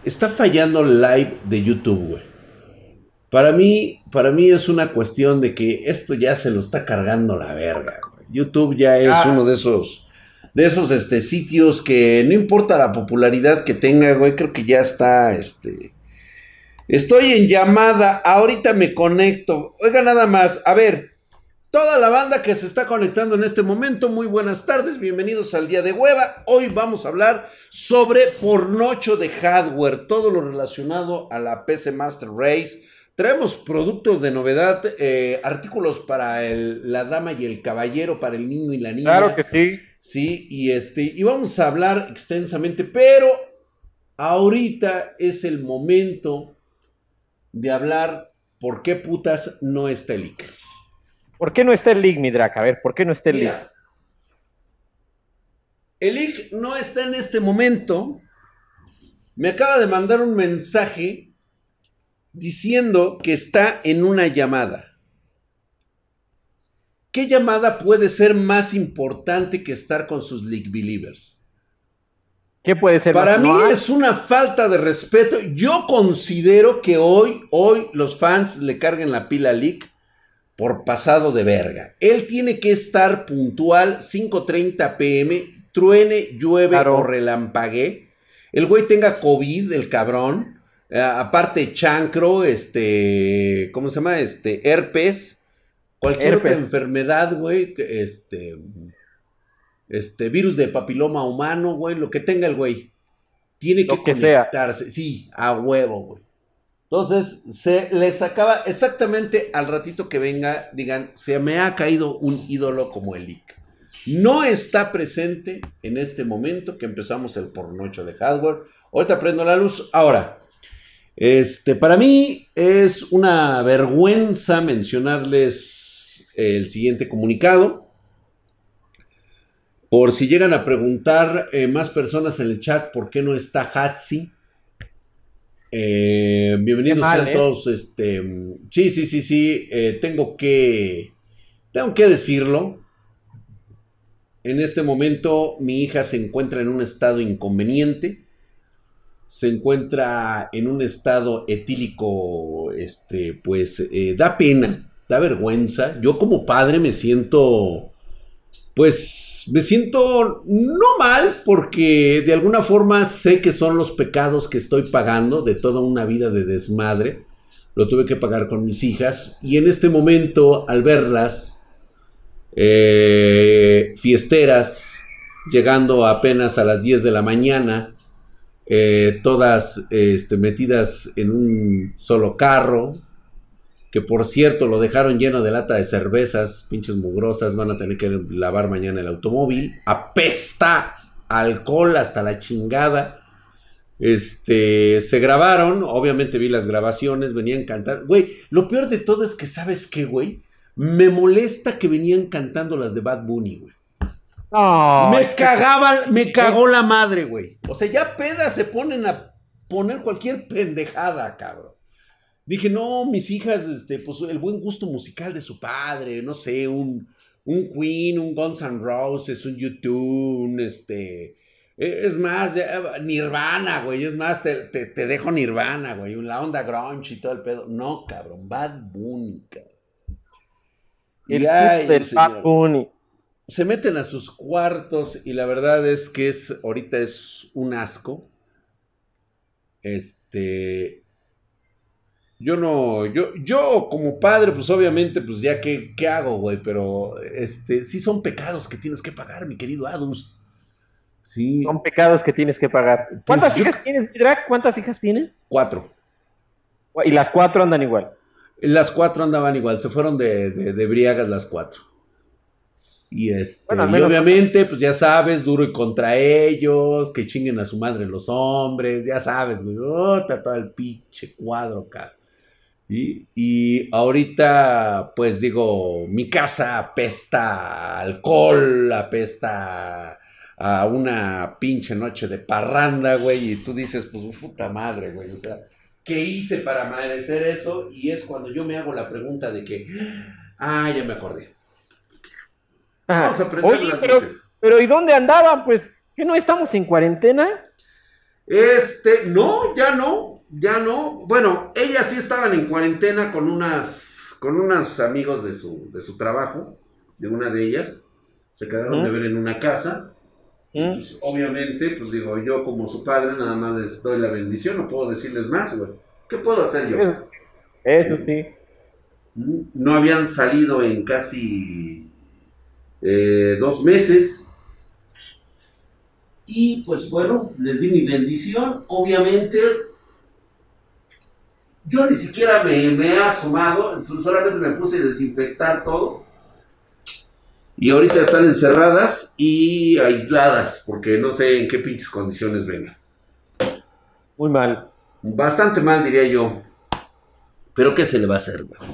está fallando el live de YouTube, güey. Para mí es una cuestión de que esto ya se lo está cargando la verga, güey. YouTube ya es uno Ah, de esos sitios que no importa la popularidad que tenga, güey, creo que ya está, estoy en llamada, ahorita me conecto. Oiga, nada más, a ver, toda la banda que se está conectando en este momento, muy buenas tardes, bienvenidos al Día de Hueva. Hoy vamos a hablar sobre pornocho de hardware, todo lo relacionado a la PC Master Race. Traemos productos de novedad, artículos para la dama y el caballero, para el niño y la claro que niña. sí. Sí, y vamos a hablar extensamente, pero ahorita es el momento de hablar por qué putas no está el IC. ¿Por qué no está el leak, mi Drac? A ver, ¿por qué no está el leak? Mira, el IC no está en este momento. Me acaba de mandar un mensaje diciendo que está en una llamada. ¿Qué llamada puede ser más importante que estar con sus League Believers? ¿Qué puede ser Para más? mí No hay. es una falta de respeto. Yo considero que hoy los fans le carguen la pila a League por pasado de verga. Él tiene que estar puntual 5:30 p.m., truene, llueve o Claro, relampague. El güey tenga COVID, el cabrón. Aparte chancro, ¿cómo se llama? Herpes, cualquier otra herpes, enfermedad, güey, virus de papiloma humano, güey, lo que tenga el güey, tiene que lo que sea. conectarse, sí, a huevo, güey. Entonces, se les acaba exactamente al ratito que venga, digan, se me ha caído un ídolo como el Lick. No está presente en este momento que empezamos el pornocho de hardware. Ahorita prendo la luz. Ahora, para mí es una vergüenza mencionarles el siguiente comunicado. Por si llegan a preguntar más personas en el chat por qué no está Hatsi. Qué Bienvenidos mal, sean ¿eh? todos. Sí. Tengo que decirlo. En este momento mi hija se encuentra en un estado inconveniente. Se encuentra en un estado etílico, pues da pena, da vergüenza. Yo como padre me siento no mal porque de alguna forma sé que son los pecados que estoy pagando de toda una vida de desmadre. Lo tuve que pagar con mis hijas y en este momento al verlas fiesteras, llegando apenas a las 10 de la mañana, todas metidas en un solo carro, que por cierto lo dejaron lleno de lata de cervezas, pinches mugrosas, van a tener que lavar mañana el automóvil, apesta alcohol hasta la chingada. Se grabaron, obviamente vi las grabaciones, venían cantando, güey, lo peor de todo es que, ¿sabes qué, güey? Me molesta que venían cantando las de Bad Bunny, güey. No, Me es que eso cagaban, me es. cagó la madre, güey. O sea, ya pedas se ponen a poner cualquier pendejada, cabrón. Dije, no, mis hijas, pues el buen gusto musical de su padre, no sé, un Queen, un Guns N' Roses, un YouTube, es más, Nirvana, güey, es más, te dejo Nirvana, güey, la onda grunge y todo el pedo. No, cabrón, Bad Bunny, cabrón. Y El culto ay, del Bad señor, Bunny. se meten a sus cuartos y la verdad es que ahorita es un asco. Este, Yo no, yo como padre, pues obviamente, pues ya qué hago, güey, pero sí son pecados que tienes que pagar, mi querido Adus. Son Sí, pecados que tienes que pagar. pues ¿Cuántas yo, hijas tienes, mi Drac? ¿Cuántas hijas tienes? 4. Y las cuatro andan igual. Las 4 andaban igual, se fueron de briegas las 4. Y Bueno, al y menos una. obviamente, pues ya sabes, duro y contra ellos, que chinguen a su madre los hombres, ya sabes, güey, está todo el pinche cuadro, cabrón. Y ahorita, pues digo, mi casa apesta a alcohol, apesta a una pinche noche de parranda, güey, y tú dices, pues puta madre, güey, o sea, ¿qué hice para merecer eso? Y es cuando yo me hago la pregunta de que, ya me acordé. Vamos a Ajá. prender Oye, las pero, luces. pero ¿y dónde andaban? Pues, ¿que no estamos en cuarentena? No, ya no, ya no. Bueno, ellas sí estaban en cuarentena con unos amigos de su trabajo, de una de ellas. Se quedaron de ver en una casa. Pues, obviamente, pues digo, yo como su padre nada más les doy la bendición, no puedo decirles más, güey. ¿Qué puedo hacer yo? Eso sí. No habían salido en casi 2 meses. Y pues bueno, les di mi bendición. Obviamente, yo ni siquiera me he asomado, solamente me puse a desinfectar todo. Y ahorita están encerradas y aisladas, porque no sé en qué pinches condiciones vengan. Muy mal. Bastante mal, diría yo. Pero ¿qué se le va a hacer, güey?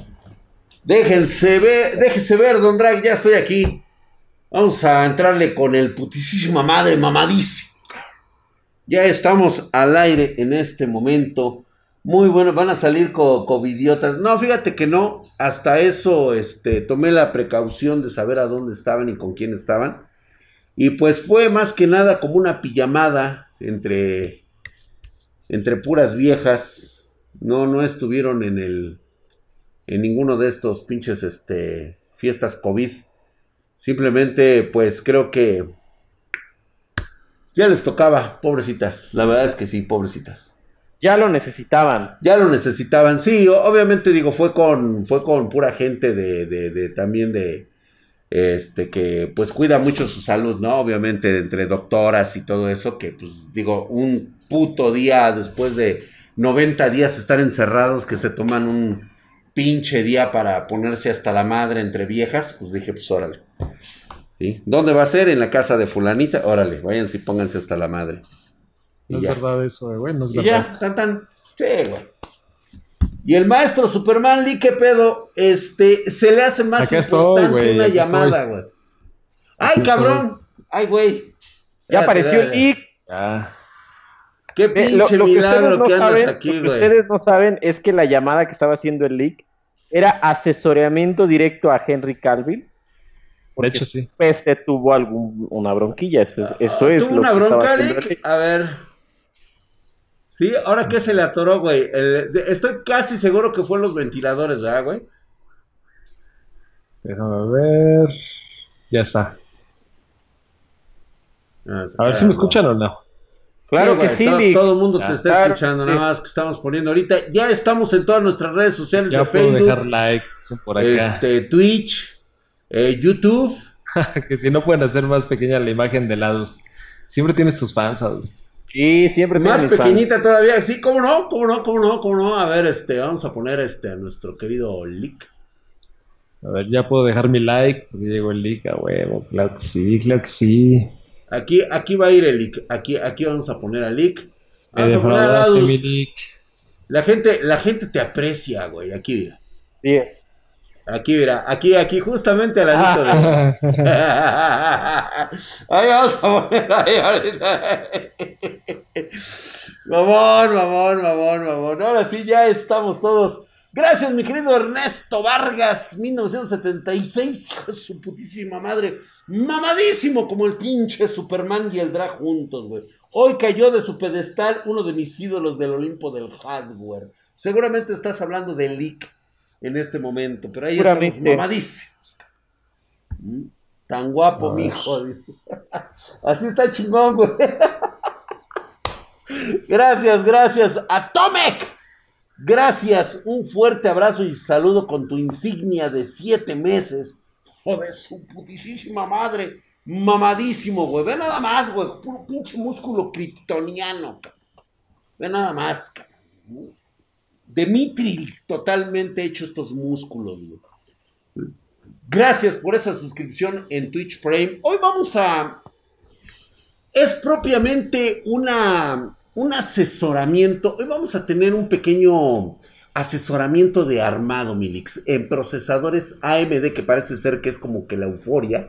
Déjese ver, don Drag, ya estoy aquí. Vamos a entrarle con el putisísima madre mamadísimo. Ya estamos al aire en este momento. Muy bueno, van a salir covidiotas. No, fíjate que no. Hasta eso, tomé la precaución de saber a dónde estaban y con quién estaban. Y pues fue más que nada como una pijamada entre puras viejas. No estuvieron en ninguno de estos pinches, fiestas COVID. Simplemente, pues creo que ya les tocaba, pobrecitas. La verdad es que sí, pobrecitas. Ya lo necesitaban. Ya lo necesitaban. Sí, obviamente digo, fue con pura gente también que pues cuida mucho su salud, ¿no? Obviamente entre doctoras y todo eso, que pues digo, un puto día después de 90 días estar encerrados, que se toman un pinche día para ponerse hasta la madre entre viejas, pues dije, pues órale. ¿Sí? ¿Dónde va a ser? En la casa de fulanita. Órale, váyanse y pónganse hasta la madre. No es verdad eso, güey, no es y verdad. ya, tan. Sí, güey. Y el maestro Superman Lee, ¿qué pedo? Se le hace más Acá importante estoy, una aquí llamada, güey. ¡Ay, Aquí cabrón! ¡Ay, güey! Ya apareció el Lick. leak. ¡Qué pinche milagro no que andas saben, aquí, lo que güey! ustedes no saben es que la llamada que estaba haciendo el leak era asesoramiento directo a Henry Cavill. De hecho, sí. Tuvo una bronquilla. Eso es ¿Tuvo lo una que estaba bronca, haciendo el Lick? leak. A ver. Sí, ahora qué se le atoró, güey. Estoy casi seguro que fue en los ventiladores, ¿verdad, güey? Déjame ver. Ya está. A ver si me escuchan o no. Claro sí, que güey, sí, Lick. todo el mundo te está Claro escuchando, que nada sí. más que estamos poniendo ahorita. Ya estamos en todas nuestras redes sociales Ya de puedo Facebook, dejar like, dicen por acá. Twitch, YouTube. Que si no pueden hacer más pequeña la imagen de lados. Siempre tienes tus fans, Adus. Sí, siempre Más tienen mis pequeñita todavía, sí, cómo no. A ver, vamos a poner a nuestro querido Lick. A ver, ya puedo dejar mi like porque llegó el leak a huevo. Claro que sí, claro que sí. Aquí va a ir el Lick. Aquí vamos a poner a Lick. Me Vamos a poner a defraudaste, Ladus. mi leak. La gente te aprecia, güey. Aquí mira. Sí. Aquí mira. Aquí justamente al ladito de. Ahí vamos a poner ahí ahorita. Mamón. Ahora sí ya estamos todos. Gracias, mi querido Ernesto Vargas, 1976, hijo de su putísima madre. Mamadísimo como el pinche Superman y el Drag juntos, güey. Hoy cayó de su pedestal uno de mis ídolos del Olimpo del hardware. Seguramente estás hablando de Lick en este momento, pero ahí estamos mamadísimos. Tan guapo, mijo. Así está chingón, güey. Gracias. Atomic. Gracias, un fuerte abrazo y saludo con tu insignia de 7 meses. Joder, su putísima madre. Mamadísimo, güey. Ve nada más, güey. Puro pinche músculo kryptoniano, cabrón. Ve nada más, cabrón. De mitril totalmente hecho estos músculos, güey. Gracias por esa suscripción en Twitch Prime. Hoy vamos a... Es propiamente un asesoramiento. Hoy vamos a tener un pequeño asesoramiento de armado, Milix, en procesadores AMD, que parece ser que es como que la euforia.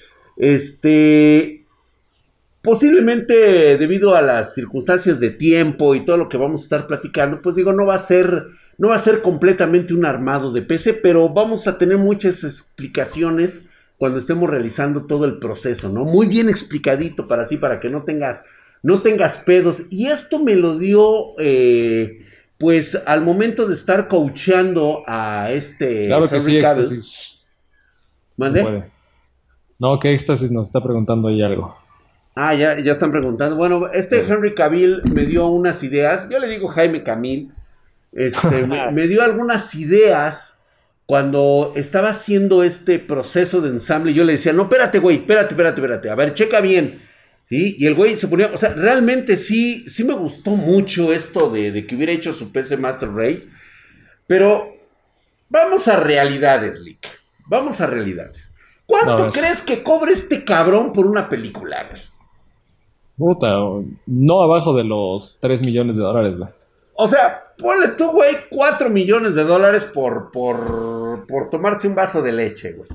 Posiblemente debido a las circunstancias de tiempo y todo lo que vamos a estar platicando, pues digo, no va a ser completamente un armado de PC, pero vamos a tener muchas explicaciones cuando estemos realizando todo el proceso, ¿no? Muy bien explicadito para que no tengas no tengas pedos. Y esto me lo dio, pues, al momento de estar coachando a Claro que sí, Henry Cavill. Éxtasis. Se ¿Mande? puede. No, que Éxtasis nos está preguntando ahí algo. Ah, ya están preguntando. Bueno, Henry Cavill me dio unas ideas. Yo le digo Jaime Camil. Me dio algunas ideas cuando estaba haciendo este proceso de ensamble. Yo le decía, no, espérate, güey, espérate. A ver, checa bien. ¿Sí? Y el güey se ponía, o sea, realmente sí me gustó mucho esto de que hubiera hecho su PC Master Race. Pero vamos a realidades, Lick. Vamos a realidades. ¿Cuánto crees que cobre este cabrón por una película, güey? Puta, no abajo de los $3 millones, güey. O sea, ponle tú, güey, $4 millones por tomarse un vaso de leche, güey.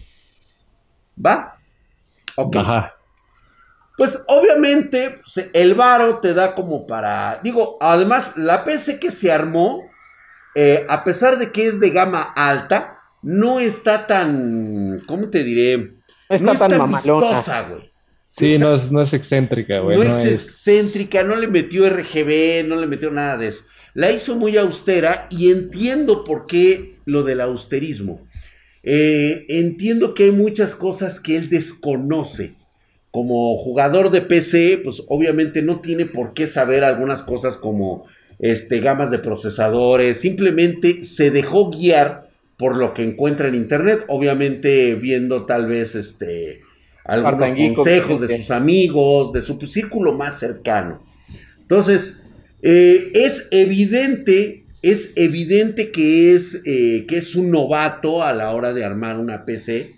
¿Va? Ok. Ajá. Pues obviamente el varo te da como para... Digo, además, la PC que se armó, a pesar de que es de gama alta, no está tan... ¿Cómo te diré? No está tan vistosa, güey. Sí, o sea, no es excéntrica, güey. No es excéntrica, no le metió RGB, no le metió nada de eso. La hizo muy austera y entiendo por qué lo del austerismo. Entiendo que hay muchas cosas que él desconoce. Como jugador de PC, pues obviamente no tiene por qué saber algunas cosas como gamas de procesadores. Simplemente se dejó guiar por lo que encuentra en internet. Obviamente viendo tal vez algunos consejos de sus amigos, de su círculo más cercano. Entonces, es evidente que es un novato a la hora de armar una PC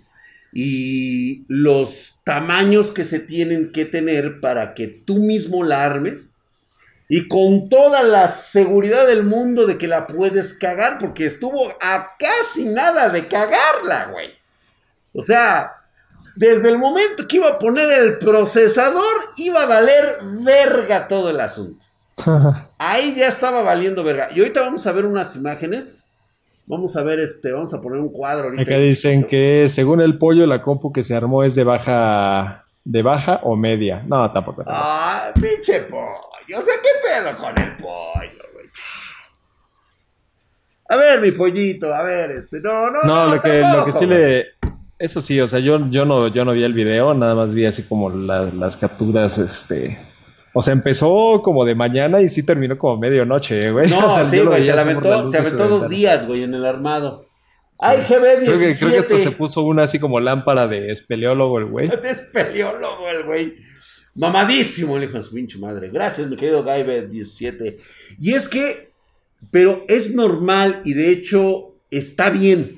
y los tamaños que se tienen que tener para que tú mismo la armes y con toda la seguridad del mundo de que la puedes cagar, porque estuvo a casi nada de cagarla, güey. O sea... Desde el momento que iba a poner el procesador, iba a valer verga todo el asunto. Ahí ya estaba valiendo verga. Y ahorita vamos a ver unas imágenes. Vamos a ver vamos a poner un cuadro ahorita. Acá dicen que según el pollo, la compu que se armó es de baja o media. No, tampoco. Ah, pinche pollo. O sea, ¿qué pedo con el pollo, güey? A ver, mi pollito, a ver, No, lo que sí le... Eso sí, o sea, yo no vi el video, nada más vi así como las capturas, O sea, empezó como de mañana y sí terminó como medianoche, güey. No, o sea, sí, güey, se aventó 2 días, güey, en el armado. Sí. ¡Ay, GB17! Creo que esto se puso una así como lámpara de espeleólogo el güey. De espeleólogo el güey. Mamadísimo el hijo de su pinche madre. Gracias, mi querido GB17. Y es que, pero es normal y de hecho está bien.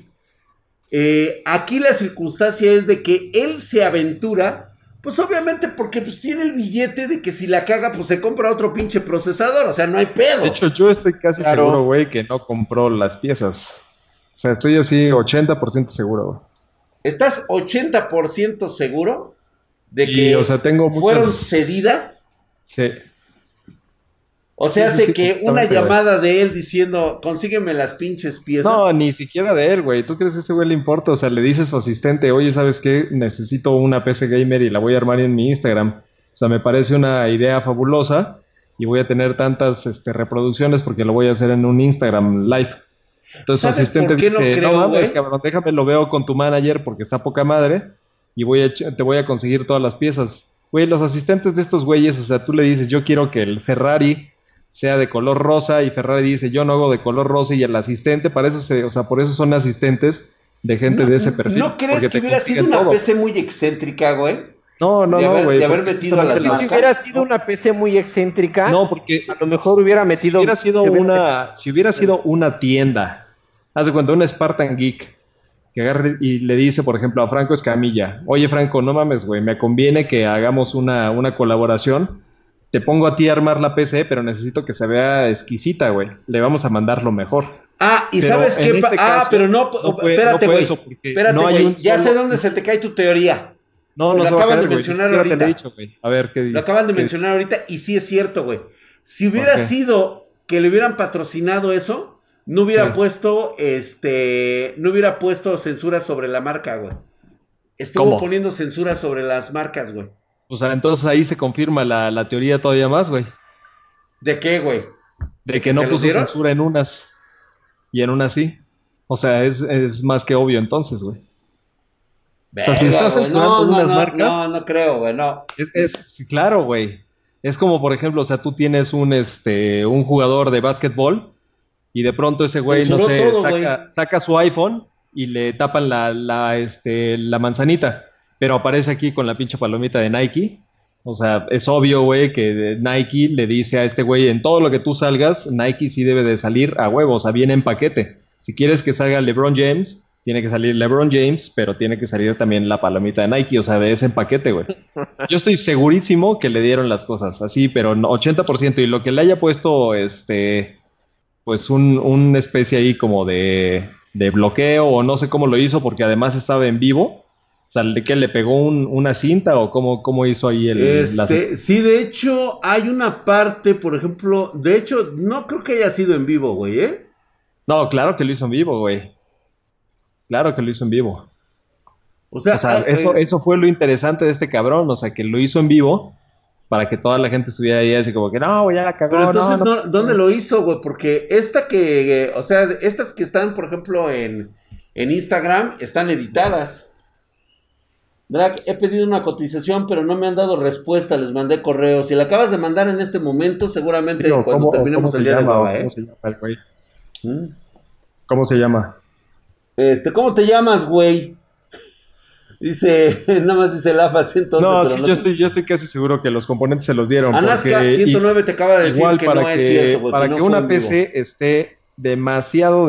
Aquí la circunstancia es de que él se aventura, pues obviamente porque pues tiene el billete de que si la caga pues se compra otro pinche procesador, o sea, no hay pedo. De hecho, yo estoy casi seguro, güey, que no compró las piezas. O sea, estoy así 80% seguro, güey. ¿Estás 80% seguro de que o sea, fueron cedidas? Sí. O sea, hace que una llamada de él diciendo, consígueme las pinches piezas. No, ni siquiera de él, güey. ¿Tú crees que ese güey le importa? O sea, le dice a su asistente, oye, ¿sabes qué? Necesito una PC gamer y la voy a armar en mi Instagram. O sea, me parece una idea fabulosa y voy a tener tantas reproducciones porque lo voy a hacer en un Instagram live. Entonces su asistente dice, no mames, cabrón, déjame, lo veo con tu manager porque está poca madre y te voy a conseguir todas las piezas. Güey, los asistentes de estos güeyes, o sea, tú le dices, yo quiero que el Ferrari sea de color rosa y Ferrari dice yo no hago de color rosa y el asistente para eso por eso son asistentes de gente de ese perfil. ¿No crees que hubiera sido una PC muy excéntrica, güey? No, güey. De haber metido a las marcas. Si hubiera sido una PC muy excéntrica, no, porque a lo mejor hubiera metido... Si hubiera sido una tienda, haz de cuenta, una Spartan Geek que agarre y le dice, por ejemplo, a Franco Escamilla, oye Franco, no mames, güey, me conviene que hagamos una colaboración. Te pongo a ti a armar la PC, pero necesito que se vea exquisita, güey. Le vamos a mandar lo mejor. Ah, y pero ¿sabes qué? Pero no, espérate, güey. Espérate, güey. Ya sé dónde se te cae tu teoría. No lo acaban de mencionar ahorita. Dicho, a ver, ¿qué dices? Lo acaban de mencionar ahorita y sí es cierto, güey. Si hubiera sido que le hubieran patrocinado eso, no hubiera puesto, no hubiera puesto censura sobre la marca, güey. Estuvo poniendo censura sobre las marcas, güey. O sea, entonces ahí se confirma la teoría todavía más, güey. ¿De qué, güey? De que no puso censura en unas y en unas sí. O sea, es más que obvio entonces, güey. O sea, si estás censurando unas marcas... No creo, güey, no. Sí, claro, güey. Es como, por ejemplo, o sea, tú tienes un jugador de básquetbol y de pronto ese güey, no sé, saca su iPhone y le tapan la manzanita, pero aparece aquí con la pinche palomita de Nike. O sea, es obvio, güey, que Nike le dice a este güey, en todo lo que tú salgas, Nike sí debe de salir a huevo, o sea, viene en paquete. Si quieres que salga LeBron James, tiene que salir LeBron James, pero tiene que salir también la palomita de Nike, o sea, es en paquete, güey. Yo estoy segurísimo que le dieron las cosas así, pero 80%, y lo que le haya puesto, pues una especie ahí como de bloqueo, o no sé cómo lo hizo, porque además estaba en vivo. O sea, ¿de qué le pegó una cinta o cómo hizo ahí Sí, de hecho, hay una parte, por ejemplo, de hecho, no creo que haya sido en vivo, güey, ¿eh? No, claro que lo hizo en vivo, güey. Claro que lo hizo en vivo. O sea, eso fue lo interesante de este cabrón, o sea, que lo hizo en vivo para que toda la gente estuviera ahí así como que, no, güey, ya la cagó. Pero entonces, ¿dónde lo hizo, güey? Porque o sea, estas que están, por ejemplo, en Instagram, están editadas. Drac, he pedido una cotización, pero no me han dado respuesta, les mandé correo. Si la acabas de mandar en este momento, seguramente sí, cuando terminemos el día de hoy, ¿eh? ¿Cómo se llama el güey? ¿Cómo se llama? ¿Cómo te llamas, güey? Dice, nada más dice el AFA 111. No, sí, yo estoy casi seguro que los componentes se los dieron. Anaska 109 te acaba de decir que no es cierto, güey. Para que una PC esté demasiado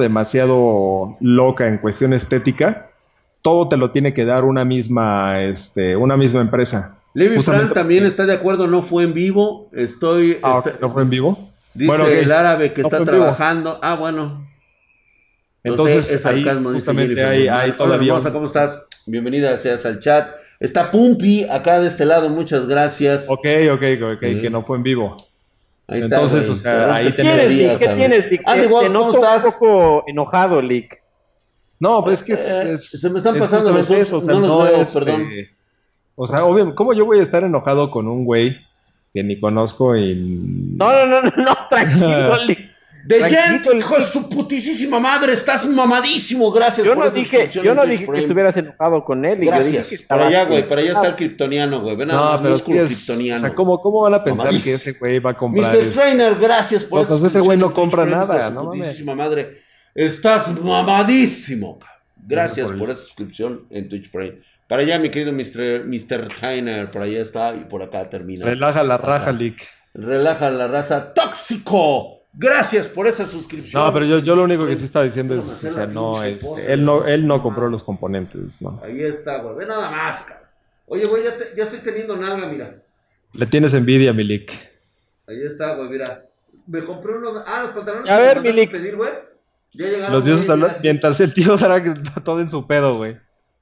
loca en cuestión estética, todo te lo tiene que dar una misma empresa. Levi Fran también está de acuerdo, no fue en vivo. ¿No fue en vivo? Dice el árabe que está trabajando. Ah, bueno. Entonces, es sarcasmo, justamente hay todavía... Hola, ¿cómo estás? Bienvenida seas al chat. Está Pumpi acá de este lado, muchas gracias. Ok, que no fue en vivo. Ahí está. Entonces, o sea, ahí tenés... ¿Qué tienes, Lick? Andy Wolf, ¿cómo estás? Un poco enojado, Lick. No, pues es que se me están pasando los ojos, o sea, no los veo, perdón. O sea, obviamente, ¿cómo yo voy a estar enojado con un güey que ni conozco y... No, tranquilo, Lick. De Gent, hijo de su putísima madre, estás mamadísimo, gracias por esa suscripción. Yo no dije que estuvieras enojado con él. Gracias, dije que para allá, güey, para allá está el kryptoniano, güey. Ven no, pero sí kryptoniano. O sea, ¿cómo van a pensar que ese güey va a comprar Mr. Trainer, gracias por eso. Ese güey no compra nada, ¿no? Putísima madre, estás mamadísimo. Gracias por esa suscripción en Twitch Prime. Para allá, mi querido Mr. Tyner, por allá está y por acá termina. Relaja la raja, Lick. Relaja la raza tóxico. Gracias por esa suscripción. No, pero yo lo único que sí estaba diciendo es, o sea, no, él no compró los componentes, ¿no? Ahí está, güey. Ve nada más, cara. Oye, güey, ya estoy teniendo nalga, mira. Le tienes envidia, mi Lick. Ahí está, güey, mira. Me compré unos... los pantalones a ver, mi Lick. Pedir, güey. Ya llegaron. Los dioses hablan mientras el tío Sara que está todo en su pedo, güey.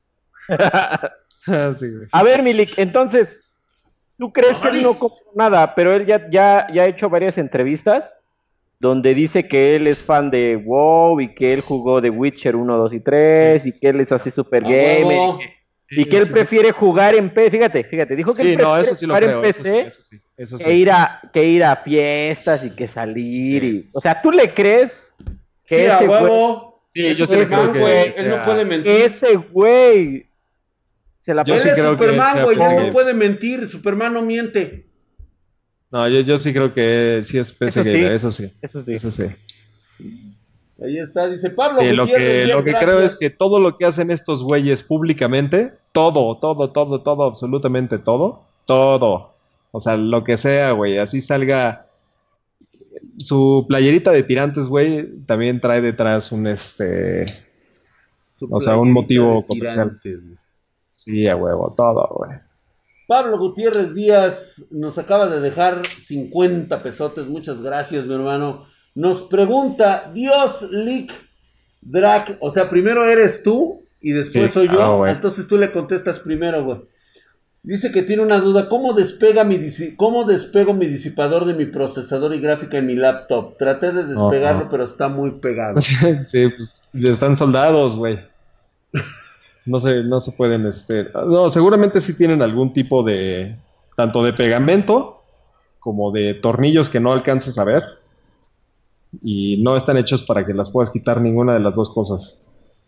Sí, güey. A ver, Milik, entonces, ¿tú crees que él no compró nada? Pero él ya ha hecho varias entrevistas donde dice que él es fan de WoW y que él jugó The Witcher 1, 2 y 3 y que él es así super gamer y que él prefiere jugar en PC. Fíjate, dijo que él prefiere jugar en PC que ir a fiestas y que salir. O sea, ¿tú le crees que ese a huevo? Sí, yo sí creo que él no puede mentir. Ese güey se la pone. Él es Superman, güey, él no puede mentir. Superman no miente. No, yo sí creo que sí es PC Gamer, eso sí. Ahí está, dice Pablo. Sí, lo que creo es que todo lo que hacen estos güeyes públicamente, todo, absolutamente todo. O sea, lo que sea, güey, así salga. Su playerita de tirantes, güey, también trae detrás un un motivo comercial. Sí, a huevo, todo, güey. Pablo Gutiérrez Díaz nos acaba de dejar 50 pesotes. Muchas gracias, mi hermano. Nos pregunta, Dios, Lick, Drac, o sea, primero eres tú y después soy yo. Entonces tú le contestas primero, güey. Dice que tiene una duda. ¿Cómo despego mi disipador de mi procesador y gráfica en mi laptop? Traté de despegarlo, pero está muy pegado. Sí, pues están soldados, güey. No se pueden, no, seguramente sí tienen algún tipo de tanto de pegamento como de tornillos que no alcances a ver. Y no están hechos para que las puedas quitar ninguna de las dos cosas.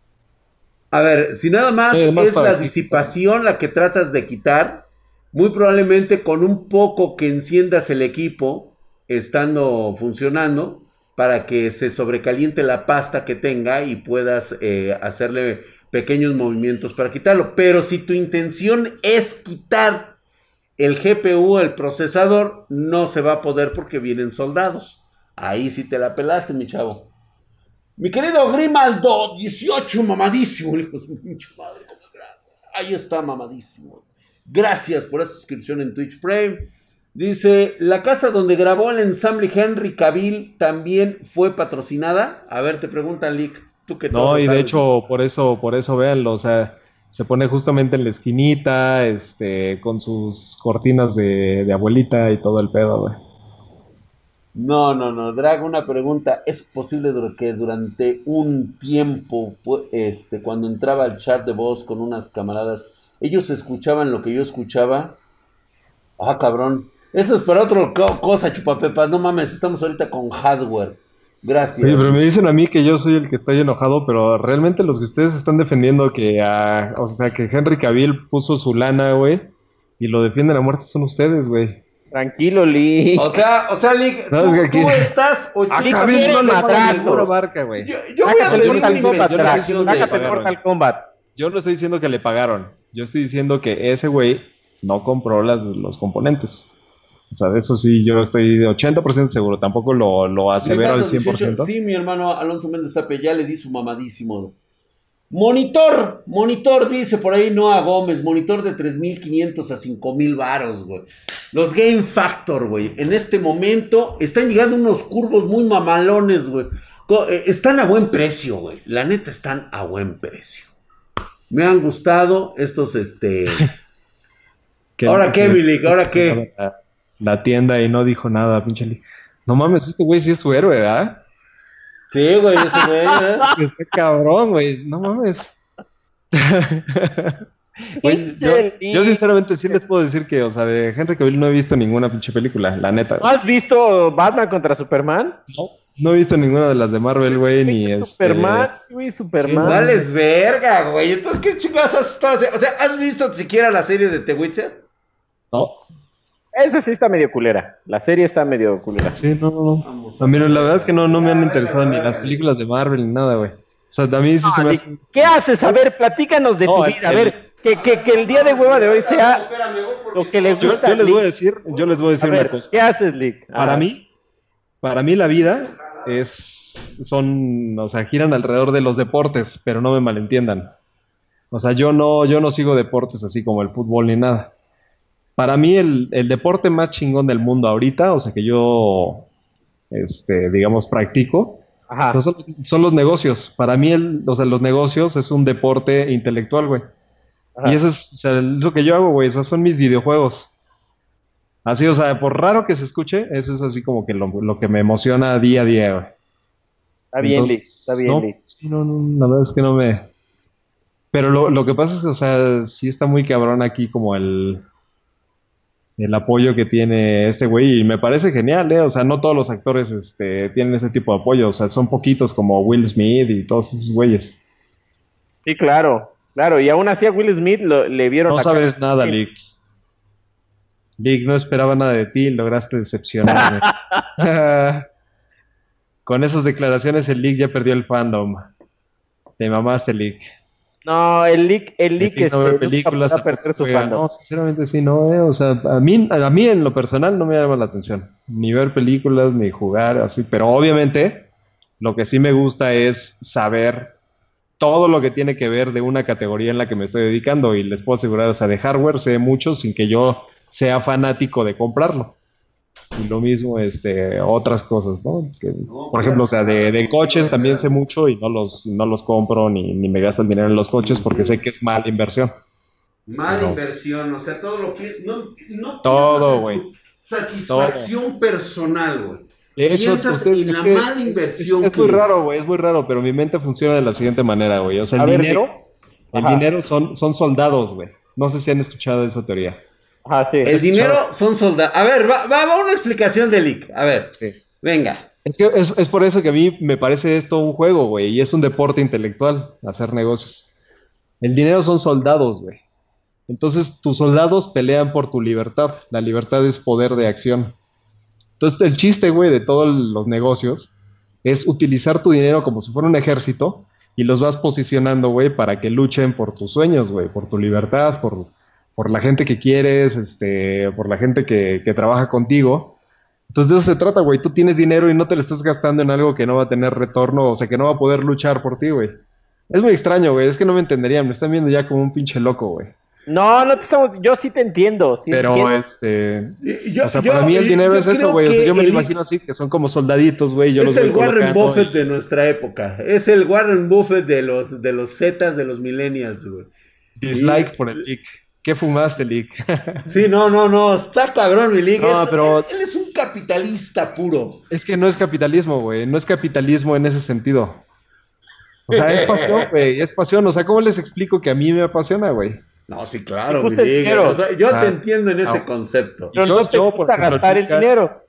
A ver, si nada más es la disipación la que tratas de quitar, muy probablemente con un poco que enciendas el equipo estando funcionando para que se sobrecaliente la pasta que tenga y puedas hacerle pequeños movimientos para quitarlo. Pero si tu intención es quitar el GPU, el procesador, no se va a poder porque vienen soldados. Ahí sí te la pelaste, mi chavo. Mi querido Grimaldo, 18, mamadísimo, hijo de su pinche madre. Ahí está, mamadísimo. Gracias por esa suscripción en Twitch Prime. Dice, ¿la casa donde grabó el ensamble Henry Cavill también fue patrocinada? A ver, te preguntan, Lick. Tú que todo No, y sabes. de hecho, por eso véanlo, o sea, se pone justamente en la esquinita, con sus cortinas de abuelita y todo el pedo, güey. No, Drag, una pregunta. ¿Es posible que durante un tiempo, cuando entraba al chat de voz con unas camaradas, ellos escuchaban lo que yo escuchaba? Ah, cabrón. Eso es para otra cosa, chupapepas. No mames, estamos ahorita con hardware. Gracias. Oye, pero me dicen a mí que yo soy el que estoy enojado, pero realmente los que ustedes están defendiendo que Henry Cavill puso su lana, güey, y lo defienden a muerte son ustedes, güey. Tranquilo, Lick. O sea, Lick, No, es que aquí- tú estás Cavill 80%. no le matraco. pagan ninguna marca, güey. Yo voy a Sácate pedir Mortal una Kombat, investigación de sácate eso. Mortal Kombat. Yo no estoy diciendo que le pagaron, yo estoy diciendo que ese güey no compró los componentes. O sea, de eso sí, yo estoy de 80% seguro, tampoco lo asevero al Grimaldo 18, 100%. sí, mi hermano Alonso Méndez Tape, ya le di su mamadísimo. Monitor dice por ahí Noah Gómez, monitor de 3,500 a 5,000 varos, güey. Los Game Factor, güey, en este momento están llegando unos curvos muy mamalones, güey. Están a buen precio, güey. La neta están a buen precio. Me han gustado estos, ¿Ahora qué, Milik? ¿Ahora qué? La tienda y no dijo nada, pinche Lick. No mames, este güey sí es su héroe, ¿verdad? Sí, güey, ese güey, Está cabrón, güey, no mames. Güey, yo sinceramente sí les puedo decir que, o sea, de Henry Cavill no he visto ninguna pinche película, la neta. ¿No has visto Batman contra Superman? No he visto ninguna de las de Marvel, güey, ni Superman, güey, Superman. Sí, Vales verga, güey. Entonces, ¿qué chingados has estado haciendo? O sea, ¿has visto siquiera la serie de The Witcher? No. Esa sí está medio culera. La serie está medio culera. Sí, no. A mí la verdad es que no me han interesado ni las películas de Marvel ni nada, güey. O sea, a mí sí se me hace... ¿Qué haces? A ver, platícanos de tu vida. A ver, que el día de hueva de hoy sea lo que les gusta. Yo les voy a decir una cosa. ¿Qué haces, Lick? Para mí la vida o sea, giran alrededor de los deportes, pero no me malentiendan. O sea, yo no sigo deportes así como el fútbol ni nada. Para mí el deporte más chingón del mundo ahorita, o sea, que yo, digamos, practico, Ajá. o sea, son los negocios. Para mí, los negocios es un deporte intelectual, güey. Ajá. Y eso es, o sea, lo que yo hago, güey, esos son mis videojuegos. Así, o sea, por raro que se escuche, eso es así como que lo que me emociona día a día, güey. Está bien, Lick. Entonces, Está bien, Lick. sí, no, la verdad es que no me... Pero lo que pasa es que, o sea, sí está muy cabrón aquí como el apoyo que tiene este güey y me parece genial, ¿eh? O sea, no todos los actores tienen ese tipo de apoyo, o sea, son poquitos como Will Smith y todos esos güeyes. Sí, claro. Claro, y aún así a Will Smith le vieron No la sabes cara. nada, Lick. Lick, no esperaba nada de ti, lograste decepcionarme. Con esas declaraciones el Lick ya perdió el fandom. Te mamaste, Lick. No, el Lick No ver nunca películas, podrá perder su juega. fandom. No, sinceramente sí, no, o sea, a mí en lo personal no me llama la atención, ni ver películas, ni jugar, así, pero obviamente lo que sí me gusta es saber todo lo que tiene que ver de una categoría en la que me estoy dedicando y les puedo asegurar, o sea, de hardware sé mucho sin que yo sea fanático de comprarlo. Y lo mismo, otras cosas, ¿no? Por ejemplo, o sea, de coches también sé mucho y no los compro ni me gasto el dinero en los coches porque sé que es mala inversión. Mala inversión, o sea, todo lo que... No todo, güey. Satisfacción personal, güey. De hecho, Piensas en la mala inversión es muy raro, güey, es muy raro, pero mi mente funciona de la siguiente manera, güey. O sea, el dinero son soldados, güey. No sé si han escuchado esa teoría. Ah, sí. El dinero son soldados. A ver, va una explicación de Lick. A ver, Sí. venga. Es que es por eso que a mí me parece esto un juego, güey, y es un deporte intelectual, hacer negocios. El dinero son soldados, güey. Entonces, tus soldados pelean por tu libertad. La libertad es poder de acción. Entonces, el chiste, güey, de todos los negocios es utilizar tu dinero como si fuera un ejército y los vas posicionando, güey, para que luchen por tus sueños, güey, por tu libertad, por la gente que quieres, por la gente que trabaja contigo. Entonces, de eso se trata, güey. Tú tienes dinero y no te lo estás gastando en algo que no va a tener retorno, o sea, que no va a poder luchar por ti, güey. Es muy extraño, güey. Es que no me entenderían. Me están viendo ya como un pinche loco, güey. No, no te estamos. Yo sí te entiendo. Sí Pero, entiendo. o sea, para mí el dinero es eso, güey. O sea, yo me lo imagino así, que son como soldaditos, güey. Yo es los el voy Warren colocando Buffett de nuestra época. Es el Warren Buffett de los Zetas, de los millennials, güey. Dislike por el leak. ¿Qué fumaste, leak? Sí, no. Está cabrón, mi Lick. No, pero Él es un capitalista puro. es que no es capitalismo, güey. No es capitalismo en ese sentido. O sea, es pasión, güey. Es pasión. O sea, ¿cómo les explico que a mí me apasiona, güey? No, sí, claro, Te mi gusta el Lick. dinero. O sea, yo Ah, te entiendo en ese ah. concepto. Pero Yo- no te yo, por gusta ejemplo, gastar el chica- dinero.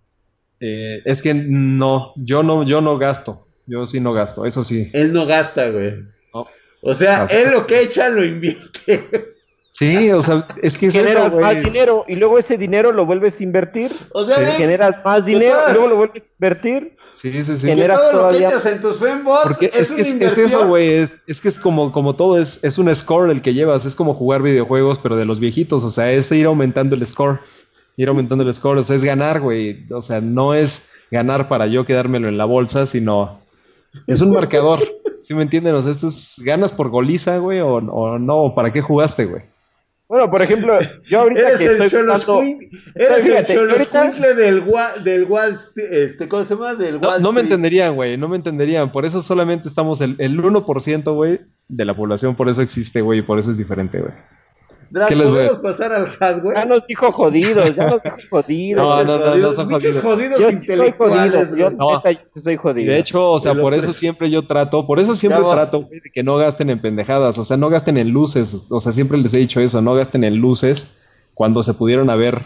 Es que no, yo no gasto. Yo sí no gasto, eso sí. Él no gasta, güey. No. O sea, O sea, él lo que echa lo invierte. Sí, o sea, es que es Generas eso, más güey. dinero y luego ese dinero lo vuelves a invertir. O sea, Sí. Lick, Generas más que dinero todas- y luego lo vuelves a invertir. Sí, sí, sí. que generas todo lo que todavía- echas en tus fembots Porque es una es inversión. eso, güey. Es que es como todo, es un score el que llevas. Es como jugar videojuegos, pero de los viejitos. O sea, es ir aumentando el score. Ir aumentando el score. O sea, es ganar, güey. O sea, no es ganar para yo quedármelo en la bolsa, sino es un marcador. ¿Sí me entienden? O sea, esto es ganas por goliza, güey, o no. ¿Para qué jugaste, güey? Bueno, por ejemplo, yo ahorita Eres que el estoy jugando... Eres el Fíjate, ahorita- Xoloscuincle del Wall ¿cómo se llama? Del Wall No me Street. entenderían, güey, no me entenderían. Por eso solamente estamos el 1%, güey, de la población. Por eso existe, güey, y por eso es diferente, güey. Drag, ¿Qué les ¿podemos pasar al hardware? Ya nos dijo jodidos, ya nos dijo jodidos. No, Pinches son pinches jodidos. jodidos Yo sí soy intelectuales, jodido, yo güey. No. neta, yo sí soy Y jodido. de hecho, o sea, Pero por pues- eso siempre yo trato, por eso siempre Ya va. trato, güey, de que no gasten en pendejadas. O sea, no gasten en luces. O sea, siempre les he dicho eso, no gasten en luces cuando se pudieron haber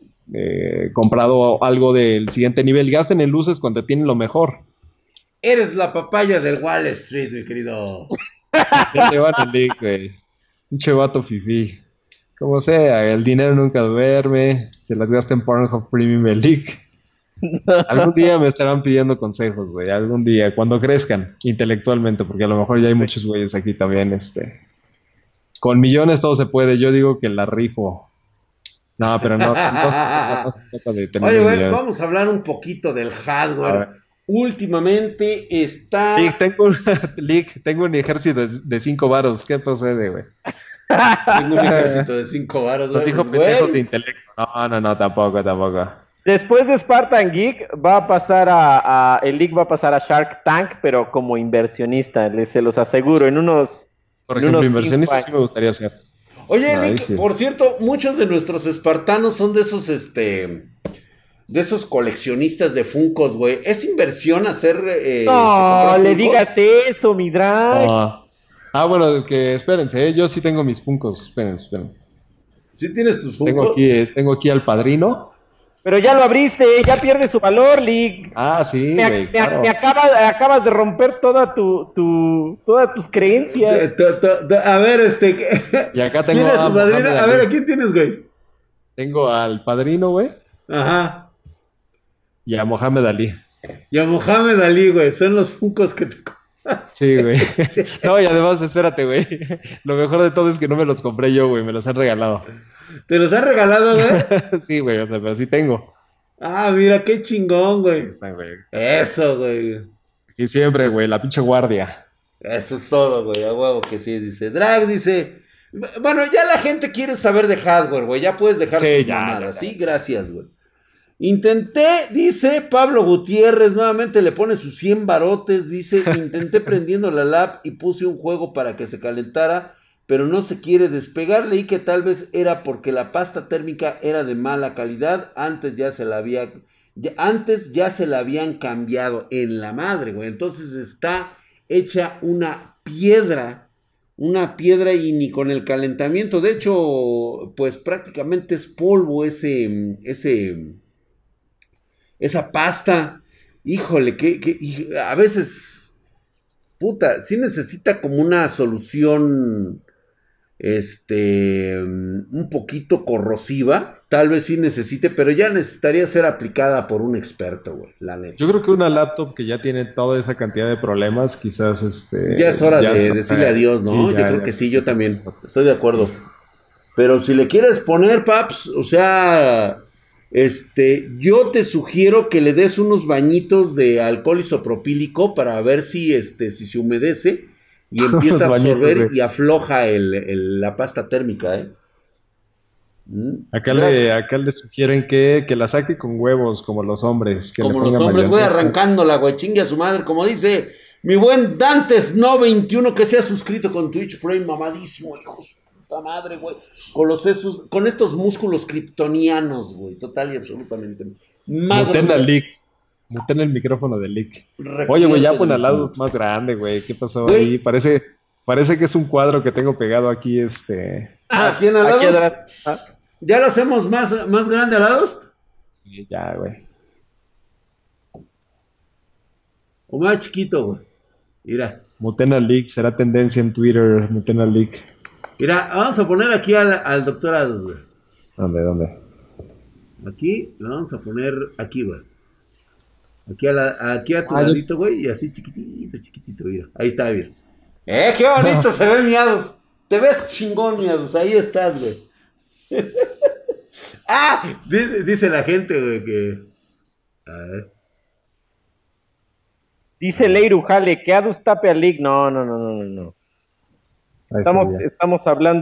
comprado algo del siguiente nivel. Gasten en luces cuando tienen lo mejor. Eres la papaya del Wall Street, mi querido. Ya te van el link, güey. Pinche vato fifí. Como sea, el dinero nunca duerme. Se las gasta en Pornhub Premium League. Algún día me estarán pidiendo consejos, güey. Algún día, cuando crezcan intelectualmente, porque a lo mejor ya hay muchos güeyes aquí también, Con millones todo se puede. Yo digo que la rifo. No, pero no se trata de tener Oye, güey, millones. vamos a hablar un poquito del A hardware. ver. Últimamente está... Sí, tengo un ejército de 5 varos. ¿Qué procede, güey? Tengo un ejército de 5 varos, Los güey. hijos Pues, pendejos güey. de intelecto. No, tampoco. Después de Spartan Geek va a pasar el League va a pasar a Shark Tank, pero como inversionista, se los aseguro, en unos... Por en ejemplo, unos inversionista 5 sí me gustaría ser. Oye, Ay, Nick, sí. por cierto, muchos de nuestros espartanos son de esos coleccionistas de Funkos, güey. ¿Es inversión hacer No, comprar le Funkos? digas eso, mi drag. Bueno, que espérense, yo sí tengo mis Funkos. Espérense. ¿Sí tienes tus Tengo Funkos? aquí al padrino. Pero ya lo abriste, ya pierde su valor, League. Ah, sí, güey, claro. Acabas de romper todas tus creencias. A ver, Y acá ¿quién tengo es su padrino? Mohamed A ver, Ali. ¿a quién tienes, güey? Tengo al padrino, güey, Ajá. y a Mohamed Ali. Y a Mohamed Ali, güey. Son los Funkos que te... Sí, güey. No, y además, espérate, güey. Lo mejor de todo es que no me los compré yo, güey, me los han regalado. ¿Te los han regalado, güey? Sí, güey, o sea, pero sí tengo. Ah, mira, qué chingón, güey. Está, güey. Eso, güey. Y siempre, güey, la pinche guardia. Eso es todo, güey. A huevo que sí, dice. Drag dice. Bueno, ya la gente quiere saber de hardware, güey. Ya puedes dejar Sí, tus ya, mamadas. ya. Sí, gracias, güey. Intenté, dice Pablo Gutiérrez, nuevamente le pone sus 100 barotes, dice, intenté prendiendo la lap y puse un juego para que se calentara, pero no se quiere despegar. Leí que tal vez era porque la pasta térmica era de mala calidad, antes ya se la habían cambiado en la madre, güey. Entonces está hecha una piedra una piedra y ni con el calentamiento. De hecho, pues prácticamente es polvo esa pasta. Híjole, a veces, puta, sí necesita como una solución, un poquito corrosiva. Tal vez sí necesite, pero ya necesitaría ser aplicada por un experto, güey, la neta. Yo creo que una laptop que ya tiene toda esa cantidad de problemas, quizás ya es hora de decirle adiós, ¿no? Sí, yo creo que sí, yo también. Estoy de acuerdo. Pero si le quieres poner, paps, o sea, yo te sugiero que le des unos bañitos de alcohol isopropílico para ver si se humedece y empieza a absorber y afloja la pasta térmica, ¿eh? Acá le sugieren que la saque con huevos, como los hombres. Como los hombres, güey, arrancándola, güey, chingue a su madre, como dice mi buen Dantes No 21, que se ha suscrito con Twitch Prime, mamadísimo, hijo de su puta madre, güey, con estos músculos kryptonianos, güey, total y absolutamente. Muten al leak. Muten el micrófono del leak. Oye, güey, ya pon al lado más grande, güey, ¿qué pasó ahí? Parece que es un cuadro que tengo pegado aquí, ¿Aquí en alados? ¿Ya lo hacemos más grande alados? Sí, ya, güey. O más chiquito, güey. Mira. Mutena Leak, será tendencia en Twitter, Mutena Leak. Mira, vamos a poner aquí al doctor Ados, güey. ¿Dónde? Aquí, lo vamos a poner aquí, güey. Aquí a tu ladito, güey, y así chiquitito, mira. Ahí está, mira. ¡Qué bonito se ve, miados! Te ves chingón, miados, ahí estás, güey. Dice la gente, güey, que... A ver. Dice Leiru Jale, que Adus tape al league. No. Estamos hablando,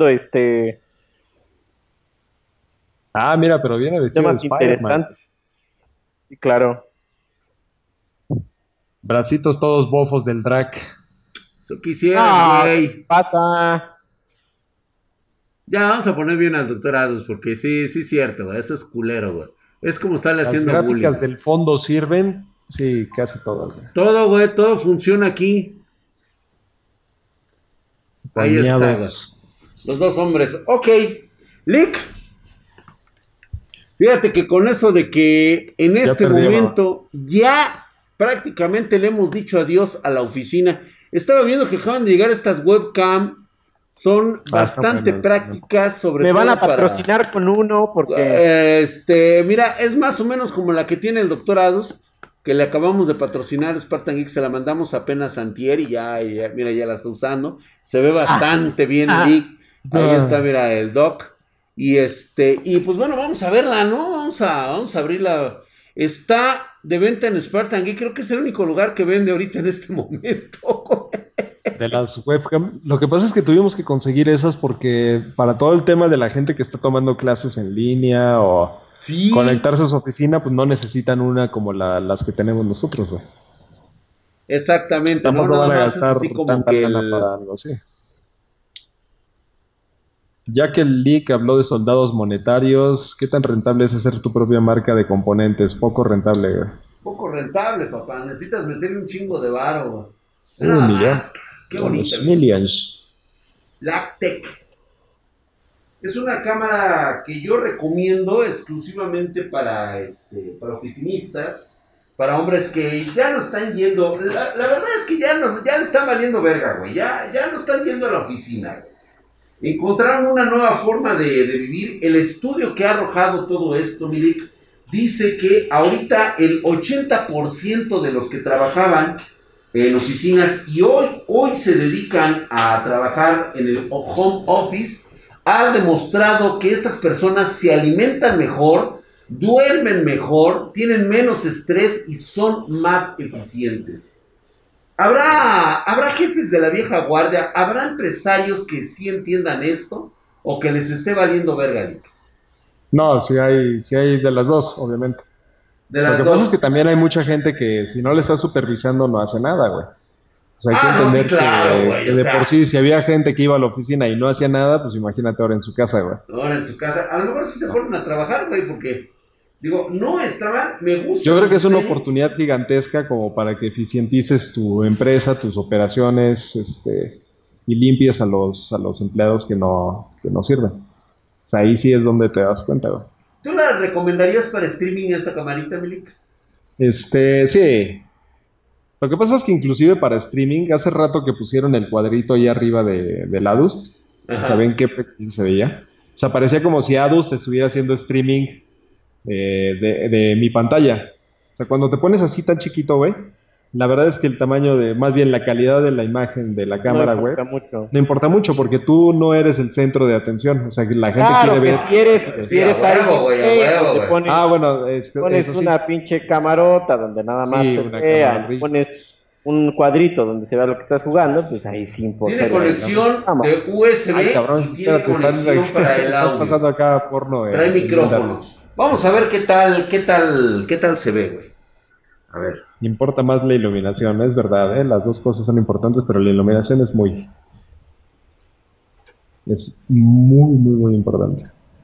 mira, pero viene vestido temas de Spider-Man. interesantes. Sí, claro. Bracitos todos bofos del drag. Eso quisiera, güey. Pasa. Ya, vamos a poner bien al doctor Adus, porque sí es cierto, güey. Eso es culero, güey. Es como estarle haciendo bullying. ¿Las gráficas del fondo sirven? Sí, casi todas, güey. Todo, güey, todo funciona aquí. Ahí está, güey. Los dos hombres. Ok. Lick. Fíjate que con eso de que en este momento ya prácticamente le hemos dicho adiós a la oficina. Estaba viendo que acaban de llegar estas webcam. Son bastante prácticas, sobre todo. Me van a patrocinar con uno porque... mira, es más o menos como la que tiene el doctor Adus, que le acabamos de patrocinar, Spartan Geek, se la mandamos apenas antier y ya mira, ya la está usando. Se ve bastante bien, Geek. Ahí está, mira, el doc. Y pues bueno, vamos a verla, ¿no? Vamos a abrirla. Está de venta en Spartan Geek, creo que es el único lugar que vende ahorita en este momento. De las webcam. Lo que pasa es que tuvimos que conseguir esas porque para todo el tema de la gente que está tomando clases en línea o conectarse a su oficina, pues no necesitan una como las que tenemos nosotros, güey. Exactamente. No van a gastar así como tanta lana para algo así. Ya que el leak habló de soldados monetarios, ¿qué tan rentable es hacer tu propia marca de componentes? Poco rentable, güey. Poco rentable, papá. Necesitas meterle un chingo de varo, güey. Un millón. Qué bonito. Millions. Lactec. Es una cámara que yo recomiendo exclusivamente para oficinistas, para hombres que ya no están yendo. La verdad es que ya le están valiendo verga, güey. Ya no están yendo a la oficina, güey. Encontraron una nueva forma de vivir. El estudio que ha arrojado todo esto, Milik, dice que ahorita el 80% de los que trabajaban en oficinas y hoy se dedican a trabajar en el home office, ha demostrado que estas personas se alimentan mejor, duermen mejor, tienen menos estrés y son más eficientes. ¿Habrá jefes de la vieja guardia? ¿Habrá empresarios que sí entiendan esto? ¿O que les esté valiendo verga? No, sí hay de las dos, obviamente. Lo que pasa es que también hay mucha gente que si no le está supervisando no hace nada, güey. O sea, hay que entender que de por sí, si había gente que iba a la oficina y no hacía nada, pues imagínate ahora en su casa, güey. Ahora en su casa. A lo mejor sí se ponen a trabajar, güey, porque... Digo, no está mal, me gusta. Yo creo que es una oportunidad gigantesca como para que eficientices tu empresa, tus operaciones, y limpies a los empleados que no sirven. O sea, ahí sí es donde te das cuenta, güey. ¿Tú la recomendarías para streaming esta camarita, Milik? Sí. Lo que pasa es que inclusive para streaming, hace rato que pusieron el cuadrito ahí arriba del Adust, ¿saben qué se veía? O sea, parecía como si Adust estuviera haciendo streaming de mi pantalla. O sea, cuando te pones así tan chiquito, güey, la verdad es que el tamaño más bien la calidad de la imagen de la cámara, güey, no importa mucho porque tú no eres el centro de atención. O sea, que la gente quiere ver. Si eres algo, güey. Bueno, pones una pinche camarota donde nada más se vea, pones un cuadrito donde se vea lo que estás jugando, pues ahí sí importa. Tiene conexión de USB. Ay, cabrón, y tiene conexión para el audio. Están pasando acá porno. Trae micrófono. Vamos a ver qué tal se ve, güey. A ver. Importa más la iluminación, es verdad, las dos cosas son importantes, pero la iluminación es muy, muy importante.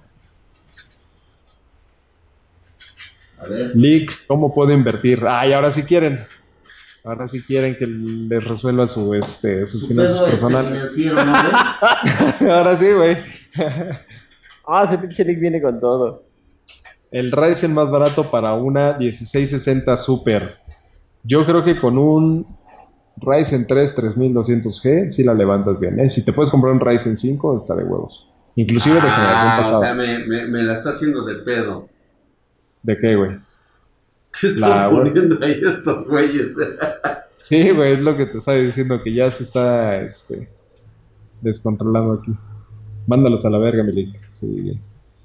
A ver. Leak, ¿cómo puedo invertir? Ay, ahora sí quieren que les resuelva sus finanzas personales. ¿No, ahora sí, güey. Ese pinche Leak viene con todo. El Ryzen más barato para una 1660 Super. Yo creo que con un Ryzen 3 3200G sí la levantas bien, Si te puedes comprar un Ryzen 5, está de huevos. Inclusive de generación pasada. O sea, me la está haciendo de pedo. ¿De qué, güey? ¿Qué están poniendo ahí estos güeyes? Sí, güey, es lo que te estaba diciendo, que ya se está descontrolando aquí. Mándalos a la verga, Milik. Sí.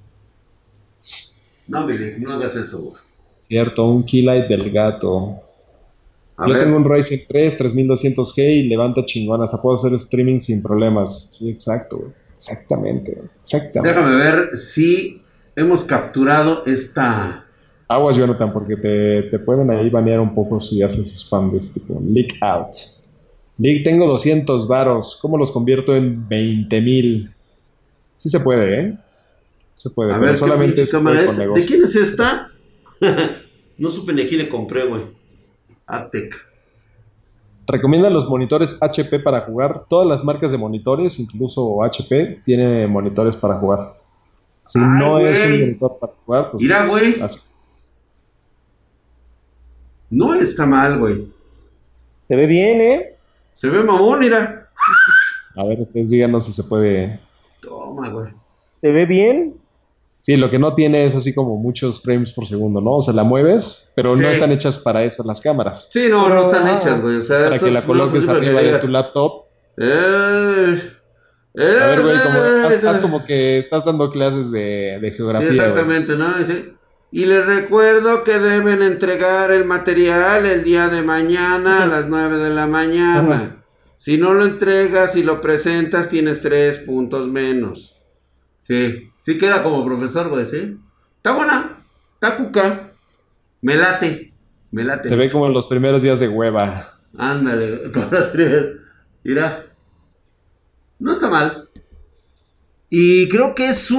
No, Milik, no hagas eso, güey. Cierto, un Keylight del gato. Yo tengo un Ryzen 3 3200G y levanta chingón, hasta puedo hacer streaming sin problemas. Sí, exacto, güey. Exactamente. Déjame ver si hemos capturado esta... Aguas, Jonathan, porque te pueden ahí banear un poco si haces spam de este tipo. Leak out. Leak, tengo 200 varos. ¿Cómo los convierto en 20,000? Sí se puede, Se puede. A ver, solamente ¿qué cámara es? ¿De quién es esta? No supe ni a quién le compré, güey. Atec. Recomiendan los monitores HP para jugar. Todas las marcas de monitores, incluso HP, tiene monitores para jugar. Si no es un monitor para jugar, pues... Mira, güey. Así. No está mal, güey. Se ve bien, Se ve mamón, mira. A ver, ustedes díganos si se puede... Toma, güey. ¿Se ve bien? Sí, lo que no tiene es así como muchos frames por segundo, ¿no? O sea, la mueves, pero no están hechas para eso las cámaras. Sí, no están hechas, güey. O sea, para que la coloques arriba de tu laptop. A ver, güey, estás como que estás dando clases de geografía. Sí, exactamente, güey. ¿no? Sí. Y les recuerdo que deben entregar el material el día de mañana a las 9 de la mañana. Si no lo entregas y lo presentas, tienes 3 puntos menos. Sí queda como profesor, güey, ¿sí? Está buena, está cuca. Me late. Se ve como en los primeros días de hueva. Ándale, mira. No está mal. Y creo que es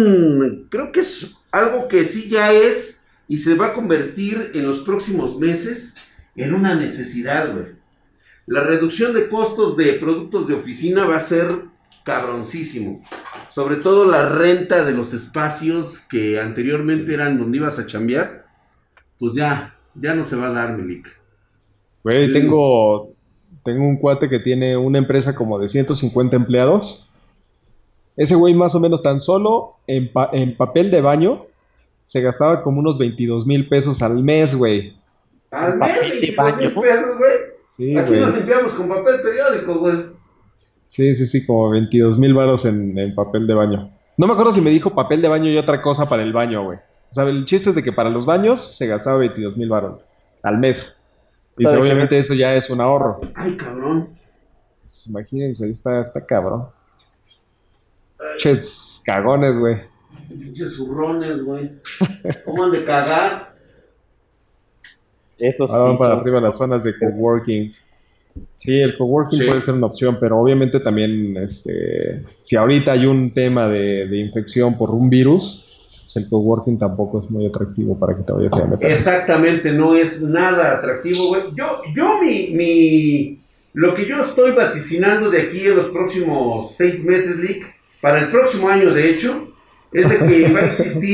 algo que sí ya es y se va a convertir en los próximos meses en una necesidad, güey. La reducción de costos de productos de oficina va a ser cabroncísimo. Sobre todo la renta de los espacios que anteriormente eran donde ibas a chambear, pues ya no se va a dar, Milik. Güey, tengo un cuate que tiene una empresa como de 150 empleados. Ese güey más o menos tan solo en papel de baño se gastaba como unos 22,000 pesos al mes, güey. ¿Al mes? 22,000 pesos, güey. Sí, aquí nos limpiamos con papel periódico, güey. Sí, como 22,000 varos en papel de baño. No me acuerdo si me dijo papel de baño y otra cosa para el baño, güey. O sea, el chiste es de que para los baños se gastaba 22,000 varos al mes. Y obviamente eso ya es un ahorro. Ay, cabrón. Pues, imagínense, ahí está cabrón. Pinches cagones, güey. Pinches zurrones, güey. ¿Cómo han de cagar? Eso sí. Ahora van para arriba las zonas de coworking. Sí, el coworking puede ser una opción, pero obviamente también, si ahorita hay un tema de infección por un virus, pues el coworking tampoco es muy atractivo para que te vayas a meter. Exactamente, no es nada atractivo, güey. Yo mi Lo que yo estoy vaticinando de aquí en los próximos 6 meses, Lick, para el próximo año, de hecho, es de que va a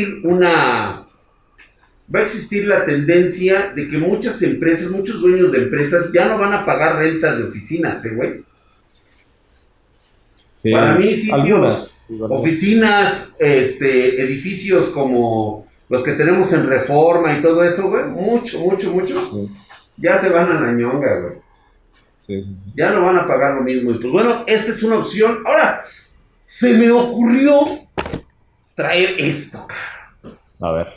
existir la tendencia de que muchas empresas, muchos dueños de empresas ya no van a pagar rentas de oficinas, güey. Sí, para mí, sitios, oficinas, edificios como los que tenemos en Reforma y todo eso, güey, mucho, sí. Ya se van a la ñonga, güey. Sí. Ya no van a pagar lo mismo. Y pues bueno, esta es una opción. Ahora, se me ocurrió traer esto. A ver.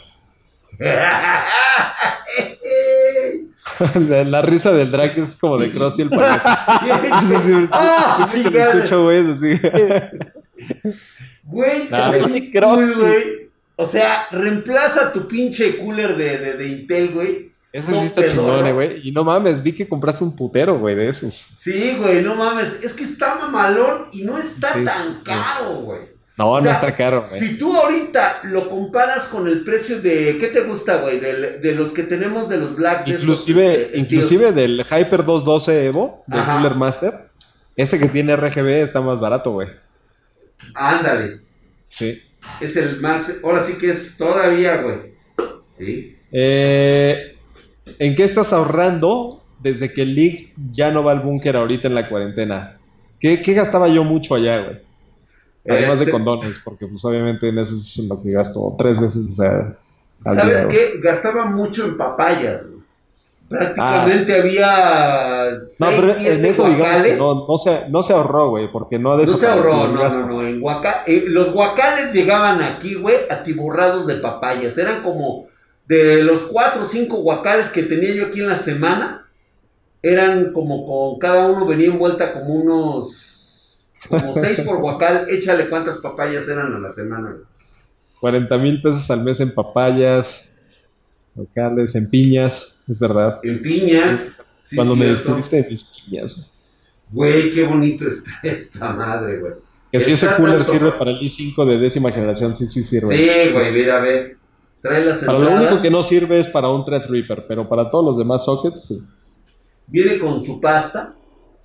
La risa del drag es como de Krusty el payaso. Sí, lo escucho, güey, así. Güey, güey. O sea, reemplaza tu pinche cooler de Intel, güey. Ese sí está chingón, güey. Y no mames, vi que compraste un putero, güey, de esos. Sí, güey, no mames. Es que está mamalón y no está tan caro, güey. No, no está caro, güey. Si tú ahorita lo comparas con el precio de... ¿Qué te gusta, güey? De los que tenemos de los Black... Inclusive del Hyper 212 Evo, del Cooler Master, ese que tiene RGB está más barato, güey. Ándale. Sí. Es el más... Ahora sí que es todavía, güey. Sí. ¿En qué estás ahorrando desde que el League ya no va al búnker ahorita en la cuarentena? ¿Qué gastaba yo mucho allá, güey? Además de condones, porque pues obviamente en eso es lo que gasto 3 veces, o sea, al ¿sabes día, qué? Gastaba mucho en papayas, güey. Prácticamente había 6, no, pero en eso guacales. Digamos que no se ahorró, güey, porque no desapareció. No se ahorró, en los guacales llegaban aquí, güey, atiborrados de papayas. Eran como de los 4 o 5 guacales que tenía yo aquí en la semana, eran como con cada uno venía envuelta como 6 por guacal. Échale cuántas papayas eran a la semana, güey. 40,000 pesos al mes en papayas, locales, en piñas, es verdad. En piñas. Sí, cuando me descubriste de mis piñas. Güey, qué bonito está esta madre, güey. Que si ese cooler sirve para el i5 de 10ª generación, sí sirve. Sí, güey, mira, a ver. Trae las entradas. Para lo único que no sirve es para un Threadripper, pero para todos los demás sockets, sí. Viene con su pasta.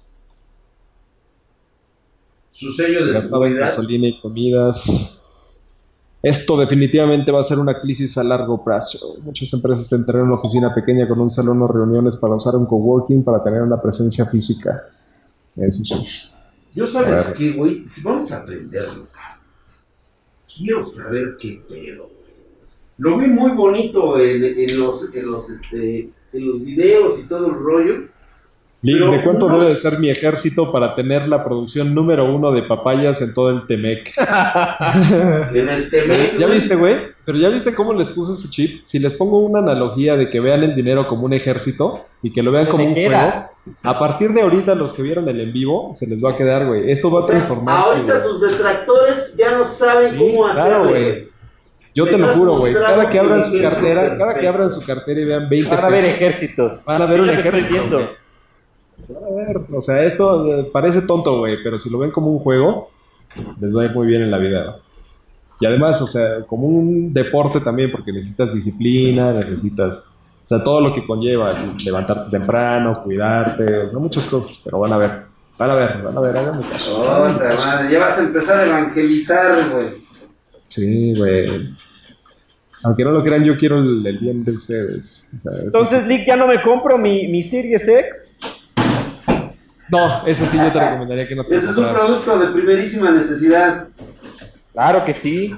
Su sello de seguridad. Gasolina y comidas. Esto definitivamente va a ser una crisis a largo plazo. Muchas empresas tendrán una oficina pequeña con un salón o reuniones para usar un coworking para tener una presencia física. Eso sí. Yo sabes qué, güey, si vamos a aprenderlo, quiero saber qué pedo. Lo vi muy bonito en los videos y todo el rollo. ¿De cuánto debe de ser mi ejército para tener la producción número 1 de papayas en todo el Temec? En el Temec. ¿Ya viste, güey? Pero ¿ya viste cómo les puse ese chip? Si les pongo una analogía de que vean el dinero como un ejército y que lo vean como un juego, a partir de ahorita los que vieron el en vivo se les va a quedar, güey. Esto va a transformarse. Ahorita tus detractores ya no saben cómo hacerlo, güey. Yo te lo juro, güey. Cada que abran su cartera y vean 20 van a ver ejércitos. Van a ver un ejército. A ver, o sea, esto parece tonto, güey, pero si lo ven como un juego, les va a ir muy bien en la vida, ¿no? Y además, o sea, como un deporte también, porque necesitas disciplina, o sea, todo lo que conlleva, levantarte temprano, cuidarte, o sea, muchas cosas, pero van a ver, háganme caso. Madre, ya vas a empezar a evangelizar, güey. Sí, güey. Aunque no lo crean, yo quiero el bien de ustedes. O sea, entonces, Nick, ¿ya no me compro mi Series X? No, eso sí yo te recomendaría que no te Ese es un producto de primerísima necesidad. Claro que sí.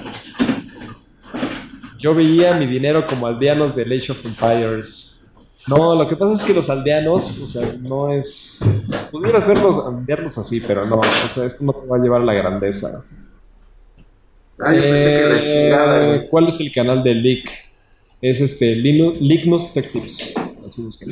Yo veía mi dinero como aldeanos de Age of Empires. No, lo que pasa es que los aldeanos, o sea, no es... Pudieras verlos así, pero no, o sea, esto no te va a llevar a la grandeza. Ay, yo pensé que la chingada, güey. ¿Cuál es el canal de Leak? Es Lignus Tech Tips. Así buscan.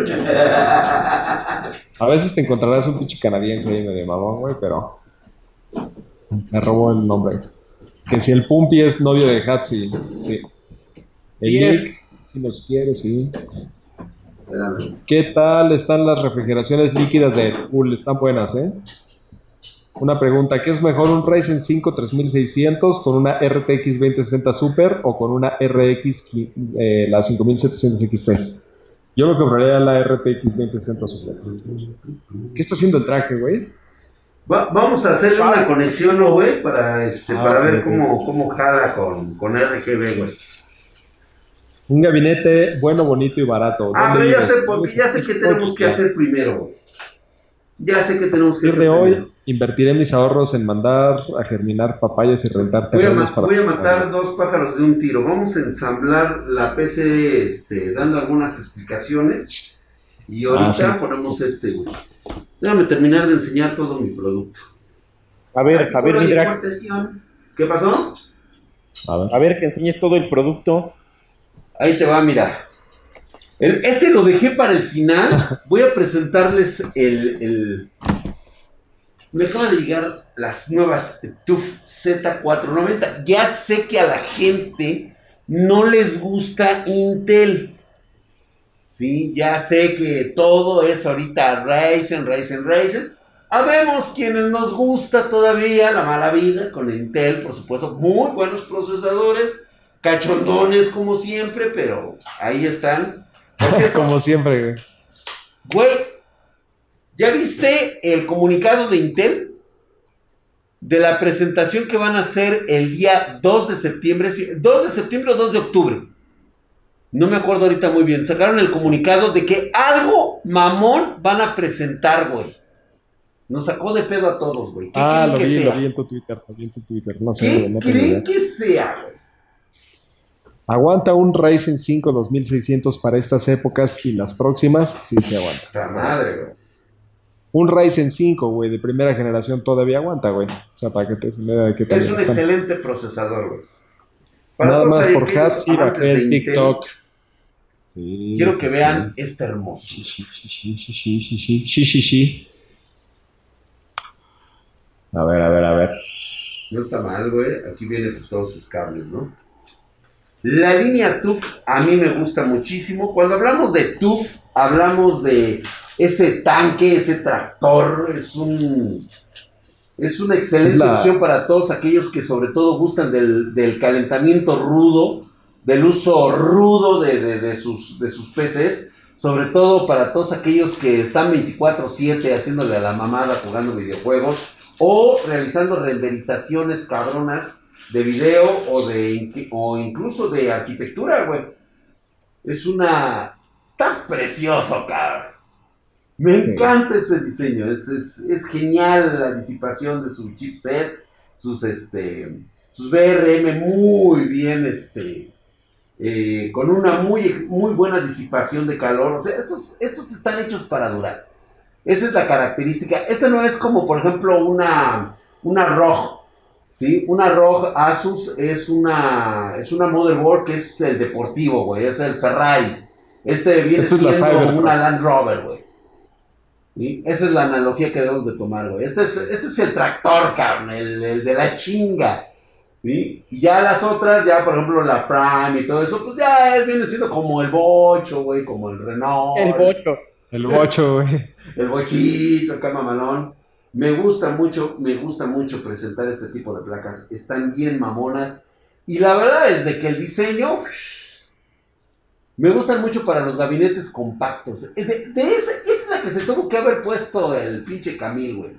A veces te encontrarás un pinche canadiense ahí medio mamón, güey, pero me robó el nombre. Que si el Pumpi es novio de Hatsi, sí. El Nick, si nos quiere, sí. ¿Qué tal están las refrigeraciones líquidas de Pool? Están buenas, ¿eh? Una pregunta, ¿qué es mejor, un Ryzen 5 3600 con una RTX 2060 Super o con una RX la 5700 XT? Yo me compraría la RTX 2060 Super. ¿Qué está haciendo el traje, güey? Vamos a hacerle una conexión, ¿no, güey? Para ver cómo jala con RGB, güey. Un gabinete bueno, bonito y barato. Pero ya sé qué tenemos que hacer primero, güey. Ya sé que tenemos que hacer primero. Hoy invertiré mis ahorros en mandar a germinar papayas y rentar terrenos voy a matar dos pájaros de un tiro. Vamos a ensamblar la PC dando algunas explicaciones. Y ahorita ponemos güey. Déjame terminar de enseñar todo mi producto. A ver, mira. ¿Qué pasó? A ver, que enseñes todo el producto. Ahí te va, mira. Lo dejé para el final. Voy a presentarles Me acaban de llegar las nuevas TUF Z490. Ya sé que a la gente no les gusta Intel. Sí, ya sé que todo es ahorita Ryzen. Habemos quienes nos gusta todavía la mala vida con Intel, por supuesto. Muy buenos procesadores, cachondones como siempre, pero ahí están. Como siempre, güey. Güey, ¿ya viste el comunicado de Intel? De la presentación que van a hacer el día 2 de septiembre. 2 de septiembre o 2 de octubre. No me acuerdo ahorita muy bien. Sacaron el comunicado de que algo mamón van a presentar, güey. Nos sacó de pedo a todos, güey. ¿Qué creen que sea? Lo vi en tu Twitter. No sé, ¿Qué creen que sea, güey? ¿Aguanta un Ryzen 5 2600 para estas épocas y las próximas? Sí, se aguanta. ¡Ta madre, güey! Un Ryzen 5, güey, de primera generación todavía aguanta, güey. O sea, para que te es un excelente procesador, güey. Nada más por Hatsi, bajé el TikTok. Sí, quiero que vean este hermoso. Sí. A ver. No está mal, güey. Aquí vienen pues todos sus cables, ¿no? La línea TUF a mí me gusta muchísimo. Cuando hablamos de TUF, hablamos de ese tanque, ese tractor. Es una excelente opción para todos aquellos que sobre todo gustan del calentamiento rudo, del uso rudo de sus PCs. Sobre todo para todos aquellos que están 24/7 haciéndole a la mamada jugando videojuegos o realizando renderizaciones cabronas de video o incluso de arquitectura, güey. Está precioso, cabrón. Me encanta este diseño. Es genial la disipación de su chipset, sus VRM muy bien, con una muy, muy buena disipación de calor. O sea, estos están hechos para durar. Esa es la característica. Esta no es como, por ejemplo, una ROG. ¿Sí? Una ROG Asus es una motherboard que es el deportivo, güey. Es el Ferrari. Viene siendo una Land Rover, güey. ¿Sí? Esa es la analogía que debemos de tomar, güey. Este es el tractor, cabrón. El de la chinga. ¿Sí? Y ya las otras, ya por ejemplo la Prime y todo eso, pues ya viene siendo como el Bocho, güey. Como el Renault. El Bocho, güey. El Bochito, acá mamalón. Me gusta mucho presentar este tipo de placas. Están bien mamonas. Y la verdad es de que el diseño me gustan mucho para los gabinetes compactos. Esta es la que se tuvo que haber puesto el pinche Camil, güey.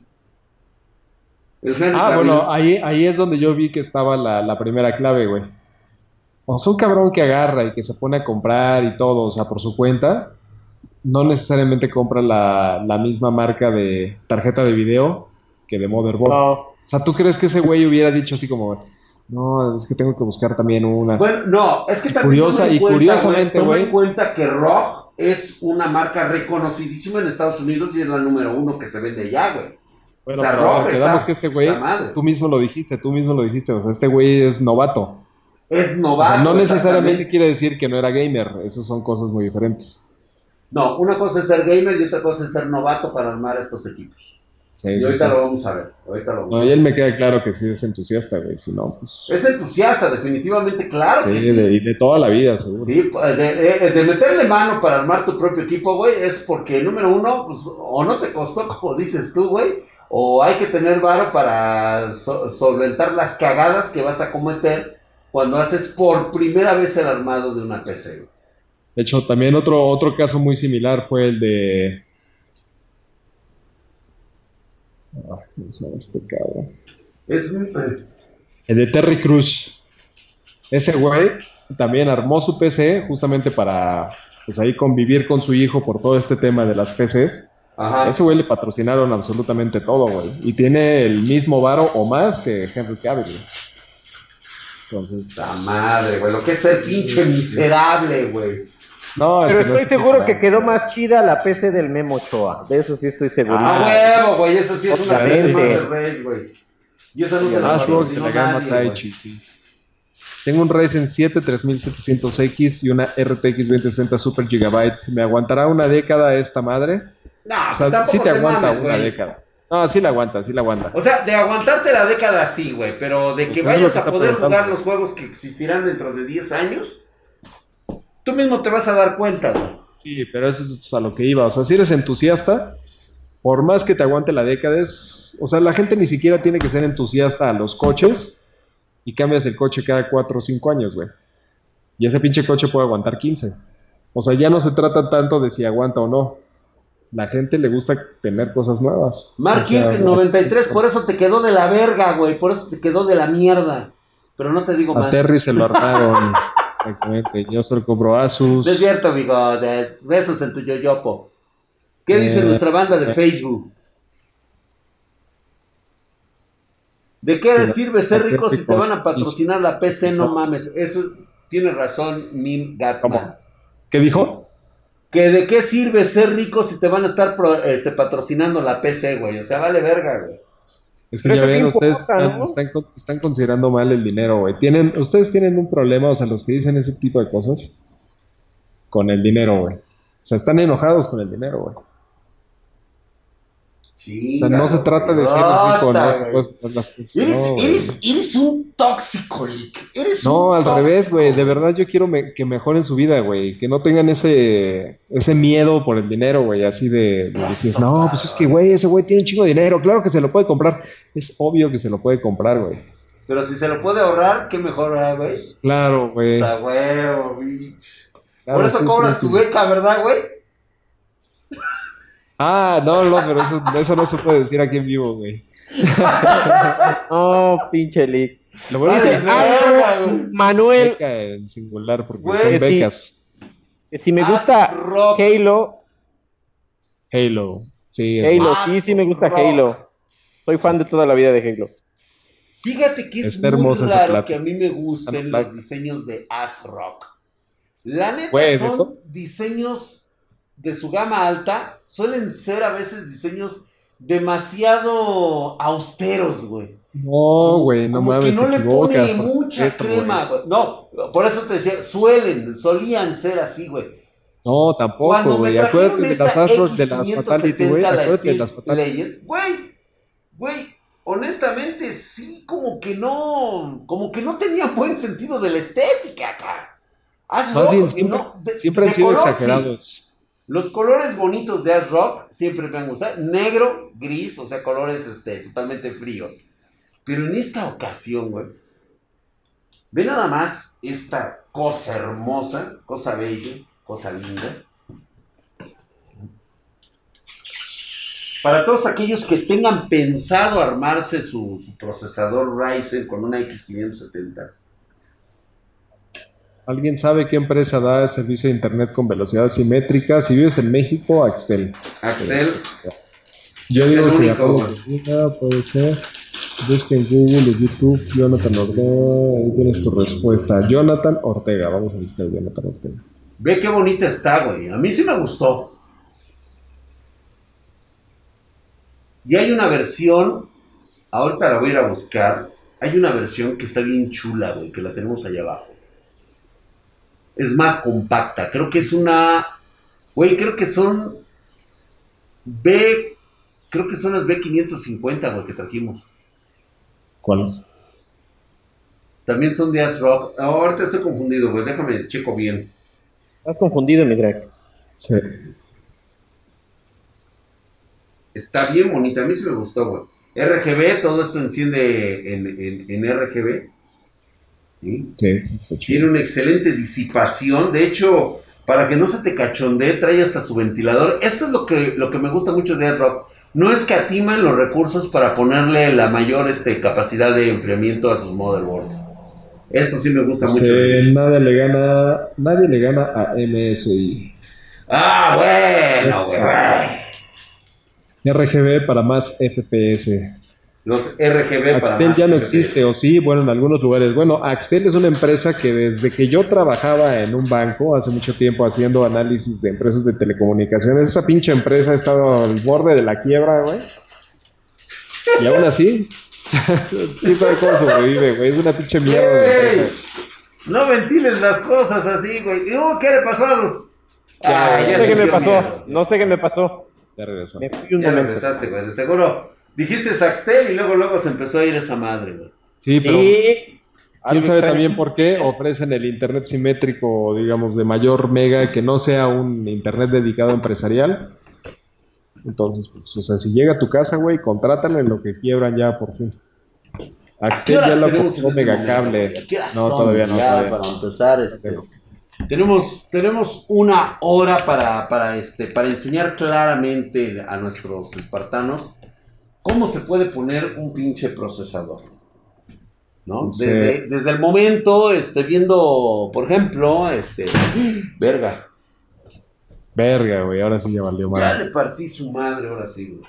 Bueno, ahí es donde yo vi que estaba la primera clave, güey. O sea, un cabrón que agarra y que se pone a comprar y todo, o sea, por su cuenta, no necesariamente compra la misma marca de tarjeta de video que de motherboard. No. O sea, ¿tú crees que ese güey hubiera dicho así como, no, es que tengo que buscar también una? Bueno, no, es que también curiosamente, toma en cuenta que ROG es una marca reconocidísima en Estados Unidos y es la número 1 que se vende allá, güey. Bueno, o sea, ROG quedamos que este güey, tú mismo lo dijiste, o sea, este güey es novato. Es novato. O sea, no necesariamente quiere decir que no era gamer, eso son cosas muy diferentes. No, una cosa es ser gamer y otra cosa es ser novato para armar estos equipos. Sí, y ahorita lo vamos a ver. Y él me queda claro que sí es entusiasta, güey. Si no, pues. Es entusiasta, definitivamente, claro. Sí, que sí. De toda la vida, seguro. Sí, de meterle mano para armar tu propio equipo, güey, es porque, número uno, pues, o no te costó, como dices tú, güey, o hay que tener varo para solventar las cagadas que vas a cometer cuando haces por primera vez el armado de una PC, güey. De hecho, también otro caso muy similar fue el de... ¿cómo se llama este cabrón? El de Terry Crews. Ese güey también armó su PC justamente para, pues ahí convivir con su hijo por todo este tema de las PCs. Ajá. A ese güey le patrocinaron absolutamente todo, güey. Y tiene el mismo varo o más que Henry Cavill, güey. Entonces... La madre, güey. Lo que es ser pinche miserable, güey. No, Pero es que no estoy es seguro que miserable. quedó más chida la PC del Memo Ochoa. De eso sí estoy seguro. Huevo, güey. Eso sí es una Obviamente. PC Master Race, güey. Y eso no se la Ashrock de patrocinó la gama nadie, güey. Taichi, sí. Tengo un Ryzen 7 3700X y una RTX 2060 Super Gigabyte. ¿Me aguantará una década esta madre? No, O sea, tampoco sí te aguanta mames, una güey. década. No, sí la aguanta, sí la aguanta. O sea, de aguantarte la década sí, güey, pero de que Pues es lo vayas que a está poder preguntando. jugar los juegos que existirán dentro de 10 años, tú mismo te vas a dar cuenta, güey. Sí, pero eso es a lo que iba. O sea, si eres entusiasta, por más que te aguante la década, o sea, la gente ni siquiera tiene que ser entusiasta a los coches y cambias el coche cada 4 o 5 años, güey. Y ese pinche coche puede aguantar 15. O sea, ya no se trata tanto de si aguanta o no. La gente le gusta tener cosas nuevas. Mark O sea, Kirk 93, por eso te quedó de la verga, güey, por eso te quedó de la mierda. Pero no te digo a más. Terry se lo armaron. Exactamente. Yo se lo cobró Asus. No es cierto, bigotes. Besos en tu yoyopo. ¿Qué dice nuestra banda de Facebook? ¿De qué sirve ser rico si te van a patrocinar la PC? No mames. Eso tiene razón, Mim Gatman. ¿Cómo? ¿Qué dijo? ¿Que de qué sirve ser rico si te van a estar patrocinando la PC, güey? O sea, vale verga, güey. Es que Pero ya eso ven, qué ustedes importa, ¿no? están considerando mal el dinero, güey. Ustedes tienen un problema, o sea, los que dicen ese tipo de cosas, con el dinero, güey. O sea, están enojados con el dinero, güey. O sea, no se trata de ser rico, ¿no? Pues las cosas, no, güey. Eres un tóxico, Lick. No, al revés, güey. De verdad yo quiero que mejoren su vida, güey. Que no tengan ese miedo por el dinero, güey. Así de decir, no, pues es que, güey, ese güey tiene un chingo de dinero. Claro que se lo puede comprar. Es obvio que se lo puede comprar, güey. Pero si se lo puede ahorrar, qué mejor, güey. Claro, güey. O sea, huevo, bitch. Claro, Por eso sí, cobras sí, tu sí. beca, ¿verdad, güey? Ah, no, pero eso no se puede decir aquí en vivo, güey. No, pinche Lick. Lo bueno es Dice que verga, güey. Manuel, beca en singular porque Güey, son sí. becas. si me gusta Rock. Halo, Halo. Sí, es Halo, Más sí me gusta rock. Halo. Soy fan de toda la vida de Halo. Fíjate que es Está muy hermosa esa raro plata. que a mí me gusten Esa los plata. diseños de ASRock. La neta Güey, son ¿neto? diseños de su gama alta, suelen ser a veces diseños demasiado austeros, güey. No, güey, no Como mames, que no te le equivocas. pone por mucha completo, crema, güey. No, por eso te decía, solían ser así, güey. No, Cuando tampoco, me güey. trajeron Acuérdate de esta las Astros, de las Fatality, güey. X570, la Acuérdate de Steel las Fatality. Legend, güey, honestamente sí, como que no tenían buen sentido de la estética acá. Más bien, siempre han sido color, sí. exagerados. Los colores bonitos de ASRock siempre me han gustado. Negro, gris, o sea, colores totalmente fríos. Pero en esta ocasión, güey, ve nada más esta cosa hermosa, cosa bella, cosa linda. Para todos aquellos que tengan pensado armarse su procesador Ryzen con una X570. ¿Alguien sabe qué empresa da el servicio de internet con velocidad simétrica? Si vives en México, Axtel. Axel, Yo es digo el que único, Jacobo puede ser. Busca en Google, en YouTube, Jonathan Ortega. Ahí tienes tu respuesta. Jonathan Ortega. Vamos a buscar Jonathan Ortega. ve qué bonita está, güey. A mí sí me gustó. Y hay una versión, ahorita la voy a ir a buscar. Hay una versión que está bien chula, güey, que la tenemos allá abajo. Es más compacta. Creo que es güey, creo que son creo que son las B550, güey, que trajimos. ¿Cuáles? También son de ASRock. Ahorita estoy confundido, güey, déjame checo bien. Estás confundido, mi crack. Sí. Está bien bonita, a mí sí me gustó, güey. RGB, todo esto enciende en RGB. ¿Sí? Sí, está chido. Tiene una excelente disipación. De hecho, para que no se te cachondee, trae hasta su ventilador. Esto es lo que me gusta mucho de AirDrop. No escatiman los recursos para ponerle la mayor capacidad de enfriamiento a sus motherboards. Esto sí me gusta mucho. Nadie le gana a MSI. Ah, bueno, güey. RGB para más FPS. Los RGB Axtel ya no existe, o sí, bueno, en algunos lugares. Bueno, Axtel es una empresa que desde que yo trabajaba en un banco hace mucho tiempo haciendo análisis de empresas de telecomunicaciones, esa pinche empresa ha estado al borde de la quiebra, güey. Y aún así, quién sabe cómo sobrevive, güey. Es una pinche mierda de empresa. No ventiles las cosas así, güey. ¿Qué le pasó a los? No sé qué me pasó. No sé qué me pasó. Ya regresó. Ya regresaste, güey. De seguro dijiste Axtel y luego se empezó a ir esa madre, güey. Sí, pero quién sabe también por qué ofrecen el internet simétrico, digamos, de mayor mega, que no sea un internet dedicado empresarial. Entonces, pues, o sea, si llega a tu casa, güey, contrátalo en lo que quiebran ya por fin. Axtel ya lo compró Megacable. No, todavía no. Para empezar, tenemos una hora para enseñar claramente a nuestros espartanos cómo se puede poner un pinche procesador, ¿no? Sí. Desde el momento, viendo, por ejemplo, verga, güey, ahora sí ya valió ya mal. le partí su madre, ahora sí, güey.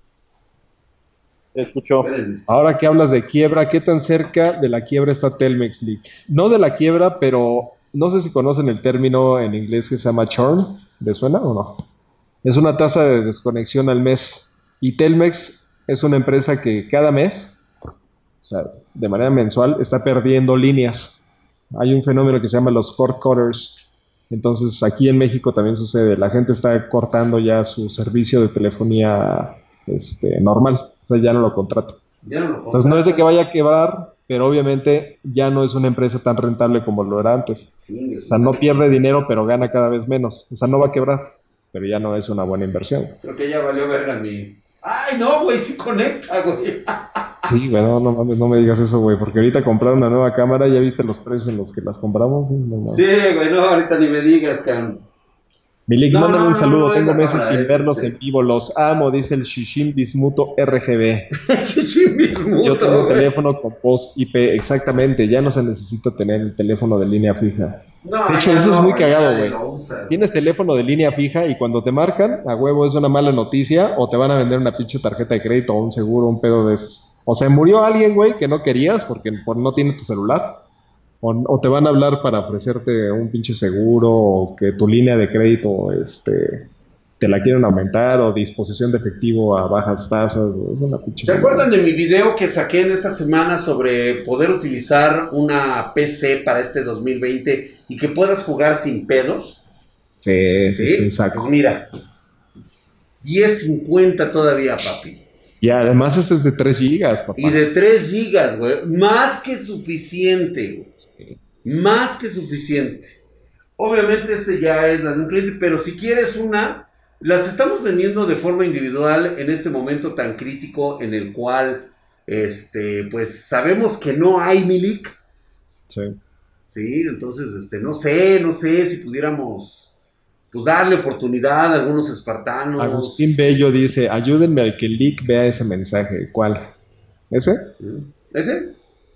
Escuchó. Espérenme. Ahora que hablas de quiebra, ¿qué tan cerca de la quiebra está Telmex, League? No de la quiebra, pero no sé si conocen el término en inglés que se llama churn. ¿Les suena o no? Es una tasa de desconexión al mes. Y Telmex es una empresa que cada mes, o sea, de manera mensual, está perdiendo líneas. Hay un fenómeno que se llama los cord cutters. Entonces, aquí en México también sucede. La gente está cortando ya su servicio de telefonía normal. O sea, ya no lo contrata. Entonces, no es de que vaya a quebrar, pero obviamente ya no es una empresa tan rentable como lo era antes. Sí, O sea, no pierde dinero, pero gana cada vez menos. O sea, no va a quebrar, pero ya no es una buena inversión. Creo que ya valió verga mi... ¡Ay, no, güey! Sí conecta, güey. Sí, güey, no mames, no me digas eso, güey, porque ahorita comprar una nueva cámara, ¿ya viste los precios en los que las compramos? No, sí, güey, no, ahorita ni me digas, cabrón. Milik, mándame un saludo, tengo meses cámara, sin verlos en vivo, los amo, dice el Shishim Bismuto RGB. Shishim Bismuto. Yo tengo un teléfono con post IP, exactamente, ya no se necesita tener el teléfono de línea fija. No, de hecho, eso es muy cagado, güey. Usa. Tienes teléfono de línea fija y cuando te marcan, a huevo es una mala noticia o te van a vender una pinche tarjeta de crédito o un seguro, un pedo de esos. O sea, murió alguien, güey, que no querías porque no tiene tu celular. O te van a hablar para ofrecerte un pinche seguro o que tu línea de crédito te la quieren aumentar o disposición de efectivo a bajas tasas. Es una pinche... ¿Se acuerdan de mi video que saqué en esta semana sobre poder utilizar una PC para este 2020 y que puedas jugar sin pedos? Sí, exacto. Pues mira, 1050 todavía, papi. Y además este es de 3 gigas, papá. Y de 3 gigas, güey. Más que suficiente, güey. Sí. Más que suficiente. Obviamente ya es la de un cliente, pero si quieres una, las estamos vendiendo de forma individual en este momento tan crítico en el cual, pues sabemos que no hay Milik. Sí. Sí, entonces, no sé si pudiéramos... pues darle oportunidad a algunos espartanos. Agustín Bello dice, ayúdenme al que Lick vea ese mensaje. ¿Cuál? ¿Ese? ¿Ese?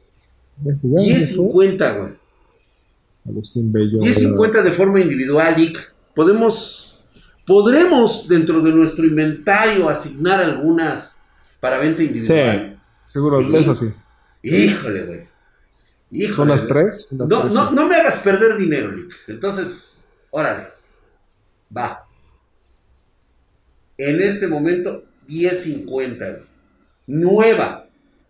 1050, güey. Agustín Bello. 1050 de forma individual, Lick. Podremos dentro de nuestro inventario asignar algunas para venta individual. Sí, seguro, sí. Eso sí. Híjole, güey. ¿Son las 3? No me hagas perder dinero, Lick. Entonces, órale. Va. En este momento, 1050. Nueva.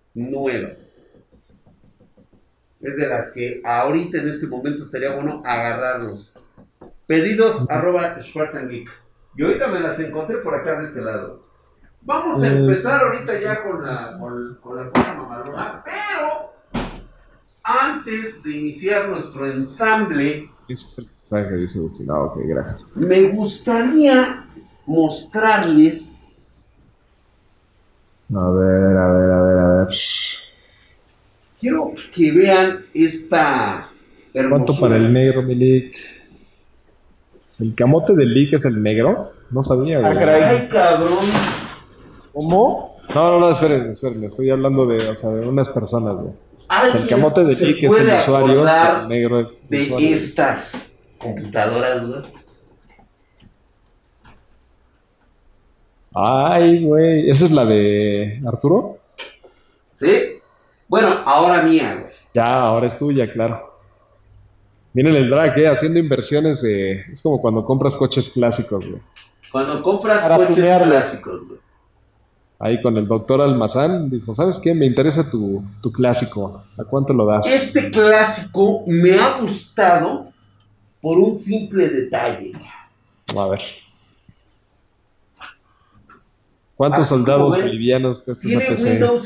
Es de las que ahorita en este momento estaría bueno agarrarlos. Pedidos @Spartan Geek. Y ahorita me las encontré por acá de este lado. Vamos a empezar ahorita ya con la cosa mamalona. Pero antes de iniciar nuestro ensamble, dice Agustín. Ok, gracias. me gustaría mostrarles. A ver. Quiero que vean esta hermosura. ¿Cuánto para el negro, Milik? ¿El camote de League es el negro? No sabía, güey. Ay, cabrón. ¿Cómo? No, esperen, estoy hablando de, o sea, de unas personas, güey. O sea, el camote de ¿Se League es el puede usuario, acordar el negro es el de usuario. estas computadoras, güey? Ay, güey, ¿esa es la de Arturo? ¿Sí? Bueno, ahora mía, güey. Ya, ahora es tuya, claro. Miren el drag, haciendo inversiones de... Es como cuando compras coches clásicos, güey. Cuando compras Para coches tunearlos. clásicos, güey. Ahí con el doctor Almazán, dijo, ¿sabes qué? Me interesa tu clásico. ¿A cuánto lo das? Este clásico me ha gustado por un simple detalle. A ver. ¿Cuántos Así como soldados ven, bolivianos cuesta esa Tiene PC? Windows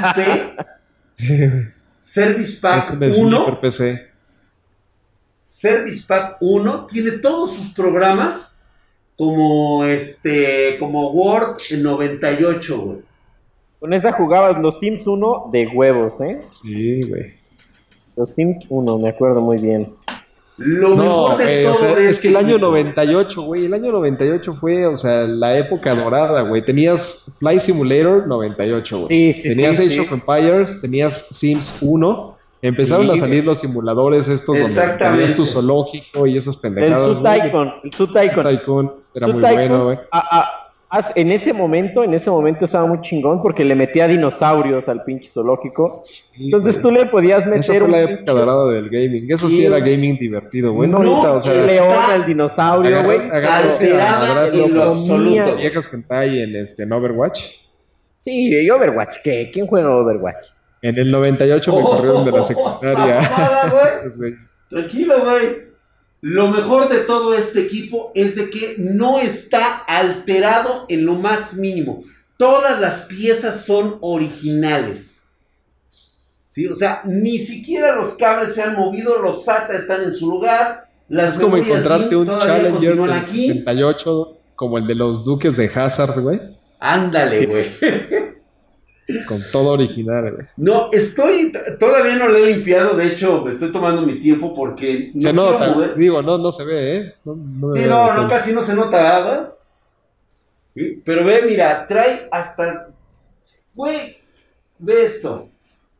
XP, Service Es Pack un sleeper 1, PC. Service Pack 1, tiene todos sus programas como como Word en 98, güey. Con esa jugabas los Sims 1 de huevos, ¿eh? Sí, güey. Los Sims 1, me acuerdo muy bien. Lo No, mejor de güey, todo o sea, de es que el año equipo, 98, güey, el año 98 fue, o sea, la época dorada, güey. Tenías Flight Simulator 98, güey. Sí, Tenías Age sí. of Empires, tenías Sims 1. Empezaron Sí, a salir los simuladores estos donde Exactamente. tenías tu zoológico y esas El pendejadas. Zoo güey. Tycoon, el Zoo Zoo Tycoon. Tycoon era Zoo muy Tycoon, bueno, güey. en ese momento estaba muy chingón porque le metía dinosaurios al pinche zoológico. Sí, Entonces güey. tú le podías Esa meter fue la un época dorada del gaming. Eso sí Sí, era güey. gaming divertido, güey. No No, ahorita, o sea, es- león está al dinosaurio, güey. agarrarse a alterada madrazos en lo con absoluto. viejas hentai en Overwatch. Sí, y Overwatch, ¿qué? ¿Quién juega Overwatch? En el 98 me corrieron de la secundaria. Zafada, güey. Pues, güey. Tranquilo, güey. Lo mejor de todo este equipo es de que no está alterado en lo más mínimo. Todas las piezas son originales. ¿Sí? O sea, ni siquiera los cables se han movido, los SATA están en su lugar. Las Es como memorias encontrarte DIMM un todavía Challenger continúan del aquí. 68 como el de los Duques de Hazard, güey. Ándale, güey. Con todo original, güey. No, todavía no lo he limpiado, de hecho, me estoy tomando mi tiempo porque no Se quiero nota, mover. digo, no se ve, ¿eh? No me Sí, veo no, de no, cuenta. casi no se nota nada. ¿Sí? Pero ve, mira, trae hasta... Güey, ve esto.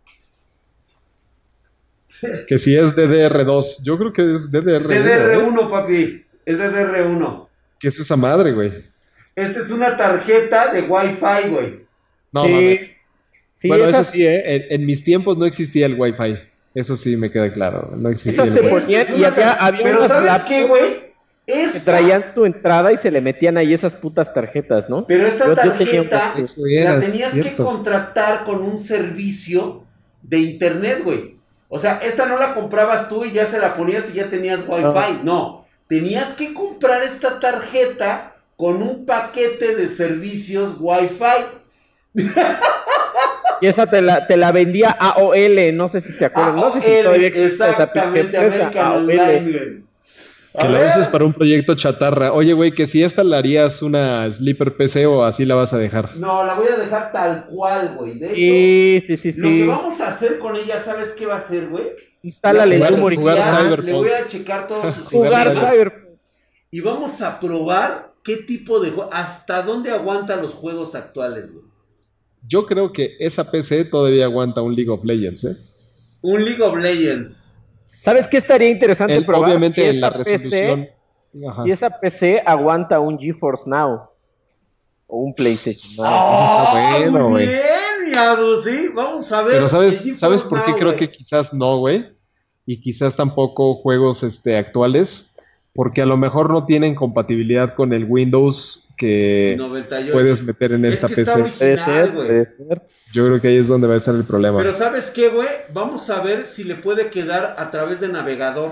Que si es DDR2, yo creo que es DDR1. ¿eh? DDR1, papi. Es DDR1. ¿Qué es esa madre, güey? Esta es una tarjeta de Wi-Fi, güey. No, Sí, mames. sí, Bueno, esas, eso sí, ¿eh? En mis tiempos no existía el Wi-Fi. Eso sí me queda claro. No existía esas el se Wi-Fi. ponían Esta es y una había Pero unas ¿sabes laptops qué, güey? que Esta... traían su entrada y se le metían ahí esas putas tarjetas, ¿no? Pero esta Yo tenía tarjeta una- Eso era, la tenías que cierto. contratar con un servicio de internet, güey. O sea, esta no la comprabas tú y ya se la ponías y ya tenías Wi-Fi. No, tenías que comprar esta tarjeta con un paquete de servicios Wi-Fi. Y esa te la vendía AOL, no sé si se acuerdan. No sé si AOL, todavía existe esa exactamente, pinche empresa, American AOL. Online, güey. A Que la ver. uses para un proyecto chatarra. Oye, güey, que si esta la harías una Sleeper PC o así la vas a dejar. No, la voy a dejar tal cual, güey. De hecho, Sí. lo que vamos a hacer con ella, ¿sabes qué va a ser, güey? Instálale el Jugar- Doom jugar original. Cyberpunk. Le voy a checar todos sus Jugar sistemas. Cyberpunk. Y vamos a probar qué tipo de juego, hasta dónde aguanta los juegos actuales, güey. Yo creo que esa PC todavía aguanta un League of Legends, ¿eh? Un League of Legends. ¿Sabes qué estaría interesante probar? Obviamente Si en la esa resolución. Ajá. Si esa PC aguanta un GeForce Now o un PlayStation Now. eso está bueno, muy güey. bien, miado, sí. Vamos a ver. Pero el ¿sabes GeForce por qué Now, creo güey. que quizás no, güey? Y quizás tampoco juegos actuales. Porque a lo mejor no tienen compatibilidad con el Windows que 98. puedes meter en Es esta que está PC. Puede original, ser, güey. puede ser. Yo creo que ahí es donde va a estar el problema. Pero ¿sabes qué, güey? Vamos a ver si le puede quedar a través de navegador.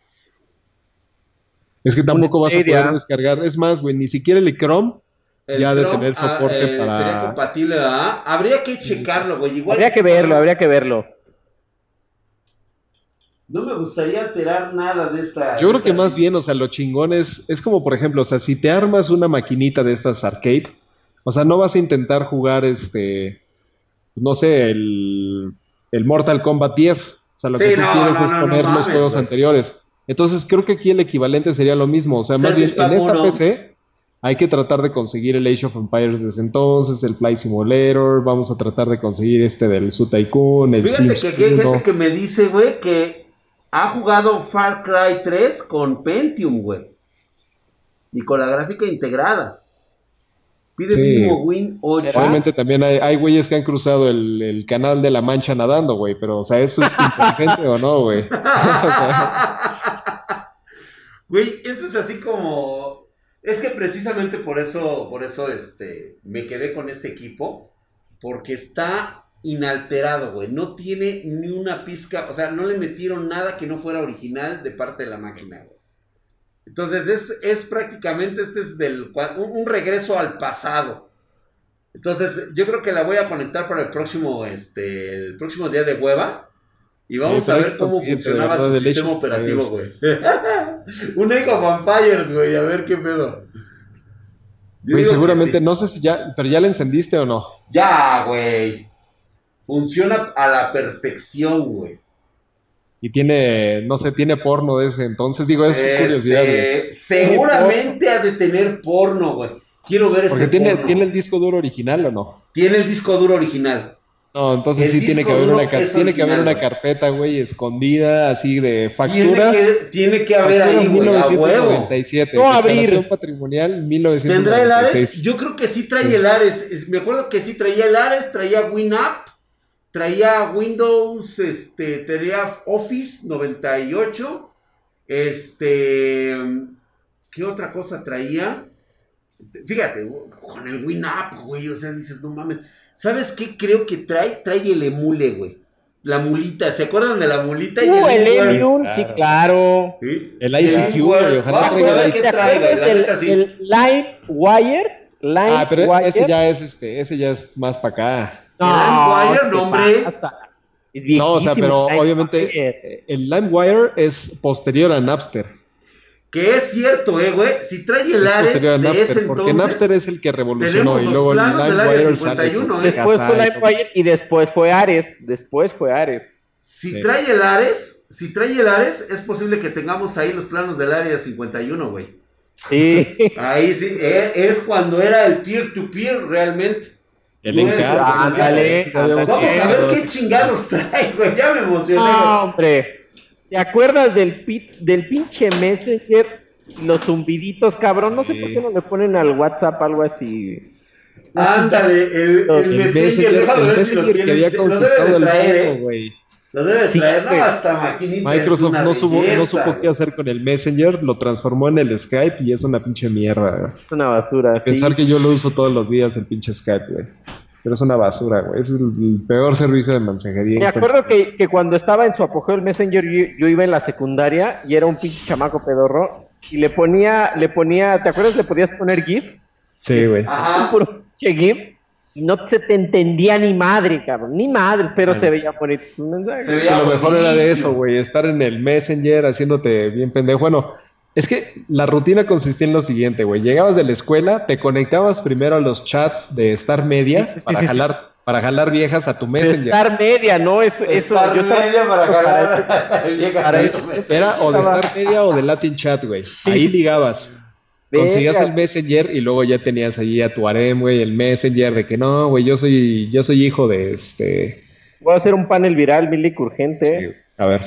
Es que tampoco vas a Stadia. poder descargar. Es más, güey, ni siquiera el Chrome ya de tener soporte para... Sería compatible, ¿verdad? Habría que checarlo, güey. Igual Habría que verlo. No me gustaría alterar nada de esta. Yo de creo que esta- más bien, o sea, lo chingón es como, por ejemplo, o sea, si te armas una maquinita de estas arcade, o sea, no vas a intentar jugar no sé, el Mortal Kombat 10. O sea, lo Sí, que tú no, quieres no, es no, poner no los mames, juegos güey. anteriores. Entonces creo que aquí el equivalente sería lo mismo. O sea, más bien Service en Pack esta 1. PC hay que tratar de conseguir el Age of Empires desde entonces, el Flight Simulator, vamos a tratar de conseguir este del Zoo Tycoon, el Fíjate Sims que aquí hay gente 1. que me dice, güey, que ha jugado Far Cry 3 con Pentium, güey. Y con la gráfica integrada. Pide Sí, mínimo Win 8. obviamente también hay güeyes que han cruzado el canal de la Mancha nadando, güey, pero o sea, ¿eso es inteligente o no, güey? O sea, Güey, esto es así como... Es que precisamente por eso, me quedé con este equipo. Porque está inalterado, güey. No tiene ni una pizca, o sea, no le metieron nada que no fuera original de parte de la máquina, güey. Entonces es prácticamente, este es un regreso al pasado. Entonces yo creo que la voy a conectar para el próximo día de hueva. Y vamos sí, a pero hay ver que cómo conseguirse, funcionaba ¿verdad? su Del Age sistema of operativo, Empires. güey. Un Age of Vampires, güey, a ver qué pedo. Yo Güey, digo que seguramente, sí. no sé si ya, pero ya le encendiste o no. Ya, güey. Funciona a la perfección, güey. Y tiene, no sé, tiene porno de ese entonces. Digo, es curiosidad, güey. Seguramente ha de tener porno, güey. Quiero ver ese Porque tiene porno. el disco duro original o no. Tiene el disco duro original. No, entonces El sí tiene que disco haber duro una, es tiene que haber original, una güey. carpeta, güey, escondida, así de Tiene facturas. que haber Facturas ahí, güey, a huevo. 1997. No Declaración abrir. patrimonial ¿Tendrá el Ares? 1996. Yo creo que sí trae Sí. el Ares. Me acuerdo que sí traía el Ares, traía WinUp, traía Windows, traía Office 98. ¿Qué otra cosa traía? Fíjate, con el WinUp, güey, o sea, dices, no mames. ¿Sabes qué creo que trae? Trae el emule, güey. La mulita, ¿se acuerdan de la mulita? Y El Limeware. Emium, sí, claro. ¿Sí? El Y ICQ, Limeware. güey, ojalá Vamos traiga a ver el qué ICQ. trae, güey, la neta sí. El LimeWire? Ah, pero LimeWire. ese ya es más para acá. El LimeWire, ¿qué no, hombre. pasa? Es No, o sea, viejísimo pero el LimeWire. obviamente el LimeWire es posterior a Napster. Que es cierto, güey. Si trae el Es Ares posterior a de Napster, ese porque entonces, Napster es el que revolucionó tenemos y los luego el planos del Área LimeWire 51, sale. Después fue Casa y todo. LimeWire y después fue Ares. Después fue Ares. si Sí. trae el Ares, es posible que tengamos ahí los planos del Área 51, güey. Sí. Ahí sí, es cuando era el peer-to-peer realmente. El No es- encargo. Ándale, Sí, habíamos Vamos a ver platicado. qué chingados trae, güey. Ya me emocioné, No, güey. hombre. ¿Te acuerdas del pinche Messenger? Los zumbiditos, cabrón. No sé Sí. por qué no le ponen al WhatsApp algo así. Ándale, el El Messenger, déjame ver si lo Messenger que tiene. había Lo debe conquistado de el traer, mundo, güey. Lo debe de Sí, traer, no, güey. hasta maquinita. Microsoft es una no supo belleza, qué hacer con el Messenger, lo transformó en el Skype y es una pinche mierda. Es una basura. Pensar sí. que yo lo uso todos los días, el pinche Skype, güey. Pero es una basura, güey. Es el peor servicio de mensajería. Me acuerdo que cuando estaba en su apogeo el Messenger, yo iba en la secundaria y era un pinche chamaco pedorro. Y le ponía, ¿te acuerdas? Le podías poner GIFs. Sí, güey. Un Ajá. puro pinche GIF. Y no se te entendía ni madre, cabrón. Ni madre, pero se veía bonito su mensaje. Se Es que veía lo mejor era de buenísimo. eso, güey. Estar en el Messenger haciéndote bien pendejo. Bueno, es que la rutina consistía en lo siguiente, güey. Llegabas de la escuela, te conectabas primero a los chats de Star Media Sí, sí, para sí, sí. jalar viejas a tu De Messenger. Star Media, ¿no? Eso, Estar yo estaba- media para ganar. Llega para a eso. Era o de Estaba- Star Media o de Latin Chat, güey. Ahí ligabas. Conseguías Verga. el Messenger y luego ya tenías ahí a tu harem, güey, el Messenger de que no, güey, yo soy hijo de este. Voy a hacer un panel viral, Milik, urgente. Sí, a ver.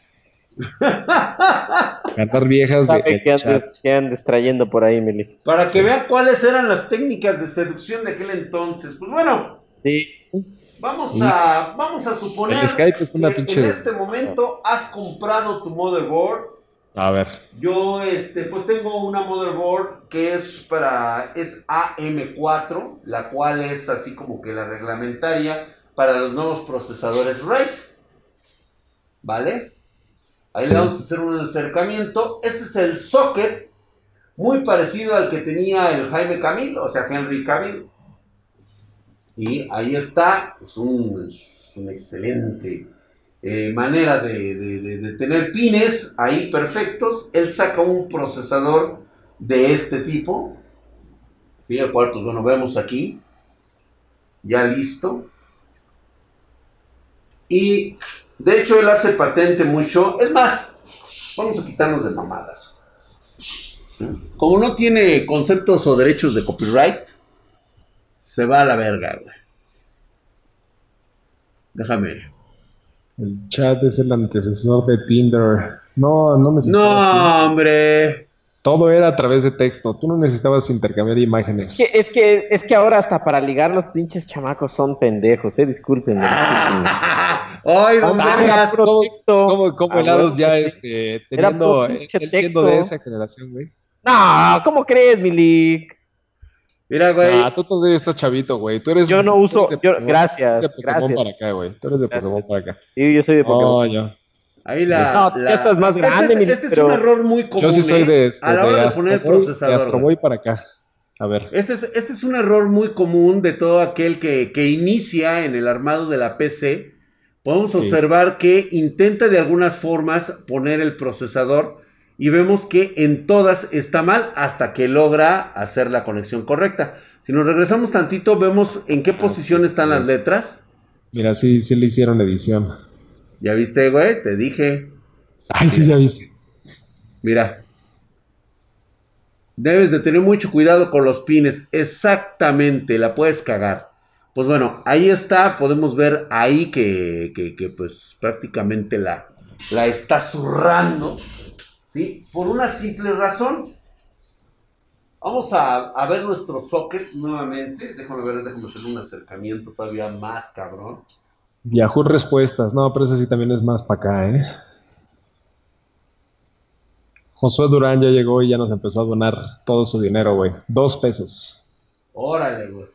Cantar viejas de Sabe que chat. andes trayendo por ahí, Milik. Para que vean cuáles eran las técnicas de seducción de aquel entonces. Pues bueno, Sí. vamos a suponer El Skype es una que pinche- en este momento has comprado tu motherboard. A ver. Yo, pues tengo una motherboard que es AM4, la cual es así como que la reglamentaria para los nuevos procesadores Ryzen. ¿Vale? Ahí Sí. le vamos a hacer un acercamiento. Este es el socket, muy parecido al que tenía el Jaime Camil, o sea, Henry Cavill. Y ahí está, es una excelente manera de tener pines ahí perfectos. Él saca un procesador de este tipo, ¿sí? El cual, pues bueno, vemos aquí, ya listo. Y de hecho él hace patente mucho, es más, Vamos a quitarnos de mamadas. Como no tiene conceptos o derechos de copyright, se va a la verga, güey. Déjame. El chat es el antecesor de Tinder. No necesitabas Tinder. No, hombre. Todo era a través de texto. Tú no necesitabas intercambiar imágenes. Es que ahora hasta para ligar los pinches chamacos son pendejos, discúlpenme. ¡Ay, don Vergas! ¿Cómo helados ya teniendo él siendo de esa generación, güey? No, ¿cómo crees, Milik? Mira, güey. Tú todavía estás chavito, güey. Yo no uso. Gracias. Gracias. Tú eres de Pokémon para acá, güey. Tú eres de Pokémon para acá. Sí, yo soy de Pokémon. Oh, ya. Ahí ya estás más grande, Milik. Este es un error muy común. Yo sí soy a la hora de poner el procesador. De Astro Boy para acá. A ver. Este es un error muy común de todo aquel que inicia en el armado de la PC. Podemos observar que intenta de algunas formas poner el procesador y vemos que en todas está mal hasta que logra hacer la conexión correcta. Si nos regresamos tantito, vemos en qué posición están las letras. Mira, sí le hicieron edición. ¿Ya viste, güey? Te dije. Ay, sí, ya viste. Mira. Debes de tener mucho cuidado con los pines. Exactamente, la puedes cagar. Pues bueno, ahí está. Podemos ver ahí que pues prácticamente la está zurrando. ¿Sí? Por una simple razón. Vamos a ver nuestro socket nuevamente. Déjame hacer un acercamiento todavía más cabrón. Yahoo Respuestas. No, pero ese sí también es más para acá, ¿eh? Josué Durán ya llegó y ya nos empezó a donar todo su dinero, güey. 2 pesos. Órale, güey.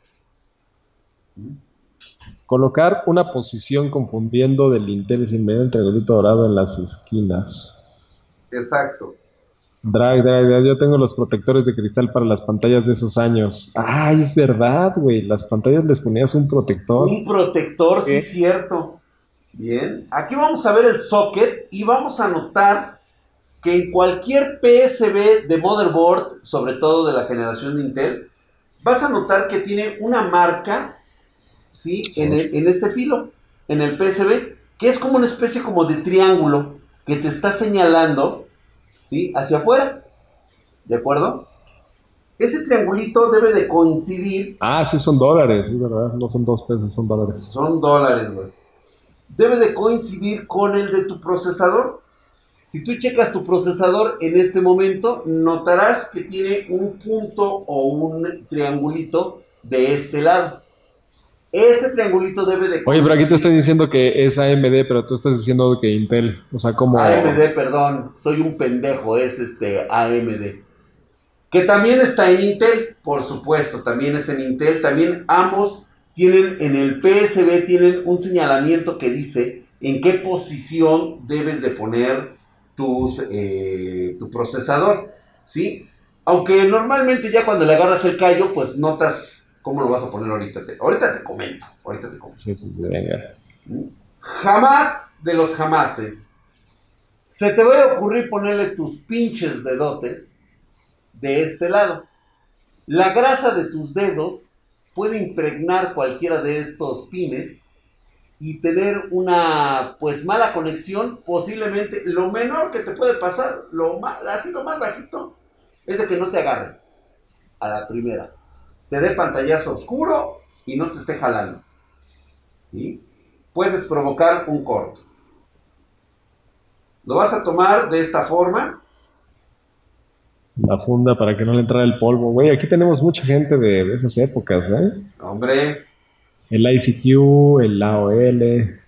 Colocar una posición confundiendo del Intel sin medio el triangulito dorado en las esquinas. Exacto. Drag. Yo tengo los protectores de cristal para las pantallas de esos años. Ay, es verdad, güey. Las pantallas les ponías un protector. Un protector, sí, cierto. Bien. Aquí vamos a ver el socket y vamos a notar que en cualquier PSB de motherboard, sobre todo de la generación de Intel, vas a notar que tiene una marca, ¿sí? En este filo, en el PSB, que es como una especie como de triángulo que te está señalando, ¿sí? Hacia afuera, ¿de acuerdo? Ese triangulito debe de coincidir. Ah, sí, son dólares, sí, ¿verdad? No son 2 pesos, son dólares. Son dólares, güey. Debe de coincidir con el de tu procesador. Si tú checas tu procesador en este momento, notarás que tiene un punto o un triangulito de este lado. Ese triangulito debe de coincidir. Oye, pero aquí te estoy diciendo que es AMD, pero tú estás diciendo que Intel. O sea, como... AMD, perdón. Soy un pendejo, es AMD. Que también está en Intel, por supuesto, también es en Intel. También ambos tienen en el PSB, tienen un señalamiento que dice en qué posición debes de poner tu procesador, ¿sí? Aunque normalmente ya cuando le agarras el callo, pues notas cómo lo vas a poner ahorita. Ahorita te comento. Sí, venga. Jamás de los jamases se te va a ocurrir ponerle tus pinches dedotes de este lado. La grasa de tus dedos puede impregnar cualquiera de estos pines y tener una pues mala conexión. Posiblemente lo menor que te puede pasar, así lo más bajito, es de que no te agarre a la primera, te dé pantallazo oscuro y no te esté jalando, ¿sí? Puedes provocar un corto. Lo vas a tomar de esta forma. La funda para que no le entrara el polvo. Güey, aquí tenemos mucha gente de esas épocas, ¿eh? Hombre. El ICQ, el AOL.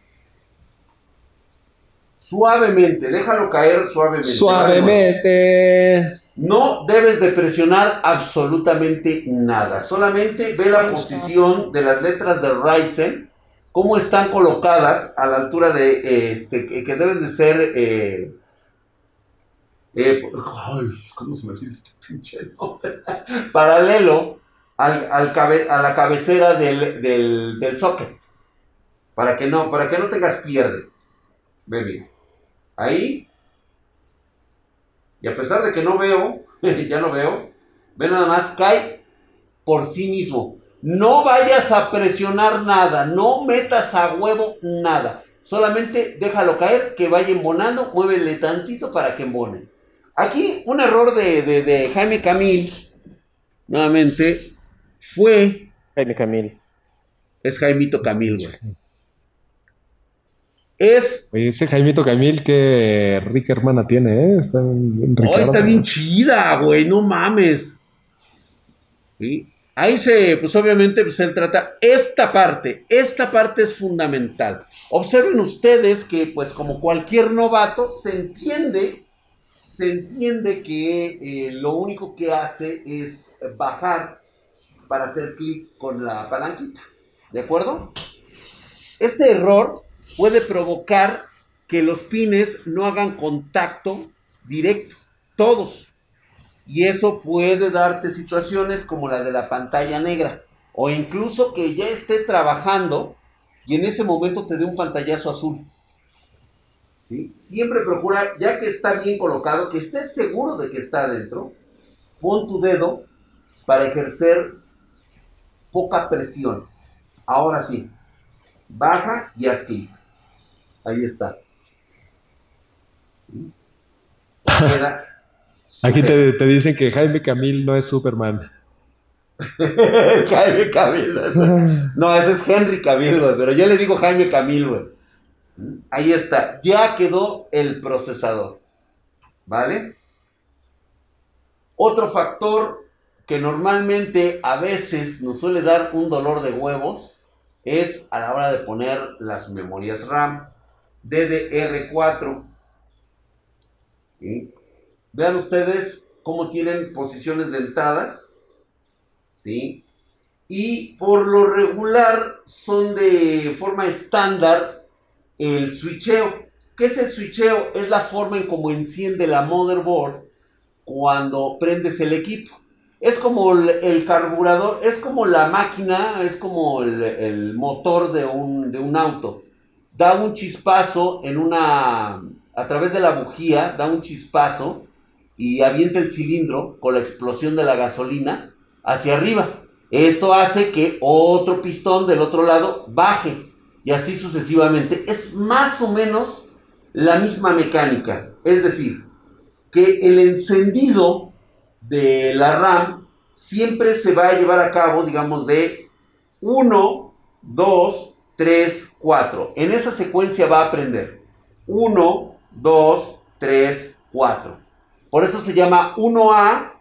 Suavemente, déjalo caer suavemente. Suavemente. No debes de presionar absolutamente nada. Solamente ve la posición de las letras de Ryzen, cómo están colocadas a la altura de que deben de ser. ¿Cómo se me olvida este pinche nombre? Paralelo a la cabecera del socket. Para que no tengas pierde. Ve bien. Ahí. Y a pesar de que no veo, ya no veo, ve nada más, cae por sí mismo. No vayas a presionar nada, no metas a huevo nada. Solamente déjalo caer, que vaya embonando, muévele tantito para que embone. Aquí un error de Jaime Camil, nuevamente, fue... Jaime Camil. Es Jaimito Camil, güey. Es... Oye, ese Jaimito Camil, qué rica hermana tiene, ¿eh? Está bien Oh, rica. está bien chida, güey, no mames. ¿Sí? Ahí pues obviamente, pues él trata esta parte es fundamental. Observen ustedes que, pues como cualquier novato, se entiende que lo único que hace es bajar para hacer clic con la palanquita, ¿de acuerdo? Este error puede provocar que los pines no hagan contacto directo, todos. Y eso puede darte situaciones como la de la pantalla negra. O incluso que ya esté trabajando y en ese momento te dé un pantallazo azul. ¿Sí? Siempre procura, ya que está bien colocado, que estés seguro de que está adentro, pon tu dedo para ejercer poca presión. Ahora sí, baja y haz clic. Ahí está. ¿Sí? Queda. Aquí te dicen que Jaime Camil no es Superman. Jaime Camil. No, ese es Henry Cavill, güey. Pero yo le digo Jaime Camil, güey. Ahí está. Ya quedó el procesador. ¿Vale? Otro factor que normalmente a veces nos suele dar un dolor de huevos es a la hora de poner las memorias RAM. DDR4. ¿Sí? Vean ustedes cómo tienen posiciones dentadas. ¿Sí? Y por lo regular son de forma estándar el switcheo. ¿Qué es el switcheo? Es la forma en cómo enciende la motherboard cuando prendes el equipo. Es como el carburador, es como la máquina, es como el motor de un auto. Da un chispazo a través de la bujía, da un chispazo y avienta el cilindro con la explosión de la gasolina hacia arriba. Esto hace que otro pistón del otro lado baje y así sucesivamente. Es más o menos la misma mecánica. Es decir, que el encendido de la RAM siempre se va a llevar a cabo, digamos, de 1, 2, 3, 4. En esa secuencia va a aprender 1, 2, 3, 4. Por eso se llama 1A,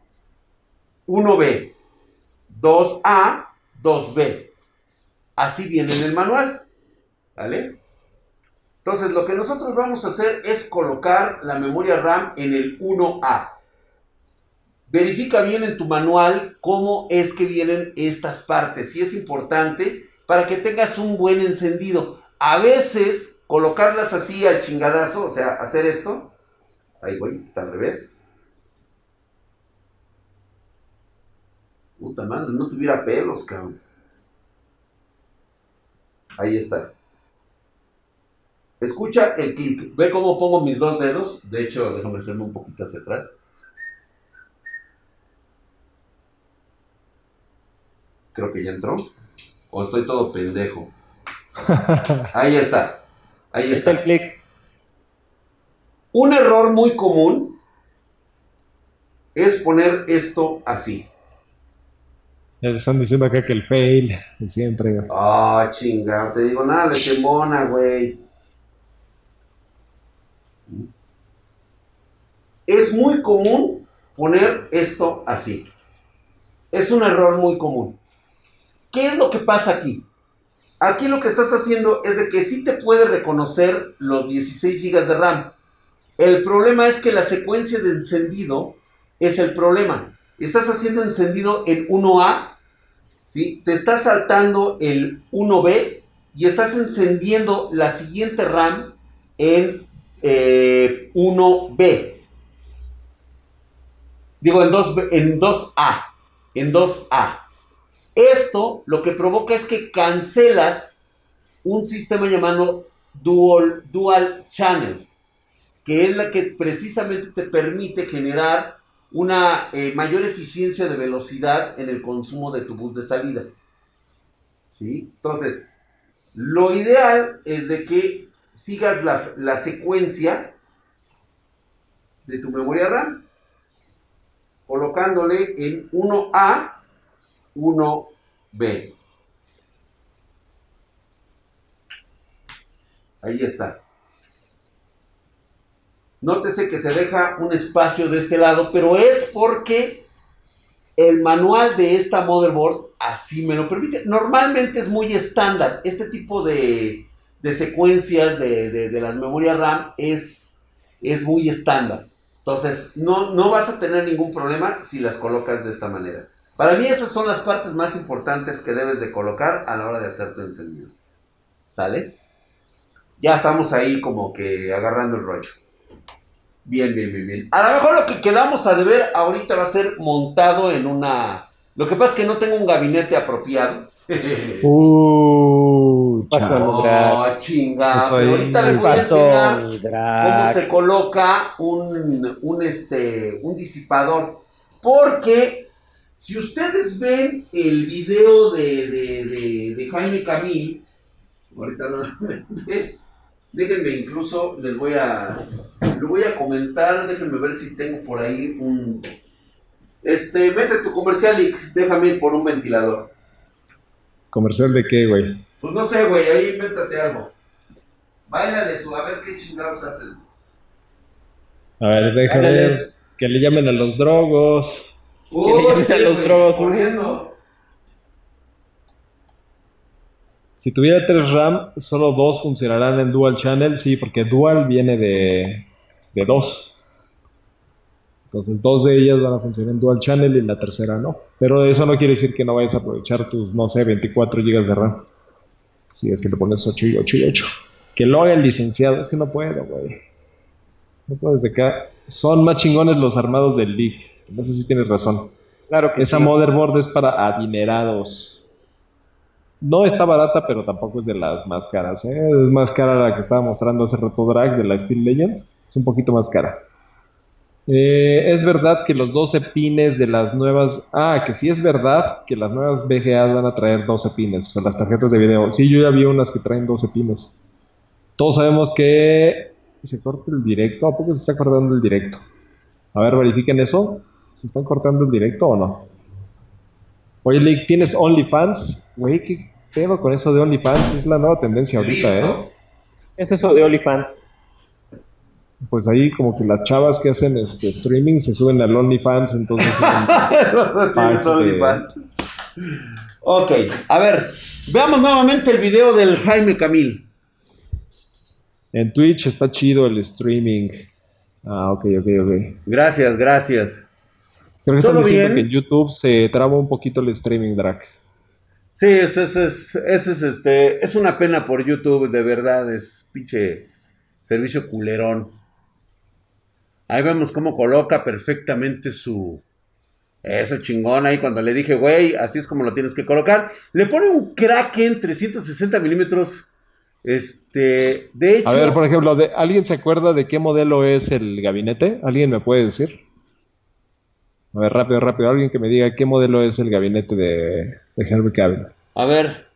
1B, 2A, 2B. Así viene en el manual. ¿Vale? Entonces, lo que nosotros vamos a hacer es colocar la memoria RAM en el 1A. Verifica bien en tu manual cómo es que vienen estas partes. Y es importante para que tengas un buen encendido. A veces, colocarlas así al chingadazo, o sea, hacer esto. Ahí voy, está al revés. Puta madre, no tuviera pelos, cabrón. Ahí está. Escucha el clic. Ve cómo pongo mis dos dedos. De hecho, déjame hacerme un poquito hacia atrás. Creo que ya entró. O estoy todo pendejo. Ahí está. Ahí está. El clic. Un error muy común es poner esto así. Ya te están diciendo acá que el fail de siempre. Ah, chingado. Te digo, nada, le embona, güey. Es muy común poner esto así. Es un error muy común. ¿Qué es lo que pasa aquí? Aquí lo que estás haciendo es de que sí te puede reconocer los 16 GB de RAM. El problema es que la secuencia de encendido es el problema. Estás haciendo encendido en 1A, ¿sí? Te estás saltando el 1B y estás encendiendo la siguiente RAM en 1B. Digo, en 2A. En 2A. Esto lo que provoca es que cancelas un sistema llamado Dual Channel, que es la que precisamente te permite generar una mayor eficiencia de velocidad en el consumo de tu bus de salida. ¿Sí? Entonces, Lo ideal es de que sigas la secuencia de tu memoria RAM, colocándole en 1A, 1B. Ahí está. Nótese que se deja un espacio de este lado, pero es porque el manual de esta motherboard así me lo permite. Normalmente es muy estándar. Este tipo de secuencias de las memorias RAM es muy estándar. Entonces, no vas a tener ningún problema si las colocas de esta manera. Para mí esas son las partes más importantes que debes de colocar a la hora de hacer tu encendido. ¿Sale? Ya estamos ahí como que agarrando el rollo. Bien. A lo mejor lo que quedamos a deber ahorita va a ser montado en una... Lo que pasa es que no tengo un gabinete apropiado. Chinga. Pero ahorita les voy a enseñar cómo se coloca un disipador. Porque si ustedes ven el video de Jaime Camil, ahorita no... Déjenme, incluso lo voy a comentar. Déjenme ver si tengo por ahí un... mete tu comercial y déjame ir por un ventilador. ¿Comercial de qué, güey? Pues no sé, güey, ahí invéntate algo. Báilale a ver qué chingados hacen. A ver, déjame ver. Que le llamen a los drogos. Sí, a los drogos corriendo. Si tuviera 3 RAM, solo 2 funcionarán en Dual Channel, sí, porque Dual viene de 2. Entonces 2 de ellas van a funcionar en Dual Channel y la tercera no. Pero eso no quiere decir que no vayas a aprovechar tus, no sé, 24 GB de RAM. Si es que le pones 8 y 8 y 8. Que lo haga el licenciado, es que no puedo, güey. No puedo desde acá. Son más chingones los armados del League. No sé si tienes razón. Claro que esa sí. Motherboard es para adinerados. No está barata, pero tampoco es de las más caras, ¿eh? Es más cara la que estaba mostrando hace rato Drag de la Steel Legends. Es un poquito más cara. Es verdad que los 12 pines de las nuevas... que sí es verdad que las nuevas VGA van a traer 12 pines. O sea, las tarjetas de video. Sí, yo ya vi unas que traen 12 pines. Todos sabemos que se corta el directo. ¿A poco se está cortando el directo? A ver, verifiquen eso. ¿Se están cortando el directo o no? Oye, Lick, ¿tienes OnlyFans? Güey, ¿qué pedo con eso de OnlyFans? Es la nueva tendencia ahorita, ¿eh? ¿Qué es eso de OnlyFans? Pues ahí como que las chavas que hacen streaming se suben al OnlyFans, entonces... No tienes OnlyFans. Ok, a ver, veamos nuevamente el video del Jaime Camil. En Twitch está chido el streaming. Ok. Gracias. Creo que están diciendo que en YouTube se traba un poquito el streaming, Drag. Sí, es una pena por YouTube, de verdad, es pinche servicio culerón. Ahí vemos cómo coloca perfectamente eso chingón ahí cuando le dije, güey, así es como lo tienes que colocar. Le pone un Kraken 360 milímetros. De hecho... A ver, por ejemplo, ¿alguien se acuerda de qué modelo es el gabinete? ¿Alguien me puede decir? A ver, rápido. Alguien que me diga qué modelo es el gabinete de Henry Cavill. A ver.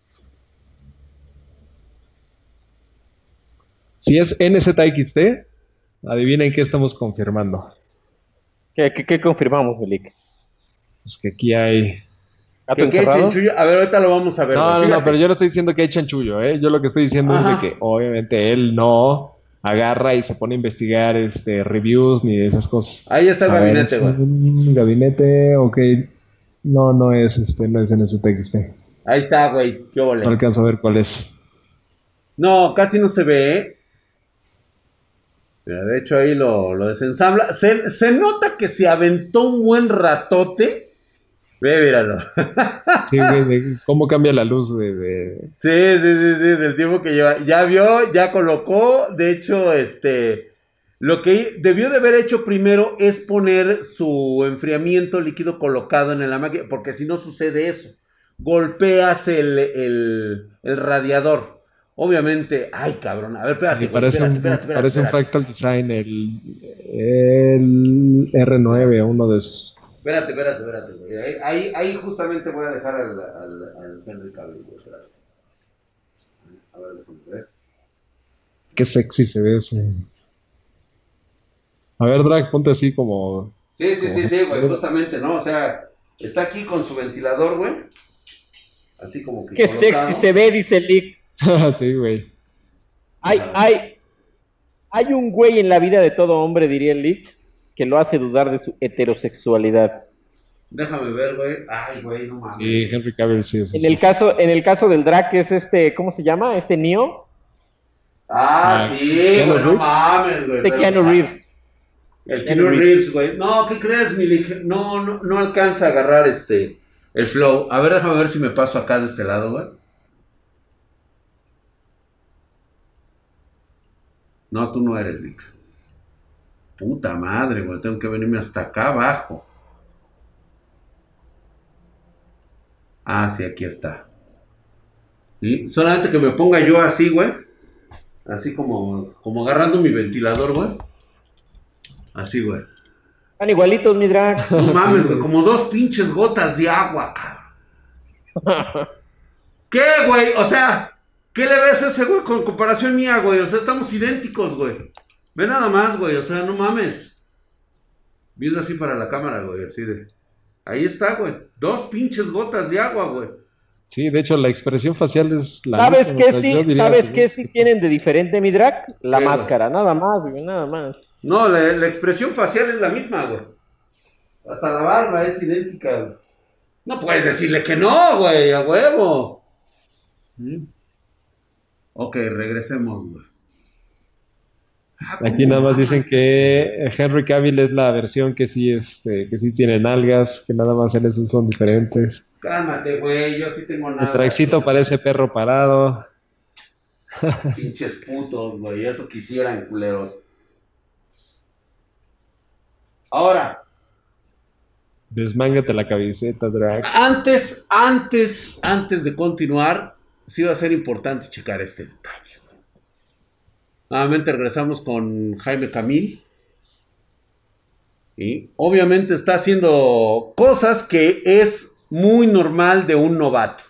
Si es NZXT, adivinen qué estamos confirmando. ¿Qué confirmamos, Melick? Pues que aquí hay... ¿Qué chanchullo? A ver, ahorita lo vamos a ver. No, pero yo no estoy diciendo que hay chanchullo, ¿eh? Yo lo que estoy diciendo es de que obviamente él no agarra y se pone a investigar reviews ni de esas cosas. Ahí está el gabinete, güey. Un gabinete, ok. No es NZXT. Ahí está, güey. Qué ole. No alcanzo a ver cuál es. No, casi no se ve, ¿eh? Mira, de hecho ahí lo desensambla. Se nota que se aventó un buen ratote. Ve, míralo. Sí, güey, cómo cambia la luz Sí, del tiempo que lleva. Ya vio, ya colocó. De hecho, lo que debió de haber hecho primero es poner su enfriamiento líquido colocado en la máquina, porque si no sucede eso. Golpeas el radiador. Obviamente, ay cabrón, a ver, espérate. Sí, parece un Fractal Design, el R9, uno de esos. Espérate, güey. Ahí justamente voy a dejar al Henry Cavill, güey. Espérate. A ver, déjame ver. Qué sexy se ve eso. A ver, Drag, ponte así como... Sí, güey, justamente, ¿no? O sea, está aquí con su ventilador, güey. Así como que Qué colocado. sexy se ve, dice Lick. Sí, güey. Hay un güey en la vida de todo hombre, diría el Lick, que lo hace dudar de su heterosexualidad. Déjame ver, güey. Ay, güey, no mames. Sí, Henry Cavill sí es En el caso del drag, que es ¿cómo se llama? Neo. Sí, Keanu güey, no Reeves. mames, güey. De Keanu Reeves. El Keanu Reeves, güey. No, ¿qué crees, Milik? No alcanza a agarrar el flow. A ver, déjame ver si me paso acá de este lado, güey. No, tú no eres, Vic. Puta madre, güey. Tengo que venirme hasta acá abajo. Ah, sí, aquí está. Y solamente que me ponga yo así, güey. Así como agarrando mi ventilador, güey. Así, güey. Están igualitos, mi drag. No mames, güey. Como dos pinches gotas de agua, cabrón. ¿Qué, güey? O sea, ¿qué le ves a ese güey con comparación mía, güey? O sea, estamos idénticos, güey. Ve nada más, güey. O sea, no mames. Viendo así para la cámara, güey. Así de... Ahí está, güey. Dos pinches gotas de agua, güey. Sí, de hecho, la expresión facial es la ¿Sabes misma. qué O sea, yo sí? diría ¿Sabes que- qué sí tienen de diferente, mi drag? La ¿Qué, güey? máscara, nada más, güey, nada más. No, la expresión facial es la misma, güey. Hasta la barba es idéntica, güey. No puedes decirle que no, güey, a huevo. Ok, regresemos, güey. Aquí nada más dicen que Henry Cavill es la versión que sí tiene nalgas, que nada más en eso son diferentes. Cálmate, güey, yo sí tengo nada. El Dragcito parece perro parado. Pinches putos, güey, eso quisieran, culeros. Ahora, Desmángate la camiseta, Drag. antes de continuar, sí va a ser importante checar este detalle. Nuevamente regresamos con Jaime Camil. Y obviamente está haciendo cosas que es muy normal de un novato.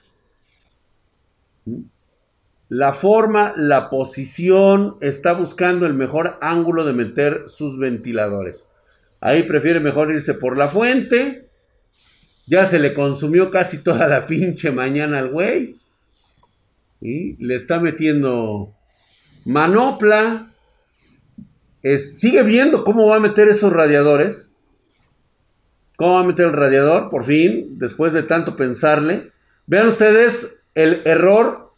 La forma, la posición, está buscando el mejor ángulo de meter sus ventiladores. Ahí prefiere mejor irse por la fuente. Ya se le consumió casi toda la pinche mañana al güey. Y le está metiendo manopla. Sigue viendo cómo va a meter esos radiadores. ¿Cómo va a meter el radiador? Por fin, después de tanto pensarle. Vean ustedes el error.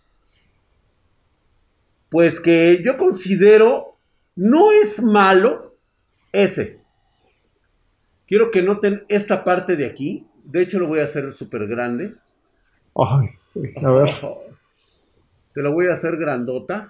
Pues que yo considero no es malo ese. Quiero que noten esta parte de aquí. De hecho lo voy a hacer súper grande. Ay, a ver. Te lo voy a hacer grandota.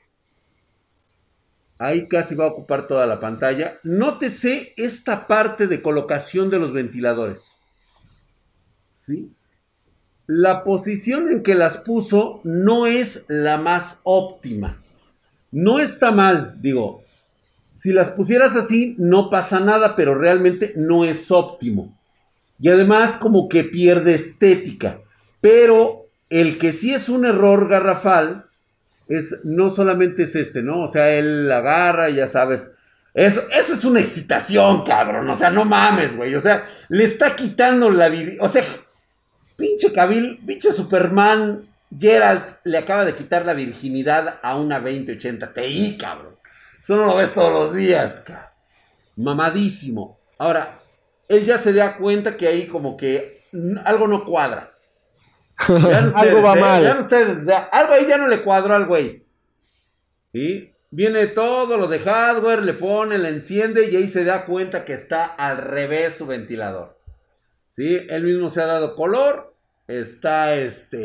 Ahí casi va a ocupar toda la pantalla. Nótese esta parte de colocación de los ventiladores. ¿Sí? La posición en que las puso no es la más óptima. No está mal, digo. Si las pusieras así, no pasa nada, pero realmente no es óptimo. Y además como que pierde estética. Pero el que sí es un error garrafal no solamente es ¿no? O sea, él la agarra y ya sabes. Eso es una excitación, cabrón. O sea, no mames, güey. O sea, le está quitando la vida. O sea, pinche Cavill, pinche Superman Geralt le acaba de quitar la virginidad a una 2080 Ti, cabrón. Eso no lo ves todos los días, cabrón. Mamadísimo. Ahora, él ya se da cuenta que ahí como que algo no cuadra. Vean ustedes, Algo va mal. Vean ustedes, o sea, algo ahí ya no le cuadró al güey. ¿Sí? Viene todo lo de hardware, le pone, le enciende y ahí se da cuenta que está al revés su ventilador. ¿Sí? Él mismo se ha dado color. Está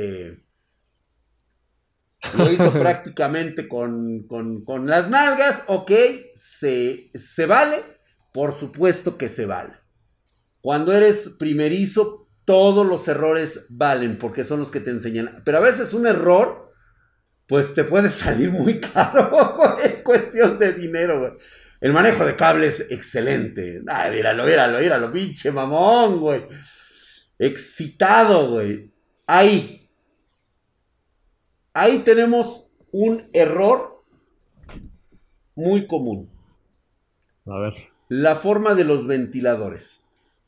lo hizo prácticamente con las nalgas. Ok, se vale. Por supuesto que se vale. Cuando eres primerizo, todos los errores valen porque son los que te enseñan. Pero a veces un error, pues te puede salir muy caro en cuestión de dinero, güey. El manejo de cables, excelente. Ay, míralo, pinche mamón, güey. Excitado, güey. Ahí ahí tenemos un error muy común. A ver. La forma de los ventiladores.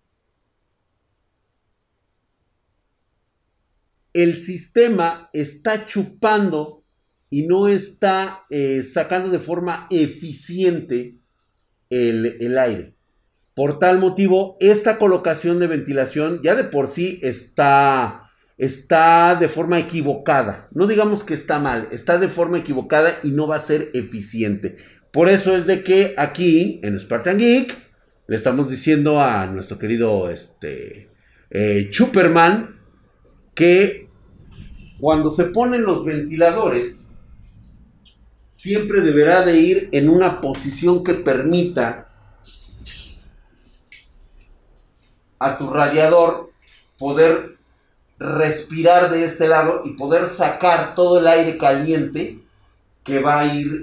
El sistema está chupando y no está sacando de forma eficiente el aire. Por tal motivo, esta colocación de ventilación ya de por sí está de forma equivocada. No digamos que está mal, está de forma equivocada y no va a ser eficiente. Por eso es de que aquí, en Spartan Geek, le estamos diciendo a nuestro querido Chuperman que cuando se ponen los ventiladores, siempre deberá de ir en una posición que permita a tu radiador poder respirar de este lado y poder sacar todo el aire caliente que va a ir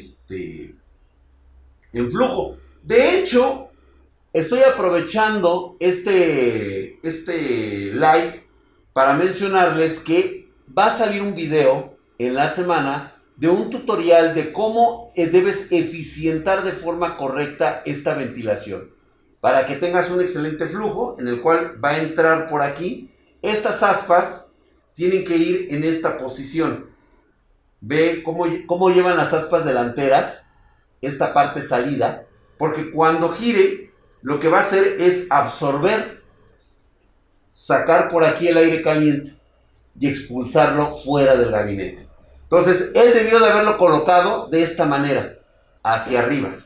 en flujo. De hecho, estoy aprovechando este live para mencionarles que va a salir un video en la semana de un tutorial de cómo debes eficientar de forma correcta esta ventilación para que tengas un excelente flujo en el cual va a entrar por aquí. Estas aspas tienen que ir en esta posición. Ve cómo llevan las aspas delanteras esta parte salida, porque cuando gire lo que va a hacer es absorber, sacar por aquí el aire caliente y expulsarlo fuera del gabinete. Entonces él debió de haberlo colocado de esta manera, hacia arriba.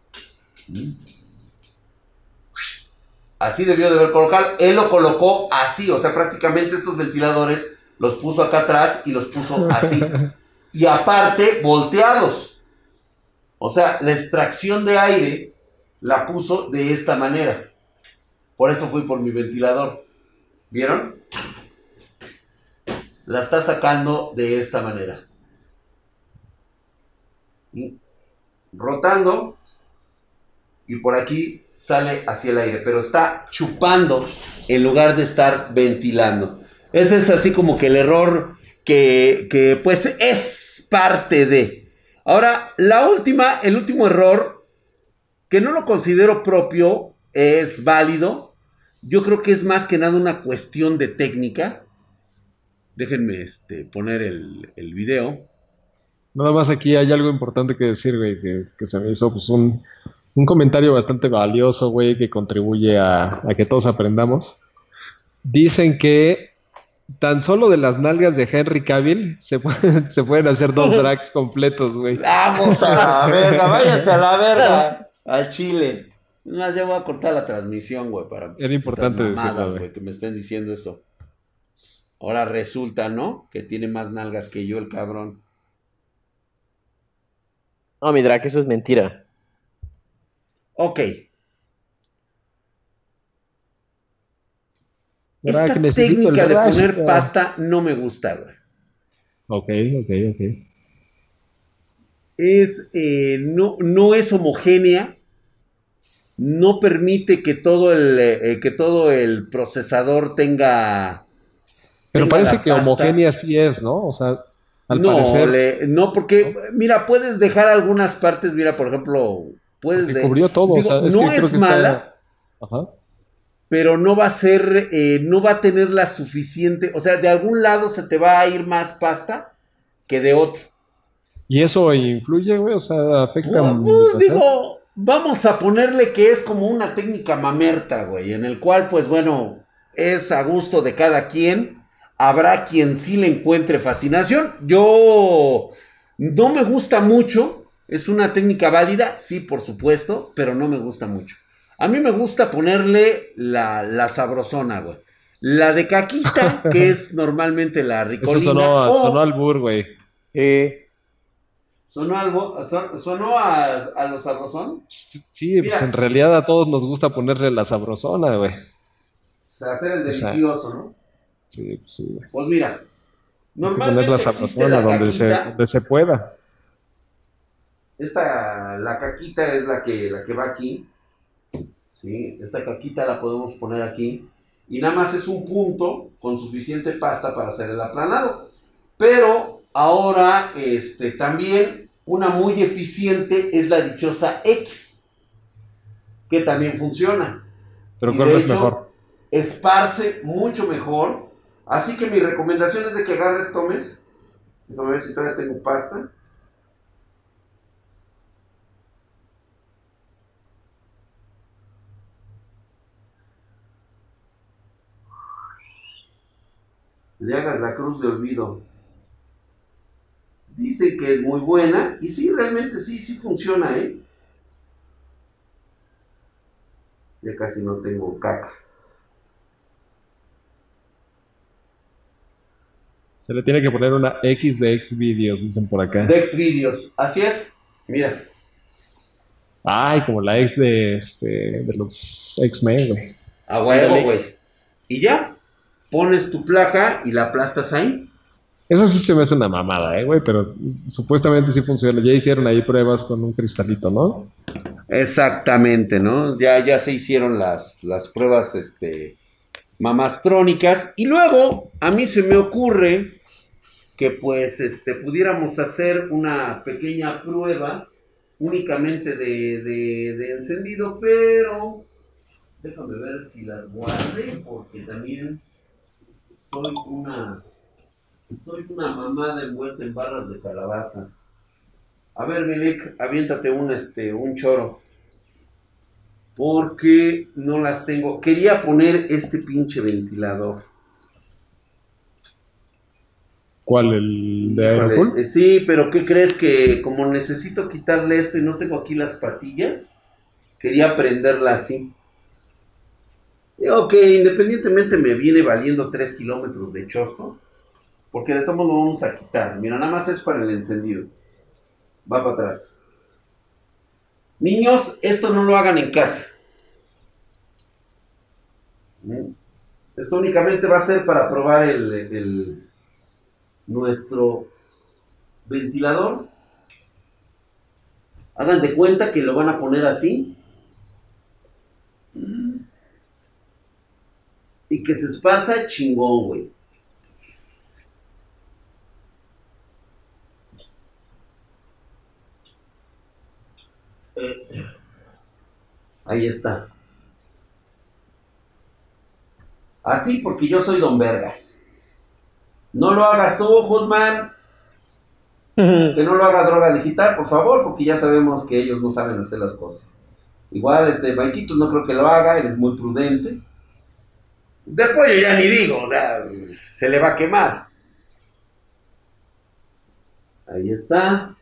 Así debió de haber colocado. Él lo colocó así, o sea, prácticamente estos ventiladores los puso acá atrás y los puso así. Y aparte, volteados. O sea, la extracción de aire la puso de esta manera. Por eso fui por mi ventilador. ¿Vieron? La está sacando de esta manera. ¿Sí? Rotando. Y por aquí sale hacia el aire. Pero está chupando en lugar de estar ventilando. Ese es así como que el error que pues es parte de. Ahora, el último error, que no lo considero propio, es válido. Yo creo que es más que nada una cuestión de técnica. Déjenme poner el video. Nada más aquí hay algo importante que decir, güey, que se me hizo pues un comentario bastante valioso, güey, que contribuye a que todos aprendamos. Dicen que tan solo de las nalgas de Henry Cavill se pueden hacer 2 drags completos, güey. Vamos a la verga, váyanse a la verga, al Chile. No, ya voy a cortar la transmisión, güey, para era importante decirlo, güey, que me estén diciendo eso. Ahora resulta, ¿no? Que tiene más nalgas que yo el cabrón. No, mi drag, eso es mentira. Ok. Drag, Esta técnica de poner pasta no me gusta, güey. Ok. No es homogénea. No permite que todo el procesador tenga. Pero parece que homogénea sí es, ¿no? O sea, al parecer. No, porque, mira, puedes dejar algunas partes, mira, por ejemplo, cubrió todo, digo, o sea, no es mala, Ajá. Pero no va a ser, no va a tener la suficiente, o sea, de algún lado se te va a ir más pasta que de otro. ¿Y eso influye, güey? O sea, afecta. Pues digo, vamos a ponerle que es como una técnica mamerta, güey, en el cual, pues bueno, es a gusto de cada quien. Habrá quien sí le encuentre fascinación. Yo no me gusta mucho. Es una técnica válida, sí, por supuesto, pero no me gusta mucho. A mí me gusta ponerle la sabrosona, güey. La de caquita, que es normalmente la ricolina. Eso sonó albur, güey. ¿Sonó a los sabrosón? Sí, mira, pues en realidad a todos nos gusta ponerle la sabrosona, güey. Hacer el delicioso, ¿no? Sí, sí. Pues mira, normalmente poner la sabrosona donde se pueda. La caquita es la que va aquí. ¿Sí? Esta caquita la podemos poner aquí. Y nada más es un punto con suficiente pasta para hacer el aplanado. Pero Ahora, también una muy eficiente es la dichosa X, que también funciona. Pero Y ¿cuál de es hecho, mejor? esparce mucho mejor. Así que mi recomendación es de que agarres, tomes. Déjame ver si todavía tengo pasta. Le hagas la cruz de olvido. Dice que es muy buena. Y sí, realmente sí funciona, ¿eh? Ya casi no tengo caca. Se le tiene que poner una X de Xvideos, dicen por acá. Dex Videos. Así es. Mira. Ay, como la ex de los X-Men, güey. A huevo, Ándale. güey. Y ya. Pones tu placa y la aplastas ahí. Eso sí se me hace una mamada, güey, pero supuestamente sí funciona. Ya hicieron ahí pruebas con un cristalito, ¿no? Exactamente, ¿no? Ya se hicieron las pruebas, mamastrónicas. Y luego, a mí se me ocurre que pues pudiéramos hacer una pequeña prueba únicamente de encendido, pero déjame ver si las guardé porque también soy una soy una mamada envuelta en barras de calabaza. A ver, Melek, aviéntate un choro. Porque no las tengo. Quería poner este pinche ventilador. ¿Cuál? ¿El de Híjole, Aerocool? sí, pero ¿qué crees? Que como necesito quitarle esto y no tengo aquí las patillas, quería prenderla así. Ok, independientemente me viene valiendo 3 kilómetros de chosto, porque de todo modo lo vamos a quitar. Mira, nada más es para el encendido. Va para atrás. Niños, esto no lo hagan en casa. Esto únicamente va a ser para probar nuestro ventilador. Hagan de cuenta que lo van a poner así. Y que se esparza chingón, güey. Ahí está. Así porque yo soy Don Vergas. No lo hagas tú, Hoodman. Que no lo haga Droga Digital, por favor, porque ya sabemos que ellos no saben hacer las cosas. Igual, Banquitos no creo que lo haga, él es muy prudente. Del pollo ya ni digo, o sea, se le va a quemar. Ahí está.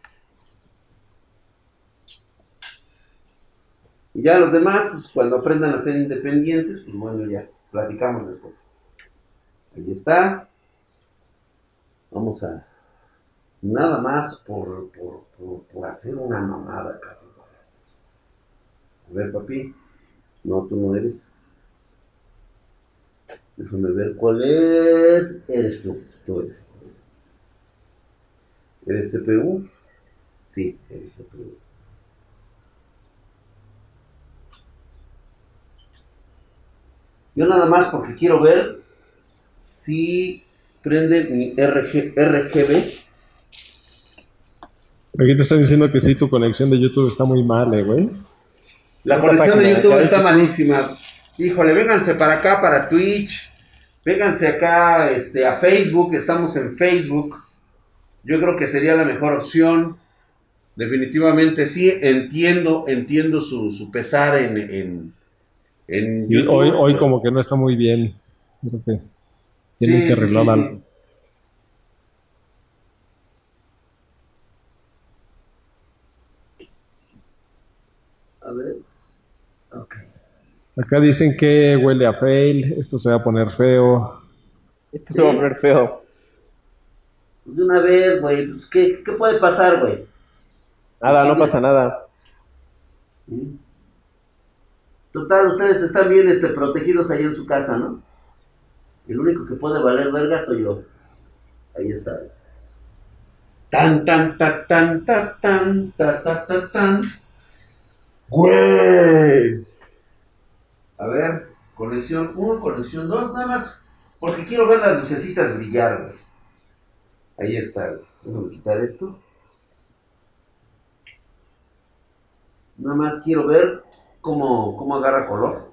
Y ya los demás, pues cuando aprendan a ser independientes, pues bueno, ya platicamos después. Ahí está. Vamos a... Nada más por hacer una mamada, cabrón. A ver, papi. No, tú no eres. Déjame ver cuál es. Eres tú. Tú eres. ¿Eres CPU? Sí, eres CPU. Yo nada más porque quiero ver si prende mi RGB. Aquí te están diciendo que sí, tu conexión de YouTube está muy mal, güey. La Esta conexión de página, YouTube ya está ves, malísima. Híjole, vénganse para acá, para Twitch. Vénganse acá a Facebook. Estamos en Facebook. Yo creo que sería la mejor opción. Definitivamente sí. Entiendo su pesar en Sí, hoy, YouTube. hoy como que no está muy bien. Creo que tienen que Sí, sí, arreglar sí, algo. sí. A ver. Ok. Acá dicen que huele a fail, esto se va a poner feo. esto se va a ¿Sí? poner feo. Pues de una vez, güey. Pues, ¿qué puede pasar, güey? Nada, no pasa nada. Total, ustedes están bien protegidos ahí en su casa, ¿no? El único que puede valer verga soy yo. Ahí está. Tan, tan, ta, tan, ta, tan, ta, ta, ta, tan. ¡Güey! A ver, conexión 1, conexión 2, nada más. Porque quiero ver las lucecitas brillar, güey. Ahí está. Déjame quitar esto. Nada más quiero ver cómo agarra color.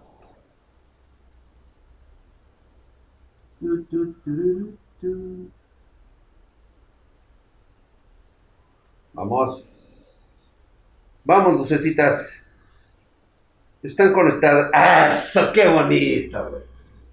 Vamos. Vamos, lucecitas. Están conectadas. ¡Ah, eso! ¡Qué bonito, güey!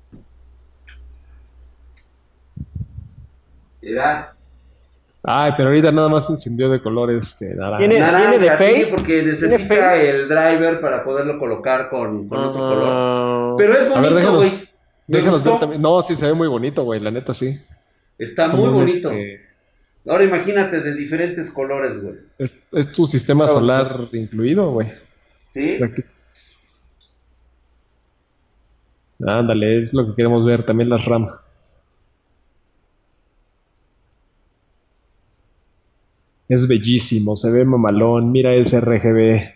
Mira. Ay, pero ahorita nada más se encendió de colores naranja. ¿Tiene Naranja, de sí, Fade? porque necesita el driver para poderlo colocar con otro color. Pero es A ver, bonito, güey. déjanos ver también. No, sí, se ve muy bonito, güey, la neta sí. Está muy bonito. Ahora imagínate de diferentes colores, güey. Es tu sistema solar incluido, güey. ¿Sí? Ándale, es lo que queremos ver, también las RAM. Es bellísimo, se ve mamalón, mira ese RGB.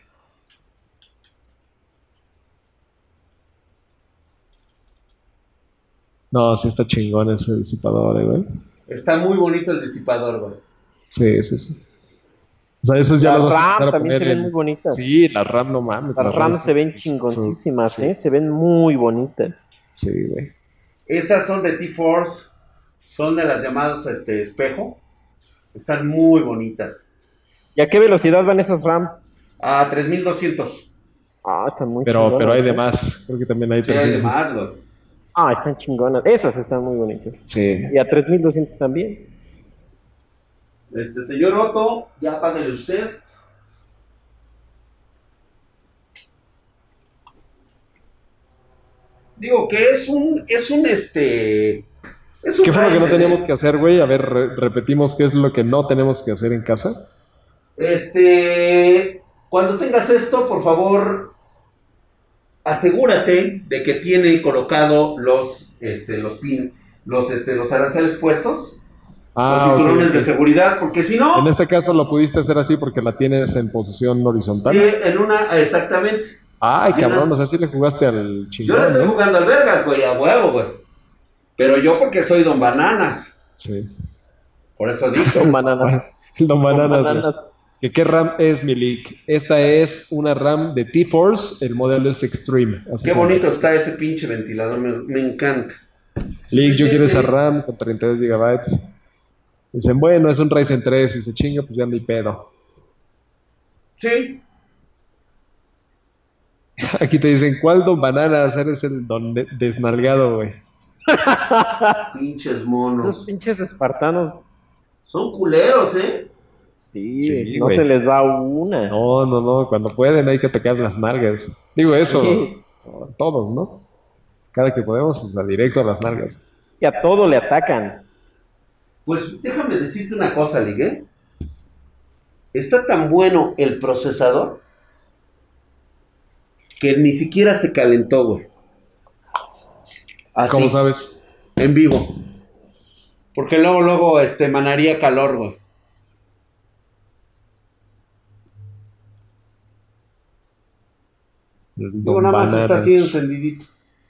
No, sí está chingón ese disipador, güey. Está muy bonito el disipador, güey. Sí, sí, sí. O sea, esos ya Las lo vas a RAM empezar a también poner se ven muy bonitas. Sí, la RAM no mames. Las RAM se ven chingoncísimas, sí. se ven muy bonitas. Sí, güey. Esas son de T-Force. Son de las llamadas espejo. Están muy bonitas. ¿Y a qué velocidad van esas RAM? A 3200. Ah, están muy Pero chingonas. hay de más. Creo que también hay Sí, hay de 3200. más, güey. Ah, están chingonas. Esas están muy bonitas. Sí. Y a 3200 también. Señor Otto, ya apáguele usted. Digo que es un Es un ¿Qué fue lo que no Ryzen, teníamos que hacer, güey? A ver, repetimos qué es lo que no tenemos que hacer en casa. Cuando tengas esto, por favor, asegúrate de que tiene colocado los aranceles puestos, los cinturones de seguridad, porque si no... En este caso lo pudiste hacer así porque la tienes en posición horizontal. Sí, exactamente. Ay, cabrón, o sea, sí le jugaste al chingón. Yo le estoy jugando al vergas, güey, a huevo, güey. Pero yo porque soy Don Bananas. Sí. Por eso digo. Don Bananas. Don Bananas, Don Bananas. ¿Qué RAM es, Milik? Esta es una RAM de T-Force, el modelo es Extreme. Qué bonito está ese pinche ventilador, me encanta. Lick, yo quiero esa RAM con 32 GB. Dicen, bueno, es un Ryzen 3, y se chinga, pues ya ni pedo. Sí. Aquí te dicen, ¿cuál Don Bananas? Eres el don desnalgado, güey. Pinches monos. Esos pinches espartanos. Son culeros, ¿eh? Sí, no güey. se les va una. No, cuando pueden hay que tocar las nalgas. Digo eso, Sí. todos, ¿no? Cada que podemos, o sea, directo a las nalgas. Y a todo le atacan. Pues déjame decirte una cosa, Ligue. Está tan bueno el procesador que ni siquiera se calentó, güey. Así, ¿Cómo sabes? en vivo. Porque luego emanaría calor, güey. Digo, nada más está así encendidito.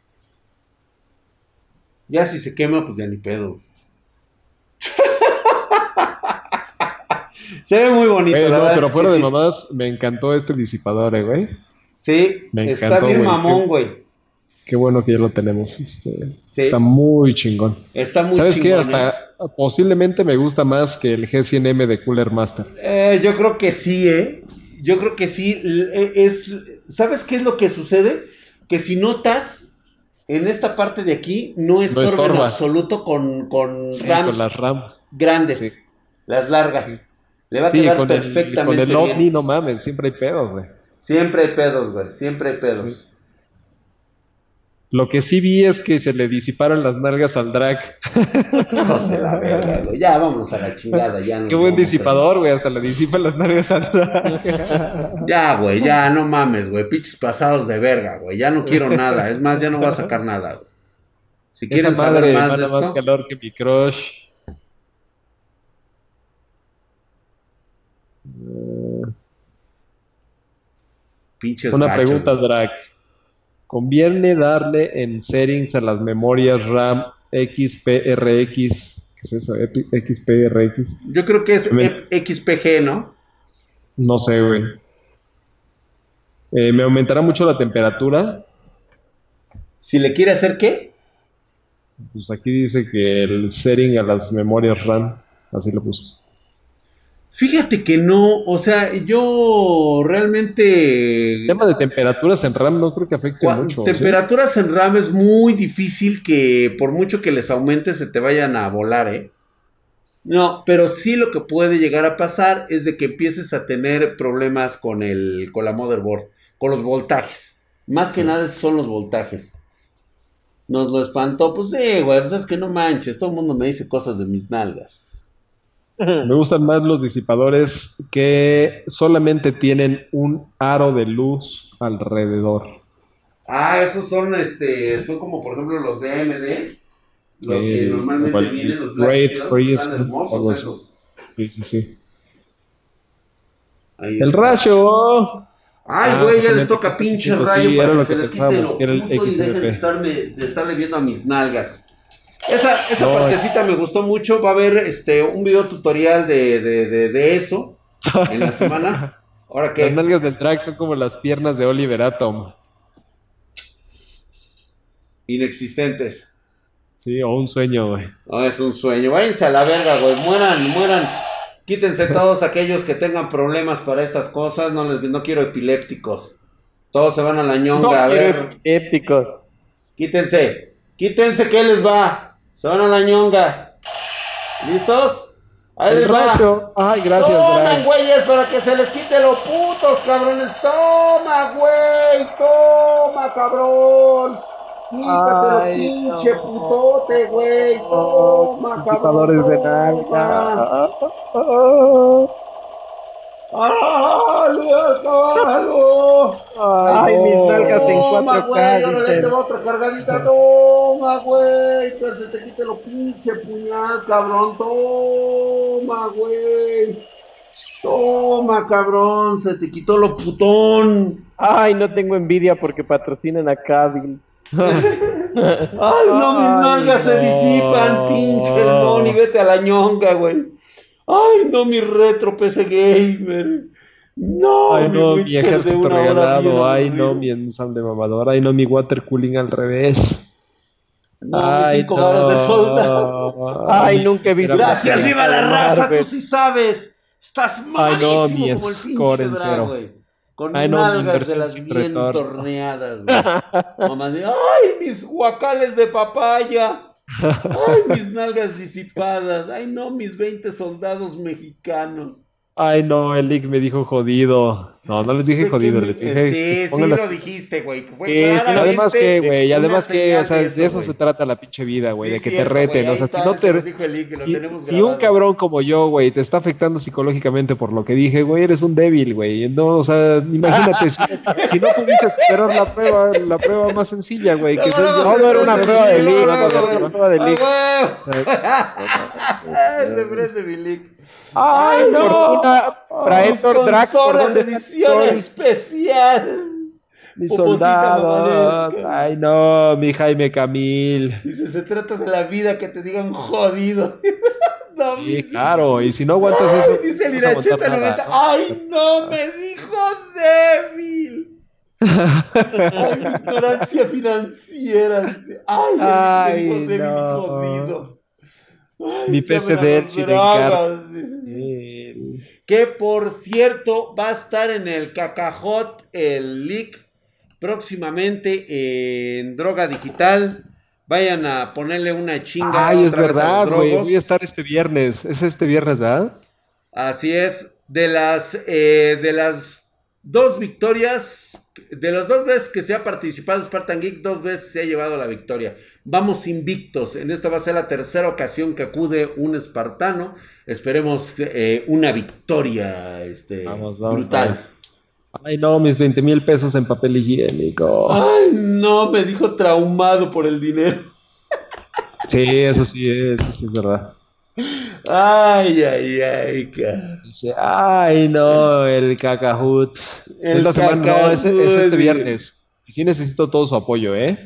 Ya si se quema, pues ya ni pedo. Se ve muy bonito, la verdad. Pero es fuera que de sí. mamadas, me encantó este disipador, güey. Sí, Me está encantó, bien güey. mamón, güey. Qué bueno que ya lo tenemos. Sí. Está muy chingón. Está muy ¿Sabes qué? chingón, Hasta posiblemente me gusta más que el G100M de Cooler Master. Yo creo que sí, ¿eh? Yo creo que sí. ¿Sabes qué es lo que sucede? Que si notas, en esta parte de aquí no estorba en estorba. absoluto con Sí, RAMs con las RAM. grandes, Sí. las largas. Sí. Le va a Sí, quedar con perfectamente el bien. OVNI, no mames, siempre hay pedos, güey. Siempre hay pedos, güey. Siempre hay pedos. Sí. Lo que sí vi es que se le disiparon las nalgas al drag. Hijos de la verga, güey. Ya vámonos a la chingada. Ya nos Qué buen vamos, disipador, güey. Hasta le disipan las nalgas al drag. Ya, güey, ya no mames, güey. Pinches pasados de verga, güey. Ya no quiero nada. Es más, ya no voy a sacar nada, güey. Si Esa quieren saber madre más de emana más esto, calor que mi crush. pinches Una gachos, pregunta, güey. drag. ¿Conviene darle en settings a las memorias RAM XPRX que es eso? XPRX. Yo creo que es XPG, ¿no? No sé, güey. Me aumentará mucho la temperatura. Si le quiere hacer ¿qué? Pues aquí dice que el setting a las memorias RAM, así lo puso. Fíjate que no, o sea, yo realmente... El tema de temperaturas en RAM no creo que afecte mucho. Temperaturas ¿sí? En RAM es muy difícil que por mucho que les aumente se te vayan a volar, ¿eh? No, pero sí lo que puede llegar a pasar es de que empieces a tener problemas con la motherboard, con los voltajes. Más que nada son los voltajes. Nos lo espantó, pues sí, güey, pues es que no manches, todo el mundo me dice cosas de mis nalgas. Me gustan más los disipadores que solamente tienen un aro de luz alrededor. Ah, esos son como por ejemplo los de AMD, los que normalmente vienen los Black Shield, están hermosos esos. Sí. El rayo. Ay, güey, ya les toca pinche rayo sí, para que se les quite lo puto y dejen de estarle viendo a mis nalgas. Esa partecita me gustó mucho. Va a haber un video tutorial de eso en la semana. Ahora que las nalgas del drag son como las piernas de Oliver Atom. Inexistentes. Sí, o un sueño, güey. No, es un sueño. Váyanse a la verga, güey. Mueran. Quítense todos aquellos que tengan problemas para estas cosas. No quiero epilépticos. Todos se van a la ñonga, a ver. Epilépticos. Quítense, ¿qué les va? Se van a la ñonga. ¿Listos? Ahí les va. Ay, gracias, Tomen, güeyes, para que se les quite los putos, cabrones. Toma, güey. Toma, cabrón. Quítatelo, pinche putote, güey. Toma, cabrón. De nalga. ¡Cállalo! Ay, mis nalgas en 4K. Toma, güey, ahora le te va otra cargadita. Toma, güey, que se te quite lo pinche puñal, cabrón. Toma, güey. Toma, cabrón, se te quitó lo putón. Ay, no tengo envidia porque patrocinan a Cabil. Ay, no, mis nalgas se disipan, pinche el Moni, vete a la ñonga, güey. Ay, no, mi retro PC Gamer. No, ay, no, mi ejército regalado. Ay, no, mi ensamble mamador. Ay, no, mi water cooling al revés. No, ay, mis 5 baros de soldado. Ay, nunca he visto. Gracias, viva la raza, tú sí sabes. Estás mamadísimo. Ay, no, mi score en cero. Con nalgas de las bien torneadas, güey. Mamá de, ay, mis guacales de papaya. Ay, mis nalgas disipadas. Ay, no, mis 20 soldados mexicanos. Ay, no, el Lick me dijo jodido. No, no les dije jodido, les dije... Sí, lo dijiste, güey. Además que, güey, o sea, de eso se trata la pinche vida, güey, de que te reten. O sea, si no te... Si un cabrón como yo, güey, te está afectando psicológicamente por lo que dije, güey, eres un débil, güey. No, o sea, imagínate, si no pudiste superar la prueba más sencilla, güey, que no era una prueba de Lick, una prueba de Lick. De frente, mi Lick. Ay, no. Praetor Drac, ¿por dónde edición especial? Mis soldados. Ay, no, mi Jaime Camil. Dice, se trata de la vida, que te digan jodido. No, sí, claro, y si no aguantas eso. Dice el Iracheta 90. Ay, no, me dijo débil. Ay, mi ignorancia financiera. Dice, ay, me dijo débil y jodido. Ay, mi PCD si de encargo. Que por cierto va a estar en el Cacajot, el Leak, próximamente en Droga Digital. Vayan a ponerle una chinga. Ay, es verdad, güey. Voy a estar este viernes. Es este viernes, ¿verdad? Así es. De las 2 victorias, de las 2 veces que se ha participado Spartan Geek, 2 veces se ha llevado la victoria. Vamos invictos. En esta va a ser la tercera ocasión que acude un espartano. Esperemos una victoria vamos, brutal. Ay, no, mis 20,000 pesos en papel higiénico. Ay, no, me dijo traumado por el dinero. Sí, eso sí es verdad. Ay. Dice, ay, no, el Cacajut. Es la semana, no, es este viernes. Y sí necesito todo su apoyo, ¿eh?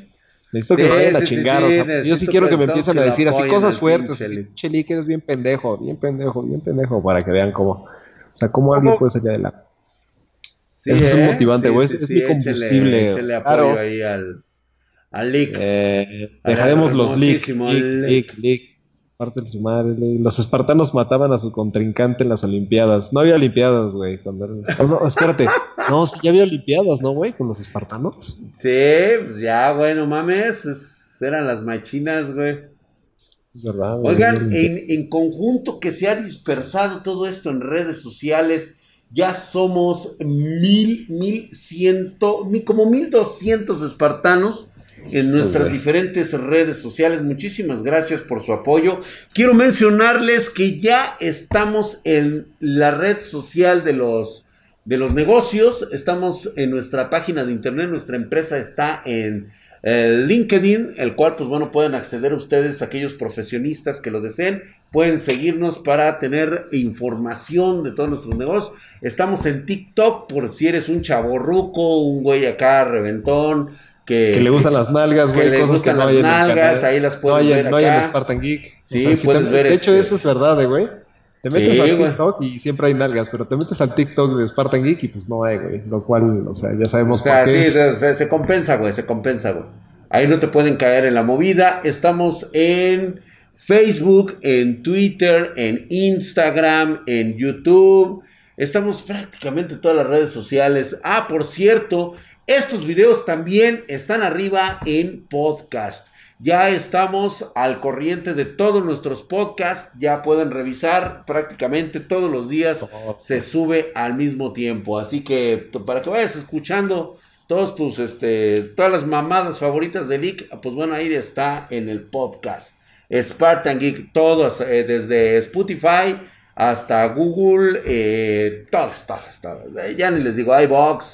Necesito que me vayan a chingar, o sea, yo sí quiero que me empiecen a decir así cosas fuertes, así, Cheli, que eres bien pendejo, para que vean cómo, o sea, cómo alguien puede salir adelante. Sí, Ese es un motivante, güey, sí, es mi combustible. Échale apoyo ahí al Lick. Dejaremos los Lick. Lick. Parte de su madre. Los espartanos mataban a su contrincante en las Olimpiadas. No había Olimpiadas, güey. No, espérate. No, sí, ya había Olimpiadas, ¿no, güey? Con los espartanos. Sí, pues ya, güey, no mames. Eran las machinas, güey. Es verdad, güey. Oigan, en conjunto que se ha dispersado todo esto en redes sociales, ya somos 1,200 espartanos en nuestras diferentes redes sociales. Muchísimas gracias por su apoyo. Quiero mencionarles que ya estamos en la red social de los negocios. Estamos en nuestra página de internet. Nuestra empresa está en LinkedIn, el cual pues bueno, pueden acceder ustedes, aquellos profesionistas que lo deseen. Pueden seguirnos para tener información de todos nuestros negocios. Estamos en TikTok por si eres un chavorruco, un güey acá reventón, que le gustan las nalgas, güey. Que le gustan las nalgas, ahí las puedes ver acá. No hay en Spartan Geek. Sí, o sea, puedes ver. De hecho, eso es verdad, güey. Te metes al TikTok y siempre hay nalgas, pero te metes al TikTok de Spartan Geek y pues no hay, güey. Lo cual, o sea, ya sabemos por qué. Sí, se compensa, güey, Ahí no te pueden caer en la movida. Estamos en Facebook, en Twitter, en Instagram, en YouTube. Estamos prácticamente en todas las redes sociales. Ah, por cierto, estos videos también están arriba en podcast. Ya estamos al corriente de todos nuestros podcasts. Ya pueden revisar prácticamente todos los días. Se sube al mismo tiempo. Así que para que vayas escuchando todas las mamadas favoritas de Lick, pues bueno, ahí está en el podcast. Spartan Geek, todos, desde Spotify hasta Google, todas. Ya ni les digo, iVoox,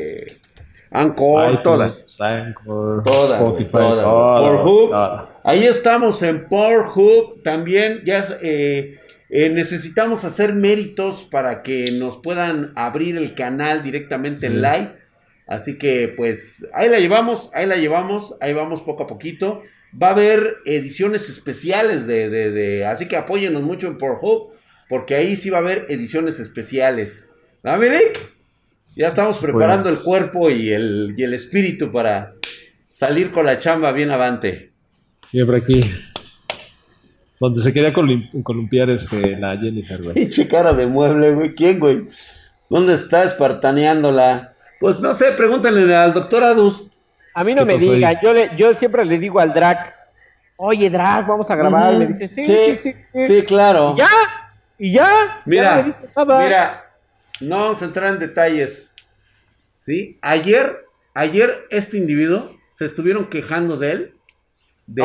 Anchor, todas, Spotify, Pornhub, ahí estamos en Pornhub. También ya necesitamos hacer méritos para que nos puedan abrir el canal directamente en live. Así que pues ahí la llevamos, ahí vamos poco a poquito. Va a haber ediciones especiales así que apóyennos mucho en Pornhub, porque ahí sí va a haber ediciones especiales. ¿No, Milik? Ya estamos preparando el cuerpo y el espíritu para salir con la chamba bien avante. Siempre aquí. Donde se quería columpiar la Jennifer, güey. Pinche cara de mueble, güey. ¿Quién, güey? ¿Dónde está espartaneándola? Pues no sé, pregúntale al doctor Adus. A mí no me diga, yo siempre le digo al Drac, oye Drac, vamos a grabar. Me dice, sí, claro. ¿Y ya? Mira, ya no me dice nada. Mira, no vamos a entrar en detalles. ¿Sí? Ayer este individuo se estuvieron quejando de él. De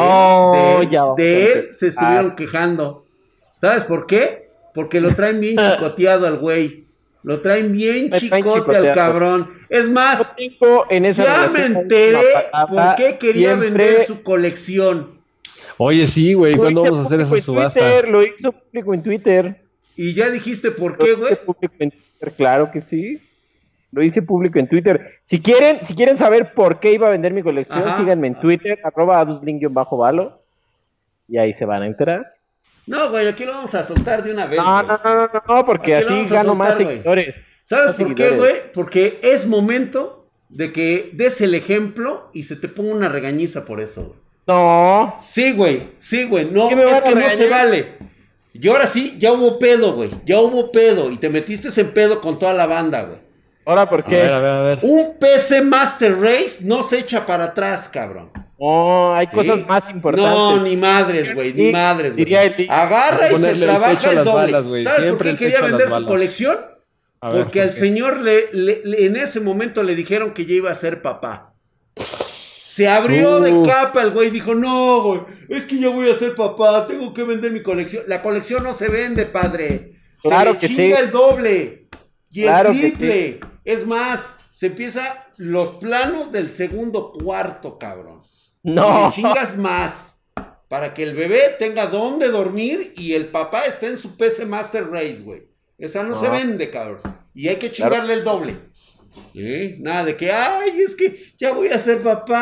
él se estuvieron quejando. ¿Sabes por qué? Porque lo traen bien chicoteado al güey. Lo traen bien chicote al cabrón. Es más, ya me enteré por qué quería vender su colección. Oye, sí, güey, ¿cuándo vamos a hacer esa subasta? Lo hizo público en Twitter. ¿Y ya dijiste por qué, güey? Claro que sí. Lo hice público en Twitter. Si quieren saber por qué iba a vender mi colección, síganme en Twitter, @aduslink_valo. Y ahí se van a enterar. No, güey, aquí lo vamos a soltar de una vez. No, porque aquí gano más seguidores. ¿Sabes por qué, güey? Porque es momento de que des el ejemplo y se te ponga una regañiza por eso, güey. No. Sí, güey. No, es que no se vale. Y ahora sí, ya hubo pedo, güey. Y te metiste en pedo con toda la banda, güey. ¿Ahora por qué? A ver. Un PC Master Race no se echa para atrás, cabrón. No, hay cosas más importantes. No, ni madres, güey, ni madres, güey. Agarra y se trabaja el doble. Balas, ¿sabes por qué quería vender su colección? Porque al señor en ese momento le dijeron que ya iba a ser papá. Se abrió de capa el güey, dijo, no, güey, es que ya voy a ser papá, tengo que vender mi colección. La colección no se vende, padre. Claro que chinga sí. el doble y Claro el triple. Es más, se empieza los planos del segundo cuarto, cabrón. No. Y le chingas más para que el bebé tenga dónde dormir y el papá esté en su PC Master Race, güey. Esa no se vende, cabrón. Y hay que chingarle el doble. Nada de que, ay, es que ya voy a ser papá,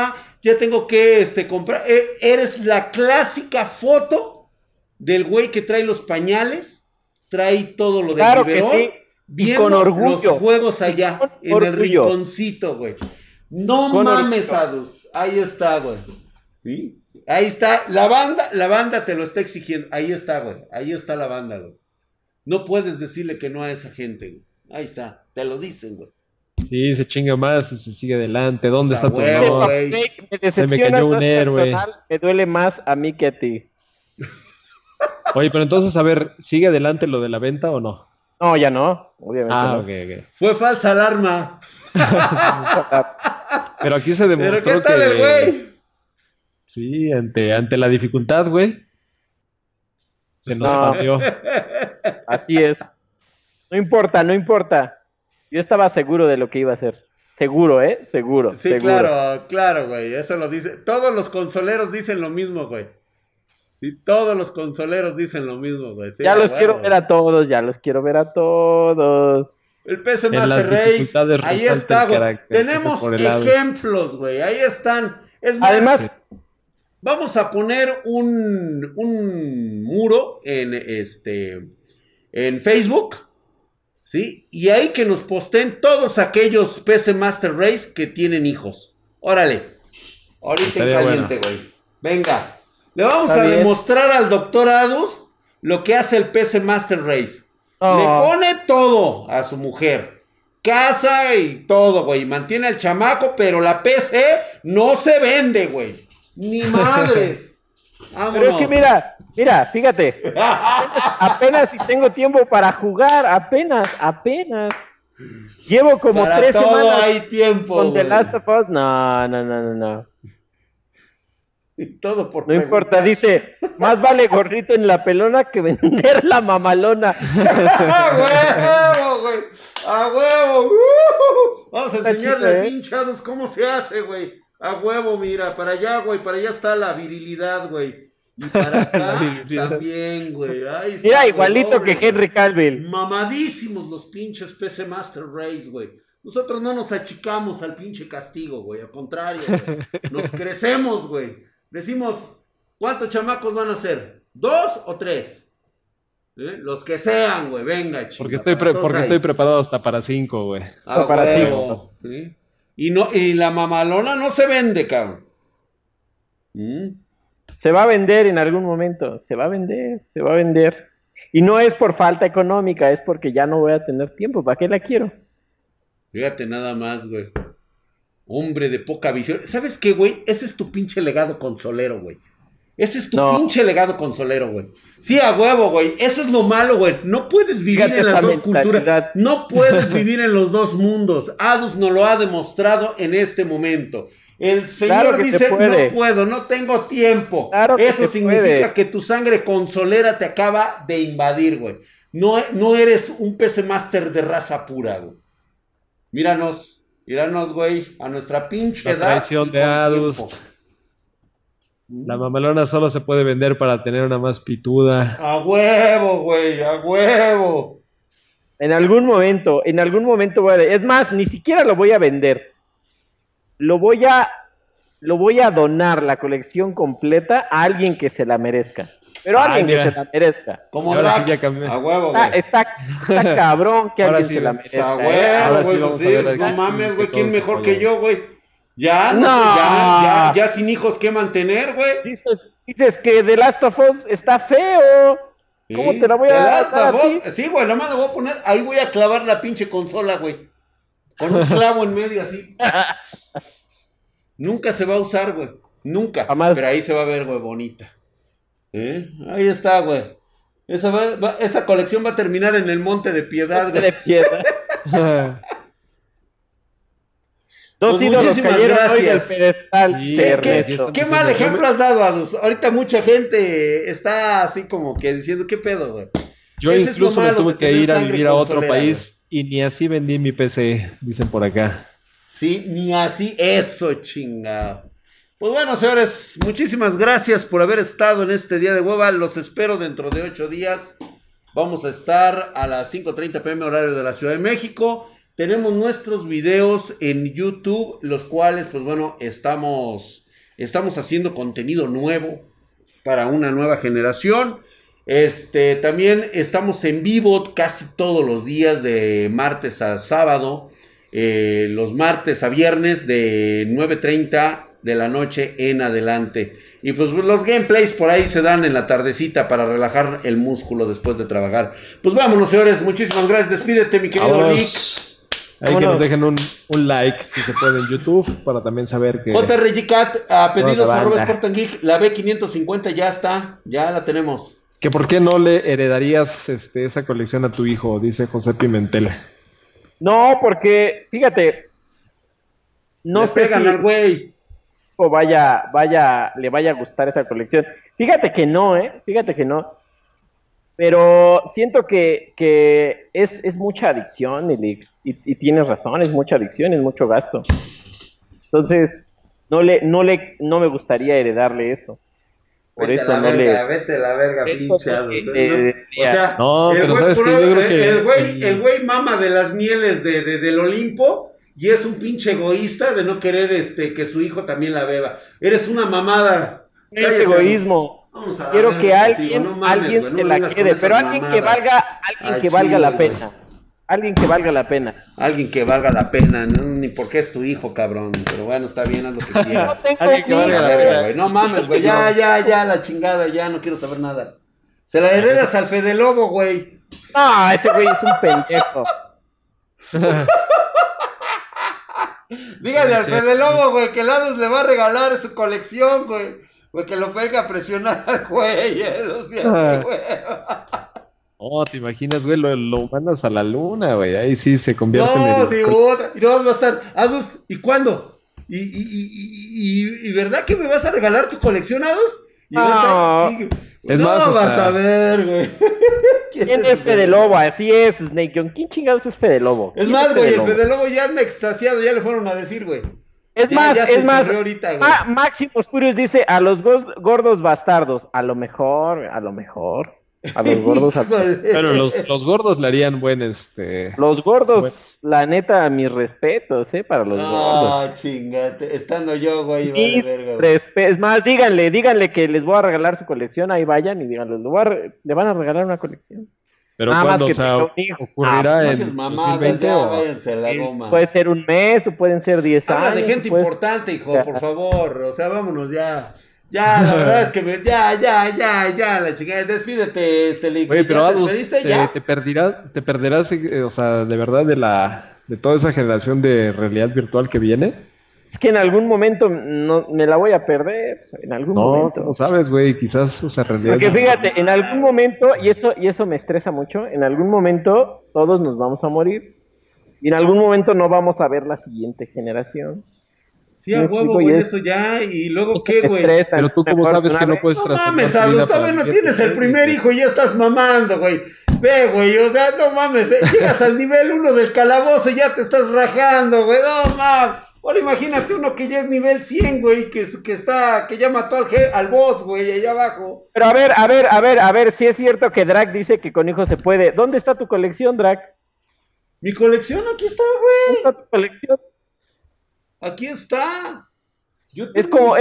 ya tengo que comprar. Eres la clásica foto del güey que trae los pañales, trae todo lo del biberón, sí. viendo con orgullo. los juegos allá, en el rinconcito, güey. No con mames, Adus. Ahí está, güey. ¿Sí? Ahí está. La banda te lo está exigiendo. Ahí está, güey. Ahí está la banda, güey. No puedes decirle que no a esa gente, güey. Ahí está. Te lo dicen, güey. Sí, se chinga más, se sigue adelante. ¿Dónde está tu honor? Se me cayó un héroe. Me duele más a mí que a ti. Oye, pero entonces, a ver, ¿sigue adelante lo de la venta o no? No, ya no, obviamente no. Okay. Fue falsa alarma. Pero aquí se demostró ¿Pero qué tal el güey? Sí, ante la dificultad, güey. Se nos cambió. Así es. No importa. Yo estaba seguro de lo que iba a hacer. Seguro, Seguro. Sí, seguro. claro, güey. Eso lo dice. Todos los consoleros dicen lo mismo, güey. Sí, todos los consoleros dicen lo mismo, güey. Sí, ya los quiero ver a todos. El PC Master Race, ahí está, güey. Tenemos ejemplos, güey. Ahí están. Es más, además, vamos a poner un muro en Facebook, ¿sí? Y ahí que nos posteen todos aquellos PC Master Race que tienen hijos. Órale. Ahorita en caliente, güey. Venga. Le vamos a demostrar al doctor Adus lo que hace el PC Master Race. Le pone todo a su mujer. Casa y todo, güey. Mantiene al chamaco, pero la PC no se vende, güey. Ni madres. Vámonos. Pero es que mira, fíjate. Apenas si tengo tiempo para jugar. Apenas. Llevo como para 3 todo semanas hay tiempo, con The Last of Us. No. Y todo por no importa, dice, más vale gorrito en la pelona que vender la mamalona. ¡A huevo, güey! ¡A huevo! Vamos a enseñarle a pinchados cómo se hace, güey. A huevo, mira, para allá, güey, para allá está la virilidad, güey. Y para acá también, güey. Ahí está, mira, igualito que Henry Cavill. Mamadísimos los pinches PC Master Race, güey. Nosotros no nos achicamos al pinche castigo, güey. Al contrario, güey. Nos crecemos, güey. Decimos, ¿cuántos chamacos van a ser? ¿2 o 3? Los que sean, güey, venga, chico. Porque estoy preparado hasta para 5, güey. Para 5. ¿Sí? Y la mamalona no se vende, cabrón. Se va a vender en algún momento, se va a vender. Y no es por falta económica, es porque ya no voy a tener tiempo. ¿Para qué la quiero? Fíjate nada más, güey. Hombre de poca visión. ¿Sabes qué, güey? Ese es tu pinche legado consolero, güey. Ese es tu pinche legado consolero, güey. Sí, a huevo, güey. Eso es lo malo, güey. No puedes vivir en las dos culturas. No puedes vivir en los dos mundos. Adus nos lo ha demostrado en este momento. El señor dice, no puedo, no tengo tiempo. Eso significa que tu sangre consolera te acaba de invadir, güey. No eres un PC Master de raza pura, güey. Míranos, güey, a nuestra pinche edad. La traición de Adus. La mamalona solo se puede vender para tener una más pituda. A huevo, güey, a huevo. En algún momento voy a... Es más, ni siquiera lo voy a vender. Lo voy a donar la colección completa a alguien que se la merezca. Pero alguien que se la merezca. Como Drac, a huevo, güey. Está cabrón que alguien se la merezca. A huevo, güey, pues no mames, güey, ¿quién mejor que yo, güey? Ya sin hijos que mantener, güey. Dices que The Last of Us está feo. ¿Cómo te la voy a dar a ti? Sí, güey, nomás lo voy a poner, ahí voy a clavar la pinche consola, güey. Con un clavo en medio así. Nunca se va a usar, güey. Nunca. Jamás. Pero ahí se va a ver, güey, bonita. Ahí está, güey. Esa colección va a terminar en el Monte de Piedad, güey. De Piedad. Dos pues ídolos cayeron hoy del pedestal. ¿Qué mal ejemplo has dado, Adus? Ahorita mucha gente está así como que diciendo, ¿qué pedo, güey? Yo incluso me tuve que ir a vivir a otro país y ni así vendí mi PC, dicen por acá. Sí, ni así, eso chingado. Pues bueno, señores, muchísimas gracias por haber estado en este día de hueva. Los espero dentro de 8 días. Vamos a estar a las 5:30 p.m. horario de la Ciudad de México. Tenemos nuestros videos en YouTube, los cuales, pues bueno, estamos Estamos haciendo contenido nuevo para una nueva generación. También estamos en vivo casi todos los días de martes a sábado. Los martes a viernes de 9:30 de la noche en adelante. Y pues los gameplays por ahí se dan en la tardecita para relajar el músculo después de trabajar. Pues vámonos, señores. Muchísimas gracias. Despídete, mi querido Nick. Ahí que nos dejen un like si se puede en YouTube para también saber que... JRGCat, a pedidos @ Spartan Geek, la B550 ya está, ya la tenemos. Que por qué no le heredarías esa colección a tu hijo, dice José Pimentel. No, porque, fíjate, no le sé pegan si al güey. le vaya a gustar esa colección. Fíjate que no, fíjate que no. Pero siento que es mucha adicción, Elix, y tienes razón, es mucha adicción, es mucho gasto. Entonces, no me gustaría heredarle eso. Por Vete eso a la no verga, le... Vete a la verga, pinchado. O sea, no, pero sabes que yo creo que... El güey mama de las mieles del Olimpo y es un pinche egoísta de no querer que su hijo también la beba. Eres una mamada. Es egoísmo. Quiero que alguien se la quede, pero alguien que valga la pena. Alguien que valga la pena. Alguien que valga la pena, no, ni porque es tu hijo, cabrón. Pero bueno, está bien, haz lo que quieras. Alguien que valga la pena. Güey. No mames, güey, ya, la chingada, ya no quiero saber nada. Se la heredas al Fede Lobo, güey. No, ese güey es un pendejo. Dígale al Fede Lobo, güey, que Ladus le va a regalar su colección, güey. Güey, que lo venga a presionar al güey, güey. No, te imaginas, güey, lo mandas a la luna, güey. Ahí sí se convierte en el... Y no va a estar. Adus, ¿y cuándo? ¿Y verdad que me vas a regalar tu colección, Adus? Y va a estar es no más, vas a ver, güey. ¿Quién es Fede Lobo? Así es, Snake John. ¿Quién chingados es Fede Lobo? Es más, güey, el Fede Lobo ya anda extasiado, ya le fueron a decir, güey. Es más, Maximus Furious dice a los gordos bastardos. A lo mejor. A los gordos. Pero los gordos le harían buen Los gordos, la neta, mis respetos, para los gordos. Ah, chingate. Estando yo, güey. Es más, díganle que les voy a regalar su colección. Ahí vayan y díganle, le van a regalar una colección. Pero cuando, ocurrirá en 2020 o... Puede ser un mes o pueden ser 10 años. Habla de gente importante, hijo, por favor. O sea, vámonos ya. Ya, la verdad es que ya, la chingada. Despídete, Link. Oye, pero Adus, te perderás, o sea, de verdad de toda esa generación de realidad virtual que viene. Es que en algún momento no me la voy a perder, en algún momento. No sabes, güey, quizás, o sea, realidad. Porque fíjate, en algún momento, y eso me estresa mucho, en algún momento todos nos vamos a morir. Y en algún momento no vamos a ver la siguiente generación. Sí, a huevo, güey, eso ya, y luego qué, güey. Pero tú cómo sabes que no puedes transformar. No mames, Adus, todavía no tienes el primer hijo y ya estás mamando, güey. Ve, güey, o sea, no mames, llegas al nivel 1 del calabozo y ya te estás rajando, güey, no mames. Ahora imagínate uno que ya es nivel 100, güey, que ya mató al boss, güey, allá abajo. Pero a ver, si es cierto que Drac dice que con hijos se puede. ¿Dónde está tu colección, Drac? Mi colección aquí está, güey. ¿Dónde está tu colección? Aquí está. Es como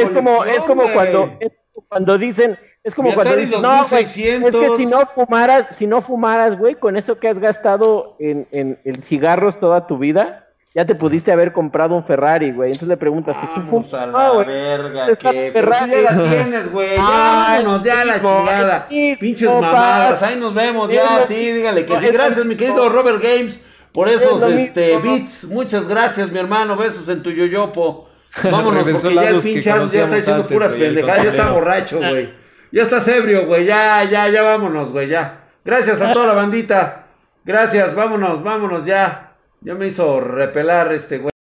cuando dicen, no, güey, es que si no fumaras, güey, con eso que has gastado en cigarros toda tu vida, ya te pudiste haber comprado un Ferrari, güey. Entonces le preguntas, si tú fumas, a la verga, ¿qué? Pero tú ya la tienes, güey. Ya vámonos, ya la chingada. Pinches mamadas, ahí nos vemos, ya, sí, dígale que sí. Gracias, mi querido Robert Games, por esos beats. Muchas gracias, mi hermano. Besos en tu yoyopo. Vámonos, porque ya el pinche Adus ya está diciendo puras pendejadas. Ya está borracho, güey. Ya estás ebrio, güey. Ya vámonos, güey, ya. Gracias a toda la bandita. Gracias, vámonos, ya. Ya me hizo repelar güey.